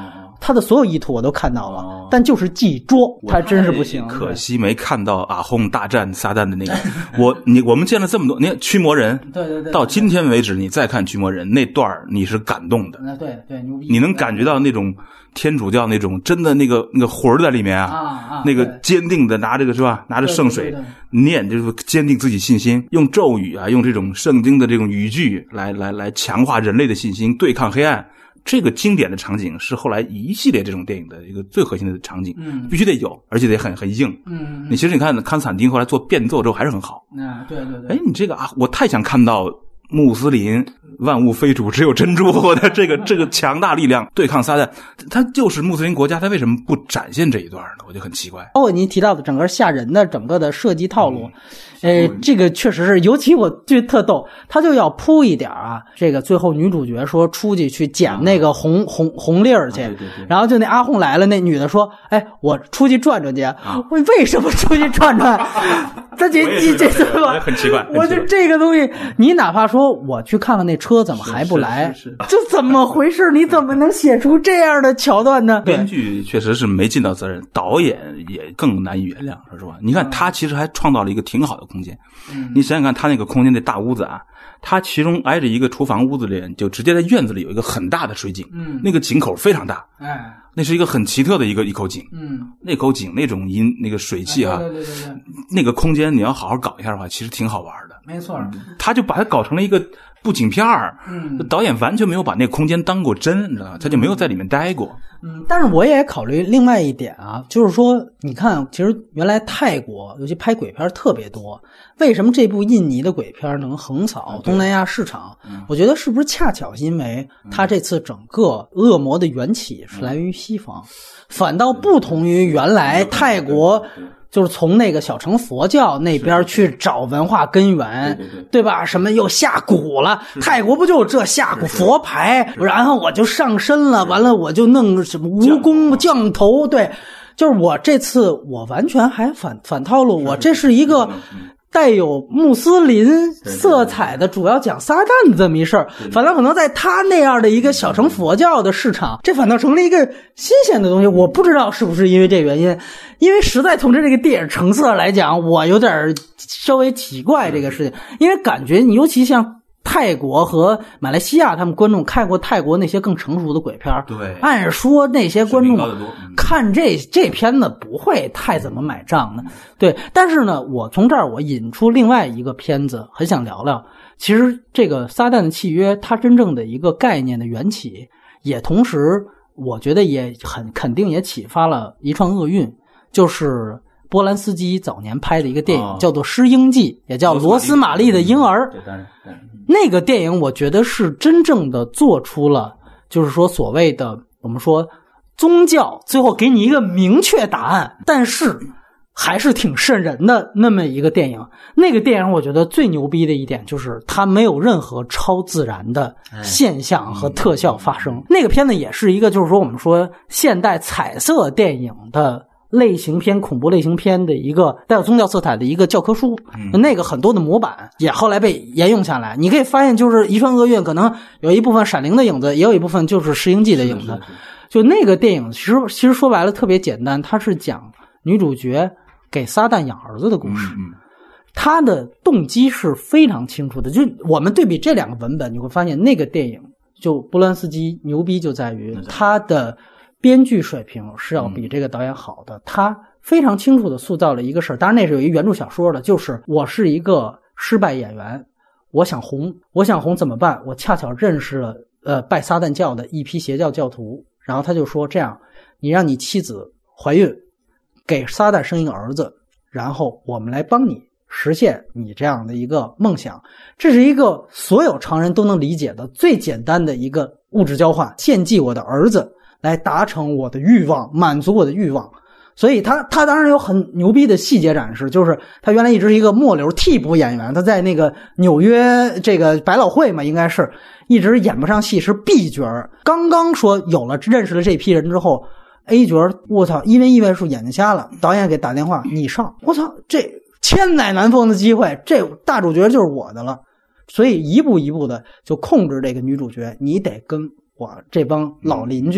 他的所有意图我都看到了，但就是记拙，他真是不行。 可惜没看到阿訇大战撒旦的那个。我们见了这么多，你看驱魔人， 对， 到今天为止，你再看驱魔人那段你是感动的。 对，牛逼！ 你能感觉到那种天主教那种真的那个魂儿在里面那个坚定的拿这个是吧？拿着圣水念，就是坚定自己信心，用咒语用这种圣经的这种语句来强化人类的信心，对抗黑暗。这个经典的场景是后来一系列这种电影的一个最核心的场景，必须得有，而且得很硬。其实你看康斯坦丁后来做变奏之后还是很好。 对。 你这个我太想看到穆斯林万物非主只有真主的这个强大力量对抗撒旦，他就是穆斯林国家，他为什么不展现这一段呢？我就很奇怪。 您提到的整个吓人的整个的设计套路，这个确实是，尤其我觉得特逗，他就要铺一点这个最后女主角说出去捡那个红粒儿去，然后就那阿訇来了，那女的说：“我出去转转去。”我为什么出去转转？这对吧？ 很奇怪。 我就这个东西，你哪怕说我去看看那车怎么还不来，这怎么回事？你怎么能写出这样的桥段呢？ 编剧确实是没尽到责任，导演也更难以原谅，是吧？你看他其实还创造了一个挺好的空间。你想想看，他那个空间那大屋子他其中挨着一个厨房屋子里，就直接在院子里有一个很大的水井，那个井口非常大，那是一个很奇特的一口井，那口井那种那个水汽对，那个空间你要好好搞一下的话，其实挺好玩的。 没错， 他就把它搞成了一个布景片导演完全没有把那个空间当过真，你知道吗？他就没有在里面待过。 但是我也考虑另外一点就是说，你看，其实原来泰国尤其拍鬼片特别多，为什么这部印尼的鬼片能横扫东南亚市场？我觉得是不是恰巧因为他这次整个恶魔的缘起是来源于西方，反倒不同于原来泰国就是从那个小乘佛教那边去找文化根源，对吧？什么又下蛊了，泰国不就这下蛊佛牌，然后我就上身了，完了我就弄什么蜈蚣降头，对，就是我这次我完全还反套路，我这是一个带有穆斯林色彩的主要讲撒旦的这么一事儿，反倒可能在他那样的一个小乘佛教的市场，这反倒成了一个新鲜的东西。我不知道是不是因为这原因，因为实在从这个电影成色来讲，我有点稍微奇怪这个事情，因为感觉你尤其像泰国和马来西亚他们观众看过泰国那些更成熟的鬼片， 对， 按说那些观众看这片子不会太怎么买账的，对。但是呢，我从这儿我引出另外一个片子，很想聊聊。其实这个撒旦的契约，它真正的一个概念的缘起，也同时我觉得也很肯定也启发了一串厄运，就是波兰斯基早年拍的一个电影，叫做《失婴记》，也叫《罗斯玛丽的婴儿》。那个电影我觉得是真正的做出了，就是说所谓的我们说宗教最后给你一个明确答案，但是还是挺瘆人的那么一个电影。那个电影我觉得最牛逼的一点就是它没有任何超自然的现象和特效发生。那个片子也是一个就是说我们说现代彩色电影的类型片，恐怖类型片的一个带有宗教色彩的一个教科书，那个很多的模板也后来被沿用下来。你可以发现就是遗传厄运可能有一部分闪灵的影子，也有一部分就是失婴记的影子。就那个电影其实说白了特别简单，它是讲女主角给撒旦养儿子的故事。他的动机是非常清楚的，就我们对比这两个文本，你会发现那个电影就波兰斯基牛逼就在于他的编剧水平是要比这个导演好的，他非常清楚地塑造了一个事儿。当然那是有一原著小说的，就是我是一个失败演员，我想红怎么办？我恰巧认识了拜撒旦教的一批邪教教徒，然后他就说这样，你让你妻子怀孕，给撒旦生一个儿子，然后我们来帮你实现你这样的一个梦想。这是一个所有常人都能理解的最简单的一个物质交换，献祭我的儿子来达成我的欲望，满足我的欲望。所以他当然有很牛逼的细节展示，就是他原来一直是一个末流替补演员，他在那个纽约这个百老汇嘛，应该是一直演不上戏，是 B 角。刚刚说认识了这批人之后 A 角，我操，因为意外术眼睛瞎了，导演给打电话你上，我操，这千载难逢的机会，这大主角就是我的了。所以一步一步的就控制这个女主角，你得跟我这帮老邻居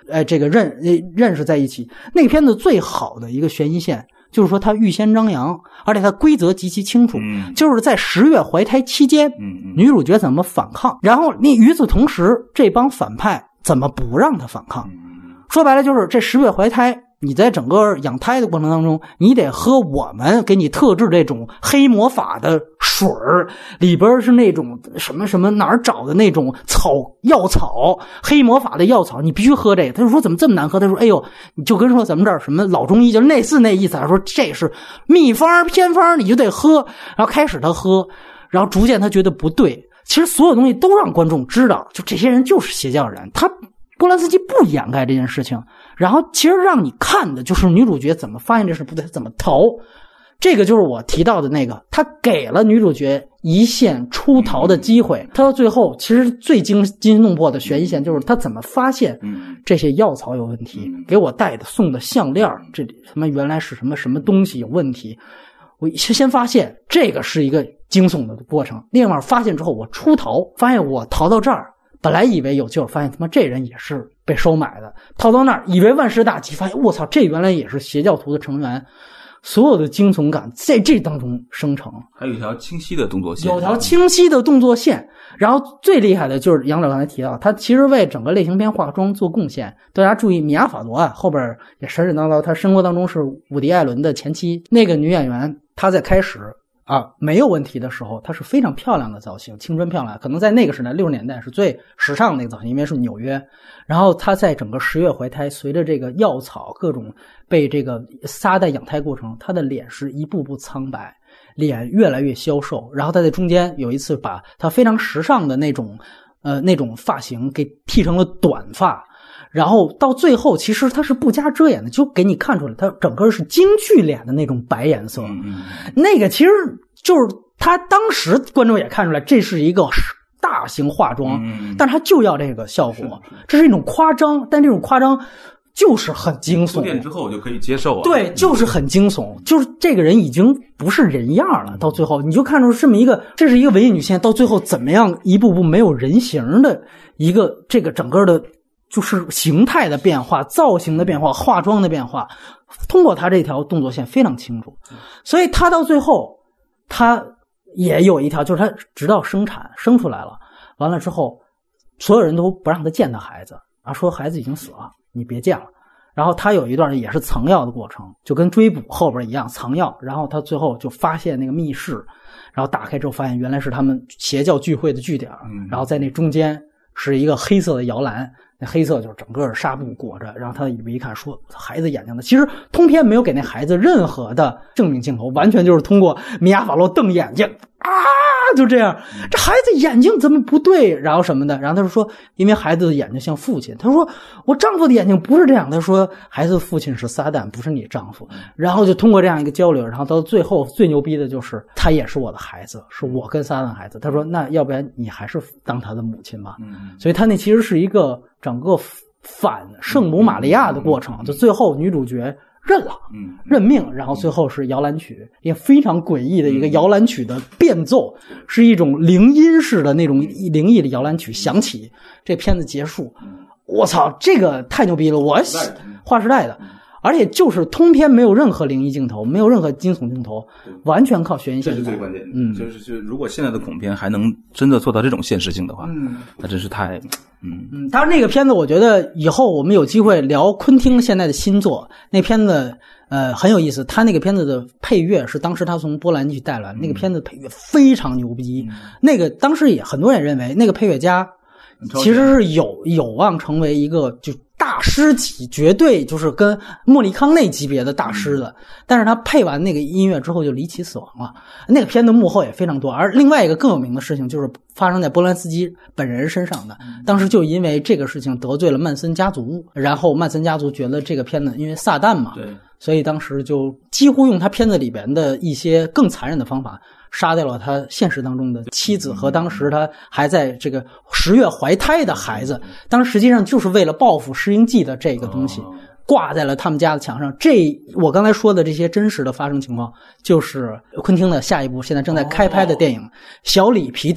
这个认识在一起。那个片子最好的一个悬疑线就是说它预先张扬，而且它规则极其清楚，就是在10月怀胎期间，女主角怎么反抗，然后你与此同时这帮反派怎么不让她反抗。说白了就是这10月怀胎，你在整个养胎的过程当中，你得喝我们给你特制这种黑魔法的水儿，里边是那种什么什么哪儿找的那种药草，黑魔法的药草，你必须喝这个。他就说怎么这么难喝？他说哎呦，你就跟说咱们这儿什么老中医就类似那意思。他说这是秘方偏方，你就得喝。然后开始他喝，然后逐渐他觉得不对。其实所有东西都让观众知道，就这些人就是邪教人。波兰斯基不掩盖这件事情，然后其实让你看的就是女主角怎么发现这事不对，怎么逃。这个就是我提到的那个，他给了女主角一线出逃的机会。他到最后其实最惊心动魄的悬疑线就是他怎么发现这些药草有问题，给我带的送的项链这里什么原来是什么什么东西有问题。我先发现这个是一个惊悚的过程，另外发现之后我出逃，发现我逃到这儿本来以为有救，发现他妈这人也是被收买的，逃到那儿以为万事大吉，发现我操，这原来也是邪教徒的成员。所有的惊悚感在这当中生成， 还有一条清晰的动作线， 有条清晰的动作线。然后最厉害的就是杨导刚才提到，他其实为整个类型片化妆做贡献。大家注意，米娅·法罗啊，后边也神神叨叨，他生活当中是伍迪·艾伦的前妻，那个女演员，她在开始没有问题的时候，她是非常漂亮的造型，青春漂亮，可能在那个时代60年代是最时尚的那个造型，因为是纽约。然后她在整个10月怀胎，随着这个药草各种被这个撒在养胎过程，她的脸是一步步苍白，脸越来越消瘦。然后她在中间有一次把她非常时尚的那种发型给剃成了短发。然后到最后其实它是不加遮掩的，就给你看出来它整个是京剧脸的那种白颜色。那个其实就是他当时观众也看出来这是一个大型化妆，但他就要这个效果，这是一种夸张，但这种夸张就是很惊悚。 铺之后我就可以接受对，就是很惊悚，就是这个人已经不是人样了。到最后你就看出这是一个文艺女性到最后怎么样一步步没有人形的一个这个整个的就是形态的变化，造型的变化，化妆的变化，通过他这条动作线非常清楚。所以他到最后他也有一条，就是他直到生出来了，完了之后所有人都不让他见他孩子说孩子已经死了，你别见了。然后他有一段也是藏药的过程，就跟追捕后边一样藏药。然后他最后就发现那个密室，然后打开之后发现原来是他们邪教聚会的据点，然后在那中间是一个黑色的摇篮，那黑色就是整个纱布裹着。然后他一看说孩子眼睛的，其实通篇没有给那孩子任何的正面镜头，完全就是通过米娅·法罗瞪眼睛就这样，这孩子眼睛怎么不对，然后什么的。然后他就说因为孩子的眼睛像父亲，他说我丈夫的眼睛不是这样，他说孩子的父亲是撒旦，不是你丈夫。然后就通过这样一个交流，然后到最后最牛逼的就是他也是我的孩子，是我跟撒旦孩子。他说那要不然你还是当他的母亲吧。所以他那其实是一个整个反圣母玛利亚的过程，就最后女主角认命，然后最后是摇篮曲，也非常诡异的一个摇篮曲的变奏，是一种灵音式的那种灵异的摇篮曲响起，这片子结束。我操，这个太牛逼了！我划时代的，而且就是通篇没有任何灵异镜头，没有任何惊悚镜头，完全靠悬疑线。 这是最关键的。就是如果现在的恐片还能真的做到这种现实性的话，那真是太当然那个片子我觉得以后我们有机会聊昆汀现在的新作，那片子很有意思。他那个片子的配乐是当时他从波兰去带来，那个片子配乐非常牛逼。那个当时也很多人认为那个配乐家其实是有望成为一个就大师级，绝对就是跟莫里康内级别的大师的。但是他配完那个音乐之后就离奇死亡了。那个片子幕后也非常多。而另外一个更有名的事情就是发生在波兰斯基本人身上的，当时就因为这个事情得罪了曼森家族，然后曼森家族觉得这个片子因为撒旦嘛，对，所以当时就几乎用他片子里边的一些更残忍的方法杀掉了他现实当中的妻子和当时他还在这个10月怀胎的孩子。当时实际上就是为了报复施英记的这个东西挂在了他们家的墙上。这我刚才说的这些真实的发生情况就是昆汀的下一部现在正在开拍的电影小李皮特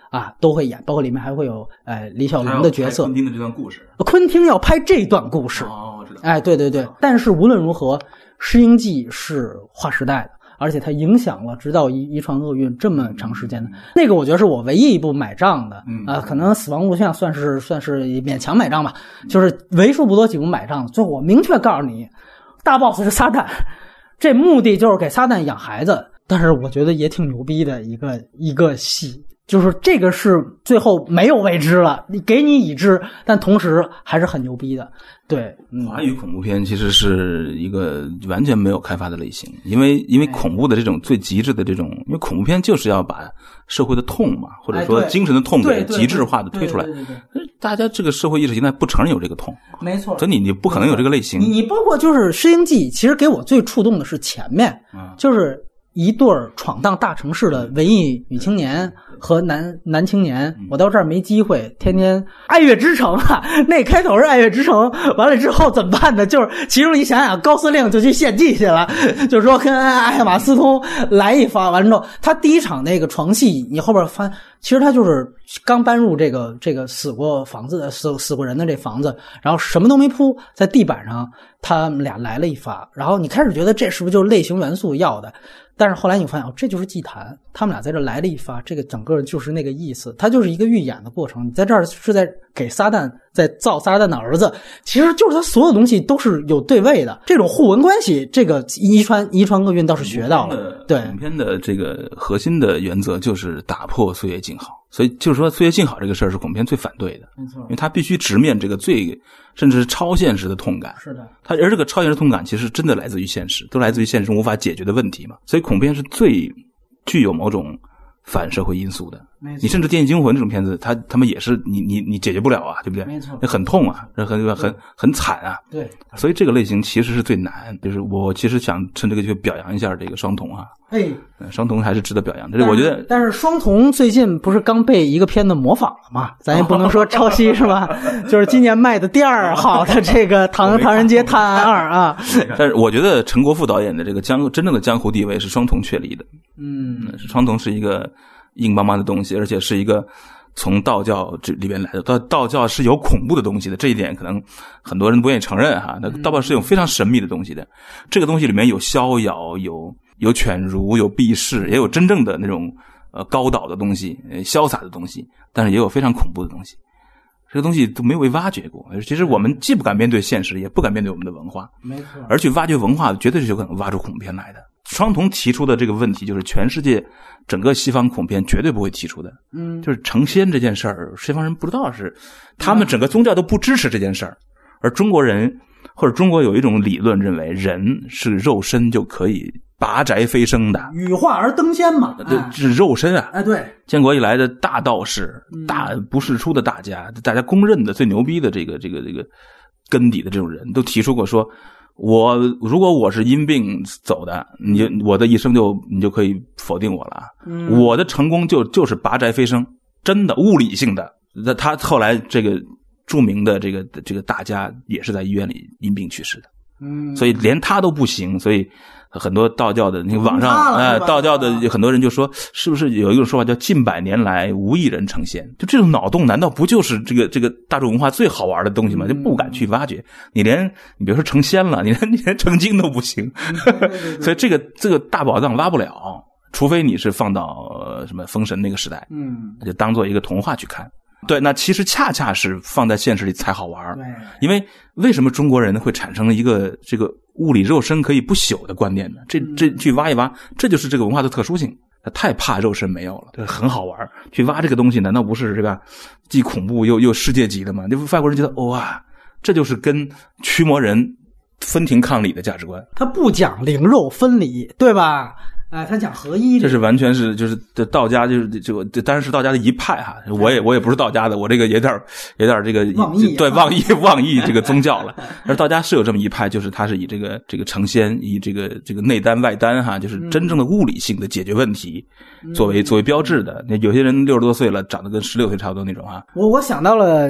啊都会演，包括里面还会有李小龙的角色。 昆汀的这段故事， 昆汀要拍这段故事。 我知道。 对对对，但是无论如何，《诗英记》是划时代的。而且它影响了直到遗传厄运这么长时间的那个，我觉得是我唯一一部买账的可能死亡录像算是勉强买账吧，就是为数不多几部买账的。最后我明确告诉你，大 boss 是撒旦，这目的就是给撒旦养孩子。但是我觉得也挺牛逼的一个戏，就是这个是最后没有未知了，给你已知，但同时还是很牛逼的。对， 华语恐怖片其实是一个完全没有开发的类型，因为恐怖的这种最极致的这种，因为恐怖片就是要把社会的痛嘛，或者说精神的痛给极致化的推出来。大家这个社会意识形态不承认有这个痛， 没错， 所以你不可能有这个类型。 你包括就是《诗英记》，其实给我最触动的是前面，就是一对闯荡大城市的文艺女青年和男青年，我到这儿没机会，天天爱乐之城啊，那开头是爱乐之城，完了之后怎么办呢？就是其中你想想，高司令就去献计去了，就是说跟艾玛斯通来一发，完了之后，他第一场那个床戏，你后边翻，其实他就是刚搬入这个死过房子的死过人的这房子，然后什么都没铺，在地板上他们俩来了一发，然后你开始觉得这是不是就是类型元素要的？但是后来你发现这就是祭坛，他们俩在这来了一发，这个整个就是那个意思，它就是一个预演的过程。你在这儿是在给撒旦在造撒旦的儿子，其实就是他所有东西都是有对位的。这种互文关系，这个遗传厄运倒是学到了。对， 影片的这个核心的原则就是打破岁月静好，所以就是说岁月静好这个事儿是恐怖片最反对的， 没错， 因为它必须直面这个最甚至是超现实的痛感。 是的， 而这个超现实痛感其实真的来自于现实，都来自于现实中无法解决的问题嘛。所以恐怖片是最具有某种反社会因素的。你甚至电影惊魂这种片子，他们也是你解决不了啊，对不对？ 没错， 很痛啊，很惨啊。 对， 所以这个类型其实是最难。就是我其实想趁这个机会表扬一下这个双瞳啊。双瞳还是值得表扬的。我觉得， 但是双瞳最近不是刚被一个片子模仿了吗？咱也不能说抄袭是吧？就是今年卖的第2好的这个《唐人街探案2》啊。 但是我觉得陈国富导演的这个真正的江湖地位是双瞳确立的。双瞳是一个硬邦邦的东西，而且是一个从道教这里边来的。道教是有恐怖的东西的，这一点可能很多人不愿意承认哈。那道教是有非常神秘的东西的，这个东西里面有逍遥，有犬儒，有避世，也有真正的那种高岛的东西，潇洒的东西，但是也有非常恐怖的东西。这个东西都没有被挖掘过。其实我们既不敢面对现实，也不敢面对我们的文化， 没错。 而去挖掘文化，绝对是有可能挖出恐怖片来的。双瞳提出的这个问题，就是全世界整个西方恐怖片绝对不会提出的。就是成仙这件事儿，西方人不知道是他们整个宗教都不支持这件事儿，而中国人或者中国有一种理论认为人是肉身就可以拔宅飞升的， 羽化而登仙嘛， 是肉身啊！对，建国以来的大道士、大不世出的大家，大家公认的最牛逼的这个根底的这种人，都提出过说，如果我是因病走的，我的一生你就可以否定我了。我的成功就是拔宅飞升，真的物理性的。他后来这个著名的这个大家也是在医院里因病去世的。所以连他都不行，所以很多道教的那个网上道教的很多人就说，是不是有一种说法叫近100年来无一人成仙？就这种脑洞难道不就是这个大众文化最好玩的东西吗？就不敢去挖掘。你别说成仙了，你连成精都不行。所以这个大宝藏挖不了，除非你是放到什么封神那个时代，就当做一个童话去看。对，那其实恰恰是放在现实里才好玩。对，因为为什么中国人会产生一个这个物理肉身可以不朽的观念呢？这去挖一挖，这就是这个文化的特殊性。他太怕肉身没有了，这很好玩。去挖这个东西，难道不是这个既恐怖又世界级的吗？就外国人觉得哇，这就是跟驱魔人分庭抗礼的价值观。 他不讲灵肉分离，对吧？他讲合一， 这是完全是就是道家，就当然是道家的一派哈。我也不是道家的，我这个有点这个妄议这个宗教了。而道家是有这么一派，就是他是以这个成仙，以这个内丹外丹哈，就是真正的物理性的解决问题作为标志的。有些人60多岁了，长得跟16岁差不多那种哈。 我想到了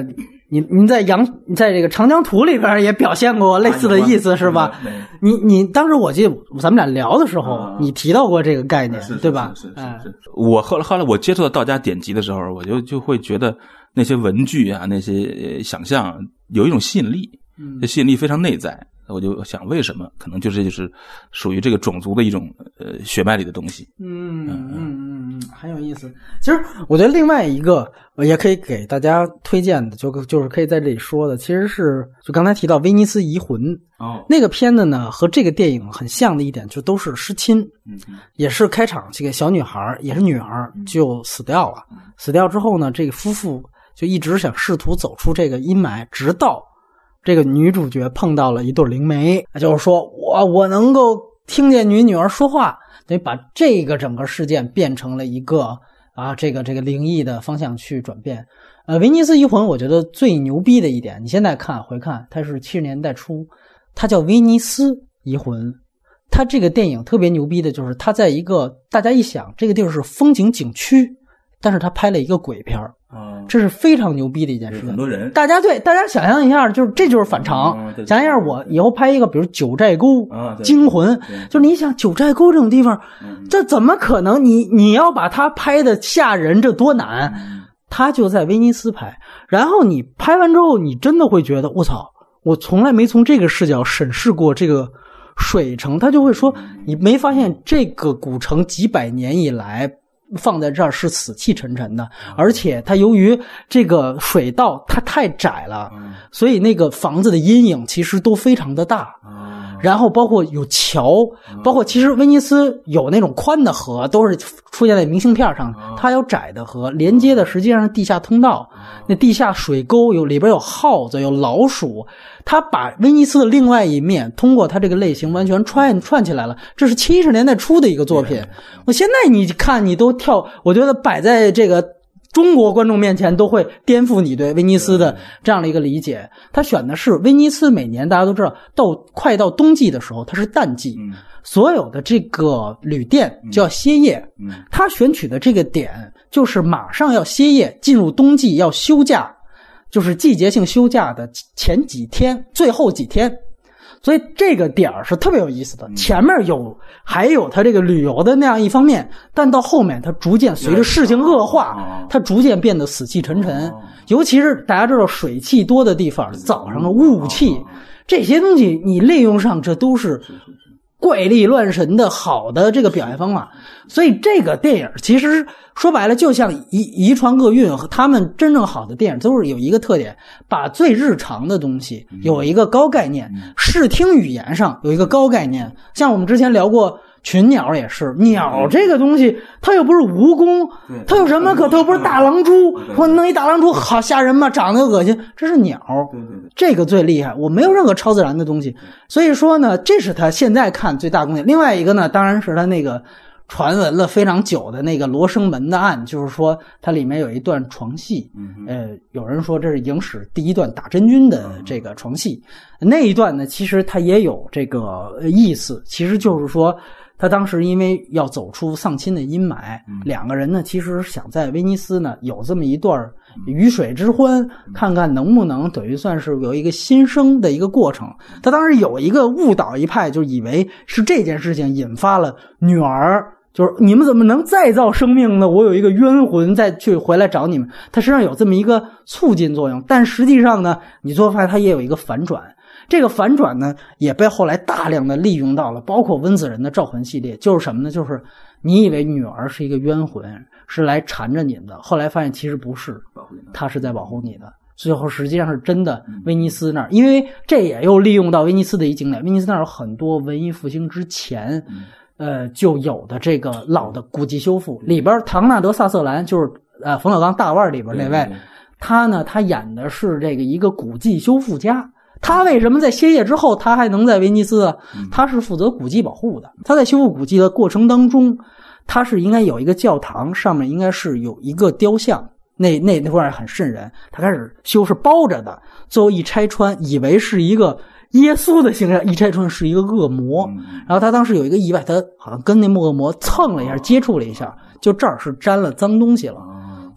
您在这个长江图里边也表现过类似的意思，是吧？你当时我记得咱们俩聊的时候，你提到过这个概念，对吧？ 是。我后来我接触到道家典籍的时候，我就会觉得那些文具啊，那些想象有一种吸引力，这吸引力非常内在。我就想为什么？可能就是属于这个种族的一种血脉里的东西。 很有意思。其实我觉得另外一个也可以给大家推荐的，就是可以在这里说的，其实是就刚才提到《威尼斯移魂》那个片子呢，和这个电影很像的一点，就都是失亲，也是开场这个小女孩也是女儿就死掉了，死掉之后呢，这个夫妇就一直想试图走出这个阴霾，直到这个女主角碰到了一对灵媒，就是说我能够听见你女儿说话，等于把这个整个事件变成了一个这个灵异的方向去转变。威尼斯移魂我觉得最牛逼的一点，你现在回看它是70年代初，它叫威尼斯移魂。它这个电影特别牛逼的就是它在一个大家一想这个地儿是风景景区，但是它拍了一个鬼片这是非常牛逼的一件事情。 很多人， 大家想象一下，这就是反常。想象一下，我以后拍一个，比如九寨沟惊魂，就是你想九寨沟这种地方，这怎么可能？你要把它拍的吓人，这多难？他就在威尼斯拍，然后你拍完之后，你真的会觉得，我操，我从来没从这个视角审视过这个水城。他就会说，你没发现这个古城几百年以来放在这儿是死气沉沉的，而且它由于这个水道它太窄了，所以那个房子的阴影其实都非常的大。然后包括有桥，包括其实威尼斯有那种宽的河，都是出现在明信片上，它有窄的河，连接的实际上是地下通道，那地下水沟里边有耗子有老鼠，它把威尼斯的另外一面通过它这个类型完全串起来了。这是70年代初的一个作品，我现在你看你都跳，我觉得摆在这个中国观众面前都会颠覆你对威尼斯的这样的一个理解。他选的是威尼斯，每年大家都知道快到冬季的时候它是淡季，所有的这个旅店就要歇业，他选取的这个点就是马上要歇业，进入冬季要休假，就是季节性休假的前几天，最后几天。所以这个点是特别有意思的，前面还有它这个旅游的那样一方面，但到后面它逐渐随着事情恶化，它逐渐变得死气沉沉。尤其是大家知道水汽多的地方，早上的雾气，这些东西你利用上，这都是怪力乱神的好的这个表现方法。所以这个电影其实说白了就像遗传厄运和他们真正好的电影都是有一个特点，把最日常的东西有一个高概念，视听语言上有一个高概念。像我们之前聊过群鸟也是，鸟这个东西它又不是蜈蚣，它有什么可，它又不是大狼蛛，说弄一大狼蛛好吓人吗？长得恶心，这是鸟，这个最厉害，我没有任何超自然的东西。所以说呢，这是他现在看最大贡献。另外一个呢，当然是他那个传闻了非常久的那个罗生门的案，就是说它里面有一段床戏，有人说这是影史第一段打真菌的这个床戏。那一段呢，其实它也有这个意思，其实就是说他当时因为要走出丧亲的阴霾，两个人呢其实想在威尼斯呢有这么一段鱼水之欢，看看能不能等于算是有一个新生的一个过程。他当时有一个误导一派，就以为是这件事情引发了女儿，就是你们怎么能再造生命呢？我有一个冤魂再去回来找你们，它实际上有这么一个促进作用。但实际上呢，你最后发现它也有一个反转。这个反转呢，也被后来大量的利用到了，包括温子仁的《招魂》系列，就是什么呢？就是你以为女儿是一个冤魂，是来缠着你的，后来发现其实不是，她是在保护你的。最后实际上是真的威尼斯那儿，因为这也又利用到威尼斯的一景点，威尼斯那儿有很多文艺复兴之前就有的这个老的古迹修复，里边唐纳德·萨瑟兰就是冯小刚大腕里边那位，他演的是这个一个古迹修复家。他为什么在歇业之后他还能在威尼斯啊？他是负责古迹保护的。他在修复古迹的过程当中，他是应该有一个教堂，上面应该是有一个雕像，那块很瘆人。他开始修是包着的，最后一拆穿，以为是一个耶稣的形象，一拆穿是一个恶魔。然后他当时有一个意外，他好像跟那恶魔蹭了一下，接触了一下，就这儿是沾了脏东西了。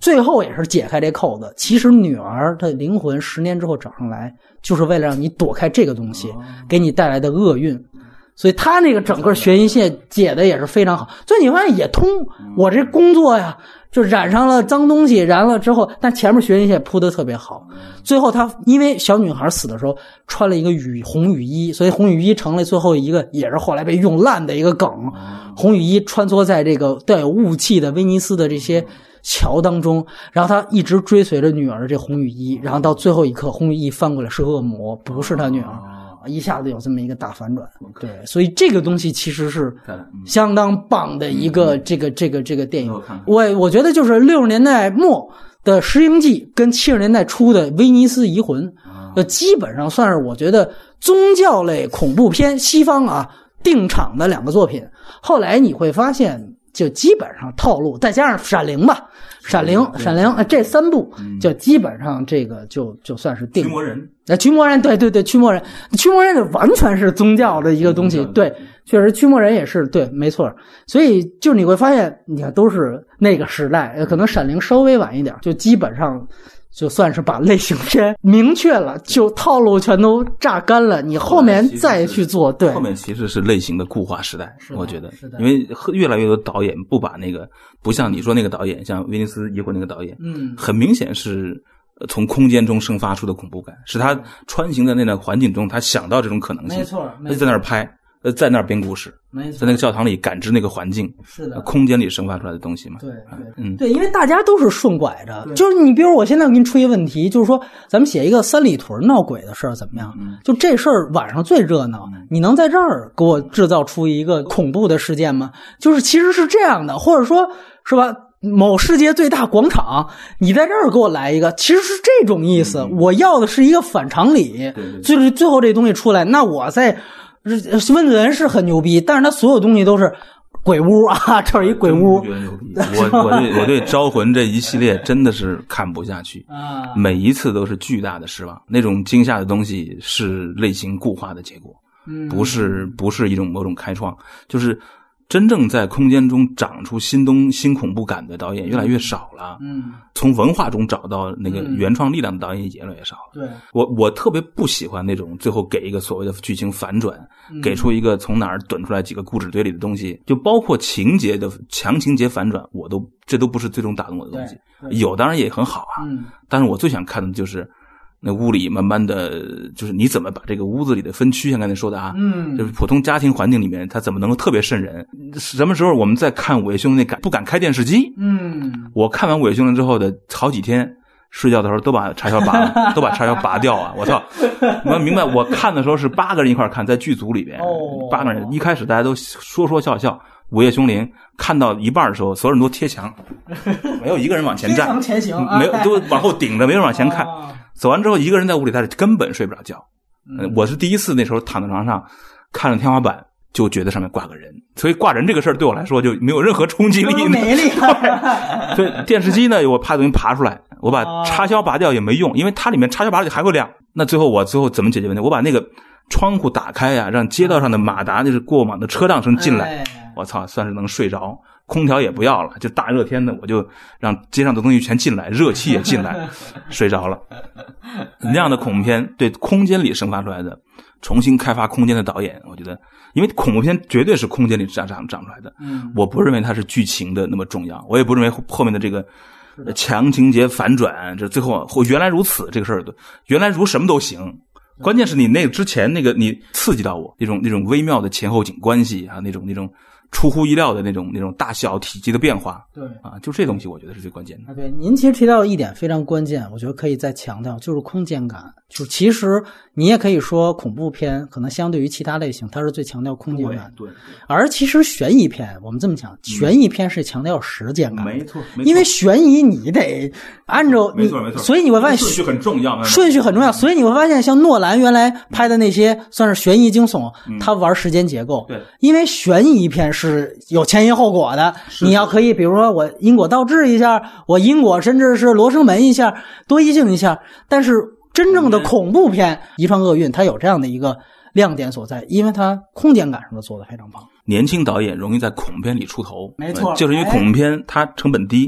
最后也是解开这扣子，其实女儿的灵魂10年之后找上来，就是为了让你躲开这个东西给你带来的厄运。所以他那个整个悬疑线解的也是非常好，所以你发现也通。我这工作呀，就染上了脏东西，染了之后，但前面悬疑线铺的特别好。最后他因为小女孩死的时候穿了一个红雨衣，所以红雨衣成了最后一个也是后来被用烂的一个梗。红雨衣穿梭在这个带有雾气的威尼斯的这些桥当中，然后他一直追随着女儿这红雨衣，然后到最后一刻红雨衣翻过来是恶魔，不是他女儿。一下子有这么一个大反转，对，所以这个东西其实是相当棒的一个这个电影。我觉得就是60年代末的《石英记》跟70年代初的《威尼斯移魂》，基本上算是我觉得宗教类恐怖片西方定场的2个作品。后来你会发现，就基本上套路，再加上《闪灵》吧，闪灵这3部就基本上这个就算是定。 驱魔人， 驱魔人，对，驱魔人完全是宗教的一个东西，对，确实驱魔人也是对，没错。所以就你会发现，你看都是那个时代，可能闪灵稍微晚一点，就基本上就算是把类型片明确了，就套路全都榨干了，你后面再去做，对， 后面其实是类型的固化时代，我觉得，因为越来越多导演不把那个，不像你说那个导演，像威尼斯移魂那个导演，很明显是从空间中生发出的恐怖感，是他穿行在那个环境中，他想到这种可能性， 没错， 他就在那儿拍，在那儿编故事，在那个教堂里感知那个环境， 是的， 空间里生发出来的东西嘛。 对，对，因为大家都是顺拐着，就是你比如我现在给你出一个问题，就是说咱们写一个三里屯闹鬼的事儿怎么样？就这事儿晚上最热闹，你能在这儿给我制造出一个恐怖的事件吗？就是其实是这样的，或者说是吧？某世界最大广场，你在这儿给我来一个，其实是这种意思。我要的是一个反常理，就是最后这东西出来，那我在温子仁是很牛逼，但是他所有东西都是鬼屋啊，这是一鬼屋。 我对招魂这一系列真的是看不下去，每一次都是巨大的失望。那种惊吓的东西是类型固化的结果，不是一种某种开创，就是真正在空间中长出新恐怖感的导演越来越少了。从文化中找到那个原创力量的导演也越来越少了。 对， 我特别不喜欢那种最后给一个所谓的剧情反转，给出一个从哪儿怼出来几个故纸堆里的东西，就包括情节的强情节反转，这都不是最终打动我的东西。有当然也很好啊，但是我最想看的就是那屋里慢慢的，就是你怎么把这个屋子里的分区，像刚才说的就是普通家庭环境里面，它怎么能够特别瘆人？什么时候我们在看《午夜凶铃》不敢开电视机？我看完《午夜凶铃》之后的好几天，睡觉的时候都把插销拔掉啊！我操！我明白，我看的时候是8个人一块看，在剧组里边，8个人，一开始大家都说笑笑。《午夜凶铃》看到一半的时候，所有人都贴墙，没有一个人往前站， 前行， 没有都往后顶着，没人往前看。走完之后，一个人在屋里，他根本睡不着觉。我是第一次那时候躺在床上看着天花板，就觉得上面挂个人，所以挂人这个事儿对我来说就没有任何冲击力。 没力。 所以电视机呢，我怕东西爬出来，我把插销拔掉也没用，因为它里面插销拔掉还会亮。那最后怎么解决问题？我把那个窗户打开呀，让街道上的马达就是过往的车辆声进来。我操，算是能睡着。空调也不要了，就大热天的，我就让街上的东西全进来，热气也进来，睡着了。那样的恐怖片对空间里生发出来的重新开发空间的导演，我觉得，因为恐怖片绝对是空间里长出来的，我不认为它是剧情的那么重要，我也不认为后面的这个强情节反转，这最后原来如此这个事儿，原来如什么都行。关键是你那个之前那个你刺激到我那种微妙的前后景关系啊，那种出乎意料的那种大小体积的变化， 对啊，就这东西我觉得是最关键的。 对，您其实提到一点非常关键，我觉得可以再强调，就是空间感。就其实你也可以说恐怖片可能相对于其他类型，它是最强调空间感。 对。 而其实悬疑片，我们这么讲，悬疑片是强调时间感。 没错。 因为悬疑你得按照没错， 所以你会发现顺序很重要。 所以你会发现像诺兰原来拍的那些算是悬疑惊悚，他玩时间结构。 对。 因为悬疑片是有前因后果的，你要可以比如说我因果倒置一下，我因果甚至是罗生门一下，多异性一下，但是真正的恐怖片遗传厄运它有这样的一个亮点所在，因为它空间感上的做得非常棒。 年轻导演容易在恐怖片里出头， 没错， 就是因为恐怖片它成本低，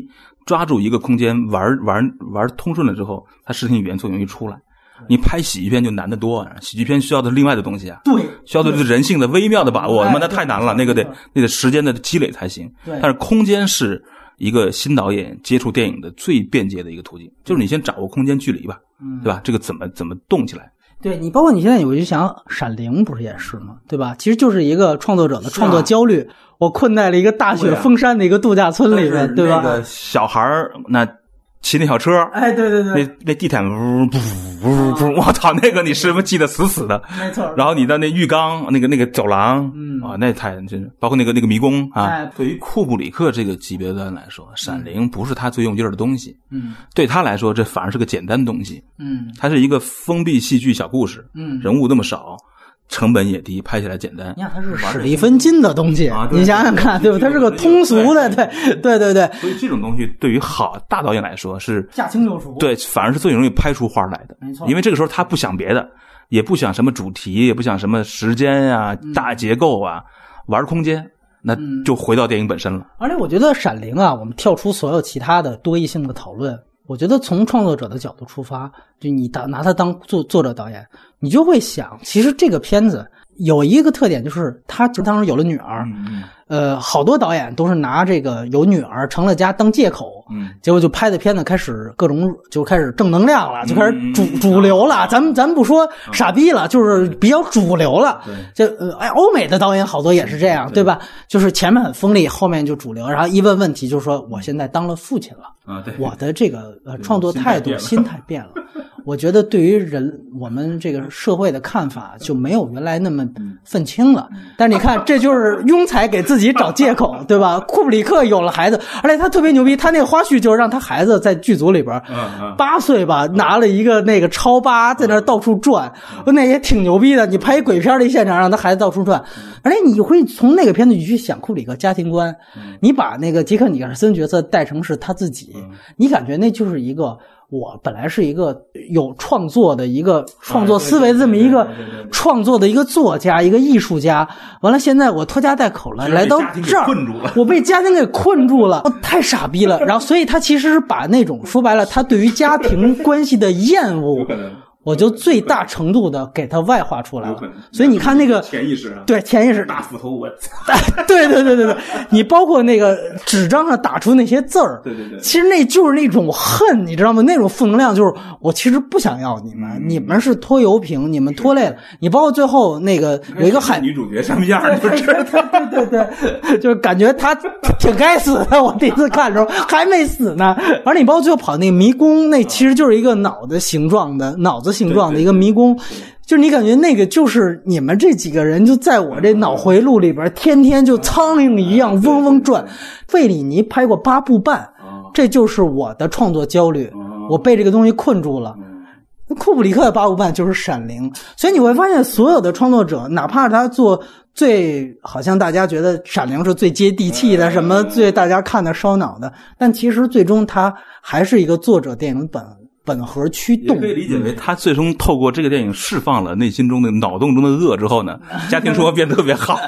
抓住一个空间玩通顺了之后，它视听语言作用一出来。你拍喜剧片就难得多啊，喜剧片需要的另外的东西啊， 对， 需要的是人性的微妙的把握，那太难了，那个得时间的积累才行。但是空间是一个新导演接触电影的最便捷的一个途径，就是你先掌握空间距离吧，对吧？这个怎么动起来？ 对，你包括你现在我就想闪灵不是也是吗？对吧？其实就是一个创作者的创作焦虑，我困在了一个大雪封山的一个度假村里面，对吧？ 那个小孩那骑那小车， 哎，对对对， 那地毯呜，我操，那个你是不是记得死死的？ 没错。 然后你的那浴缸，那个走廊，那太真是，包括那个迷宫啊。 哎， 对于库布里克这个级别的人来说，闪灵不是他最用劲儿的东西。对他来说，这反而是个简单的东西。它是一个封闭戏剧小故事。人物那么少。成本也低，拍起来简单。 你看，它是史蒂芬金的东西，你想想看，对吧？它是个通俗的，对。 所以这种东西对于好大导演来说是驾轻就熟， 对，反而是最容易拍出花来的。 没错， 因为这个时候他不想别的，也不想什么主题，也不想什么时间啊、大结构啊，玩空间，那就回到电影本身了。 而且我觉得《闪灵》啊，我们跳出所有其他的多义性的讨论。我觉得从创作者的角度出发，就你拿他当作者导演，你就会想，其实这个片子有一个特点，就是他当时有了女儿。好多导演都是拿这个有女儿成了家当借口，结果就拍的片子开始各种就开始正能量了，就开始主流了。咱不说傻逼了，就是比较主流了。就欧美的导演好多也是这样，对吧？就是前面很锋利，后面就主流，然后一问问题就说我现在当了父亲了，我的这个创作态度心态变了。我觉得对于我们这个社会的看法就没有原来那么愤青了。但是你看，这就是庸才给自己找借口，对吧？库布里克有了孩子，而且他特别牛逼，他那个花絮就是让他孩子在剧组里边8岁吧，拿了一个那个超8在那到处转，那也挺牛逼的。你拍一鬼片的一现场，让他孩子到处转，而且你会从那个片子你去想库布里克家庭观，你把那个杰克尼尔森角色带成是他自己，你感觉那就是一个。我本来是一个有创作的一个创作思维这么一个创作的一个作家，一个艺术家，完了现在我拖家带口了，来到这儿我被家庭给困住了，太傻逼了。然后所以他其实是把那种说白了他对于家庭关系的厌恶我就最大程度的给它外化出来了。所以你看那个潜意识啊， 对，潜意识大斧头我对，你包括那个纸张上打出那些字儿， 对， 其实那就是那种恨，你知道吗？那种负能量就是我其实不想要你们，你们是拖油瓶，你们拖累了。你包括最后那个有一个女主角什么样， 对，就是感觉他挺该死的。我第一次看的时候还没死呢，而你包括最后跑那个迷宫，那其实就是一个脑子形状的一个迷宫，就是你感觉那个就是你们这几个人就在我这脑回路里边天天就苍蝇一样嗡嗡转。费里尼拍过8部半，这就是我的创作焦虑，我被这个东西困住了。库布里克的8部半就是闪灵。所以你会发现所有的创作者，哪怕他做最好像大家觉得闪灵是最接地气的，什么最大家看的烧脑的，但其实最终他还是一个作者电影本核驱动。 也可以理解为他最终透过这个电影释放了内心中的脑洞中的恶之后呢，家庭生活变得特别好。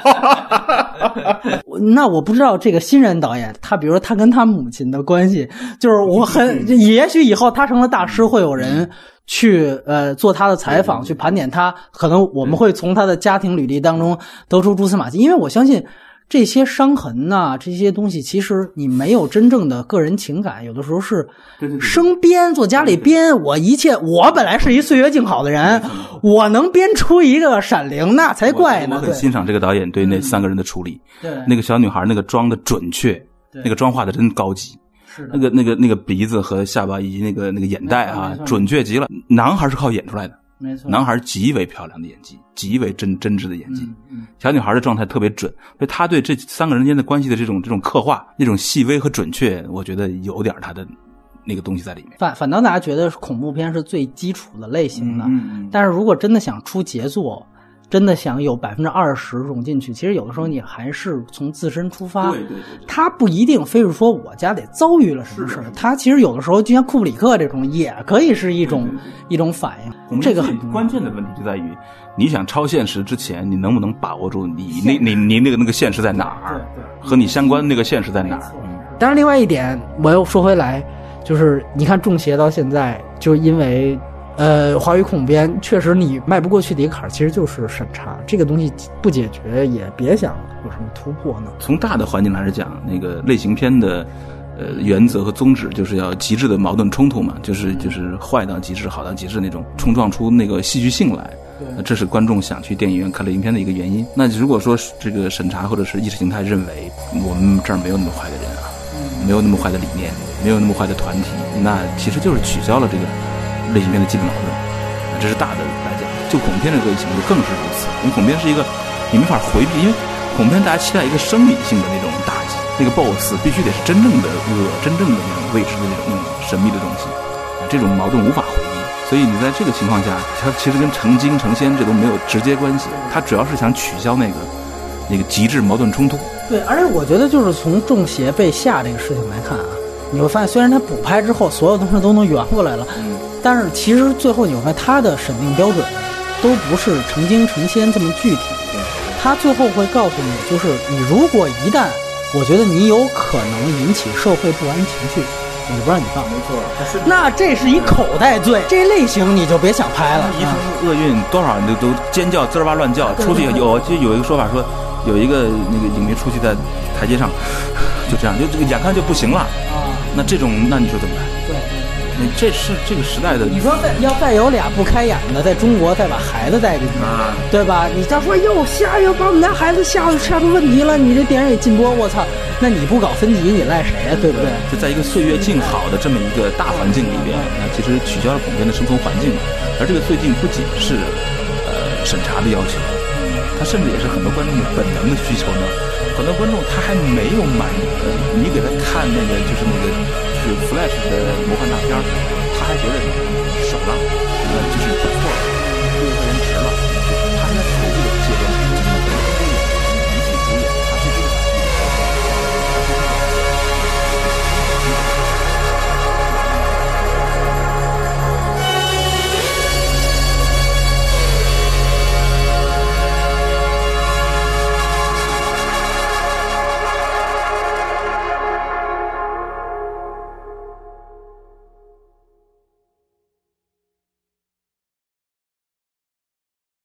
那我不知道这个新人导演他比如说他跟他母亲的关系，就是也许以后他成了大师，会有人去做他的采访，去盘点他，可能我们会从他的家庭履历当中得出蛛丝马迹。因为我相信这些伤痕呐，这些东西其实你没有真正的个人情感，有的时候是生编，坐家里编。我本来是一岁月静好的人，我能编出一个闪灵，那才怪呢。 我很欣赏这个导演对那3个人的处理， 对那个小女孩那个妆的准确，那个妆画的真高级。那个鼻子和下巴以及那个眼袋啊，准确极了。男孩是靠演出来的， 没错， 男孩极为漂亮的演技，极为真挚的演技。小女孩的状态特别准，所以他对这3个人间的关系的这种刻画，那种细微和准确，我觉得有点他的那个东西在里面。 反倒大家觉得恐怖片是最基础的类型的，但是如果真的想出杰作，真的想有20%融进去，其实有的时候你还是从自身出发。 对， 他不一定非是说我家得遭遇了什么事，他其实有的时候就像库布里克这种，也可以是一种反应。这个很关键的问题就在于，你想超现实之前，你能不能把握住你那个现实在哪儿，和你相关的那个现实在哪儿。 当然，另外一点我又说回来，就是你看中邪到现在，就因为华语恐编确实你迈不过去的一个坎儿，其实就是审查这个东西不解决，也别想有什么突破呢。 从大的环境来讲，那个类型片的原则和宗旨就是要极致的矛盾冲突嘛，就是坏到极致，好到极致那种，冲撞出那个戏剧性来。这是观众想去电影院看类型片的一个原因。那如果说这个审查或者是意识形态认为我们这儿没有那么坏的人啊，没有那么坏的理念，没有那么坏的团体，那其实就是取消了这个类型片的基本矛盾。这是大的来讲，就恐怖片这个类型就更是如此。因为恐怖片是一个你没法回避，因为恐怖片大家期待一个生理性的那种打击，那个 BOSS 必须得是真正的恶，真正的那种未知的那种神秘的东西，这种矛盾无法回避。所以你在这个情况下，它其实跟成精成仙这都没有直接关系，它主要是想取消那个极致矛盾冲突。 对，而且我觉得就是从中邪被吓这个事情来看啊，你会发现虽然他补拍之后所有东西都能圆过来了，但是其实最后你会发现他的审定标准都不是成精成仙这么具体。他最后会告诉你，就是你如果一旦我觉得你有可能引起社会不安情绪，我就不让你放。 没错， 那这是一口袋罪，这类型你就别想拍了。 一出厄运，多少人都尖叫，滋儿哇乱叫。出去就有一个说法说，有一个那个影迷出去在台阶上，就这样，就这个眼看就不行了啊。那这种，那你说怎么办？对，这是这个时代的。 你说要再有俩不开眼的在中国再把孩子带进去，对吧？你再说又把我们家孩子吓出问题了，你这电影也禁播，我操！那你不搞分级，你赖谁呀？对不对？ 就在一个岁月静好的这么一个大环境里边，那其实取消了恐怖片的生存环境，而这个最近不仅是审查的要求，它甚至也是很多观众的本能的需求呢。很多观众他还没有你给他看那个就是 Flash 的魔幻大片，他还觉得爽了，就是不错了。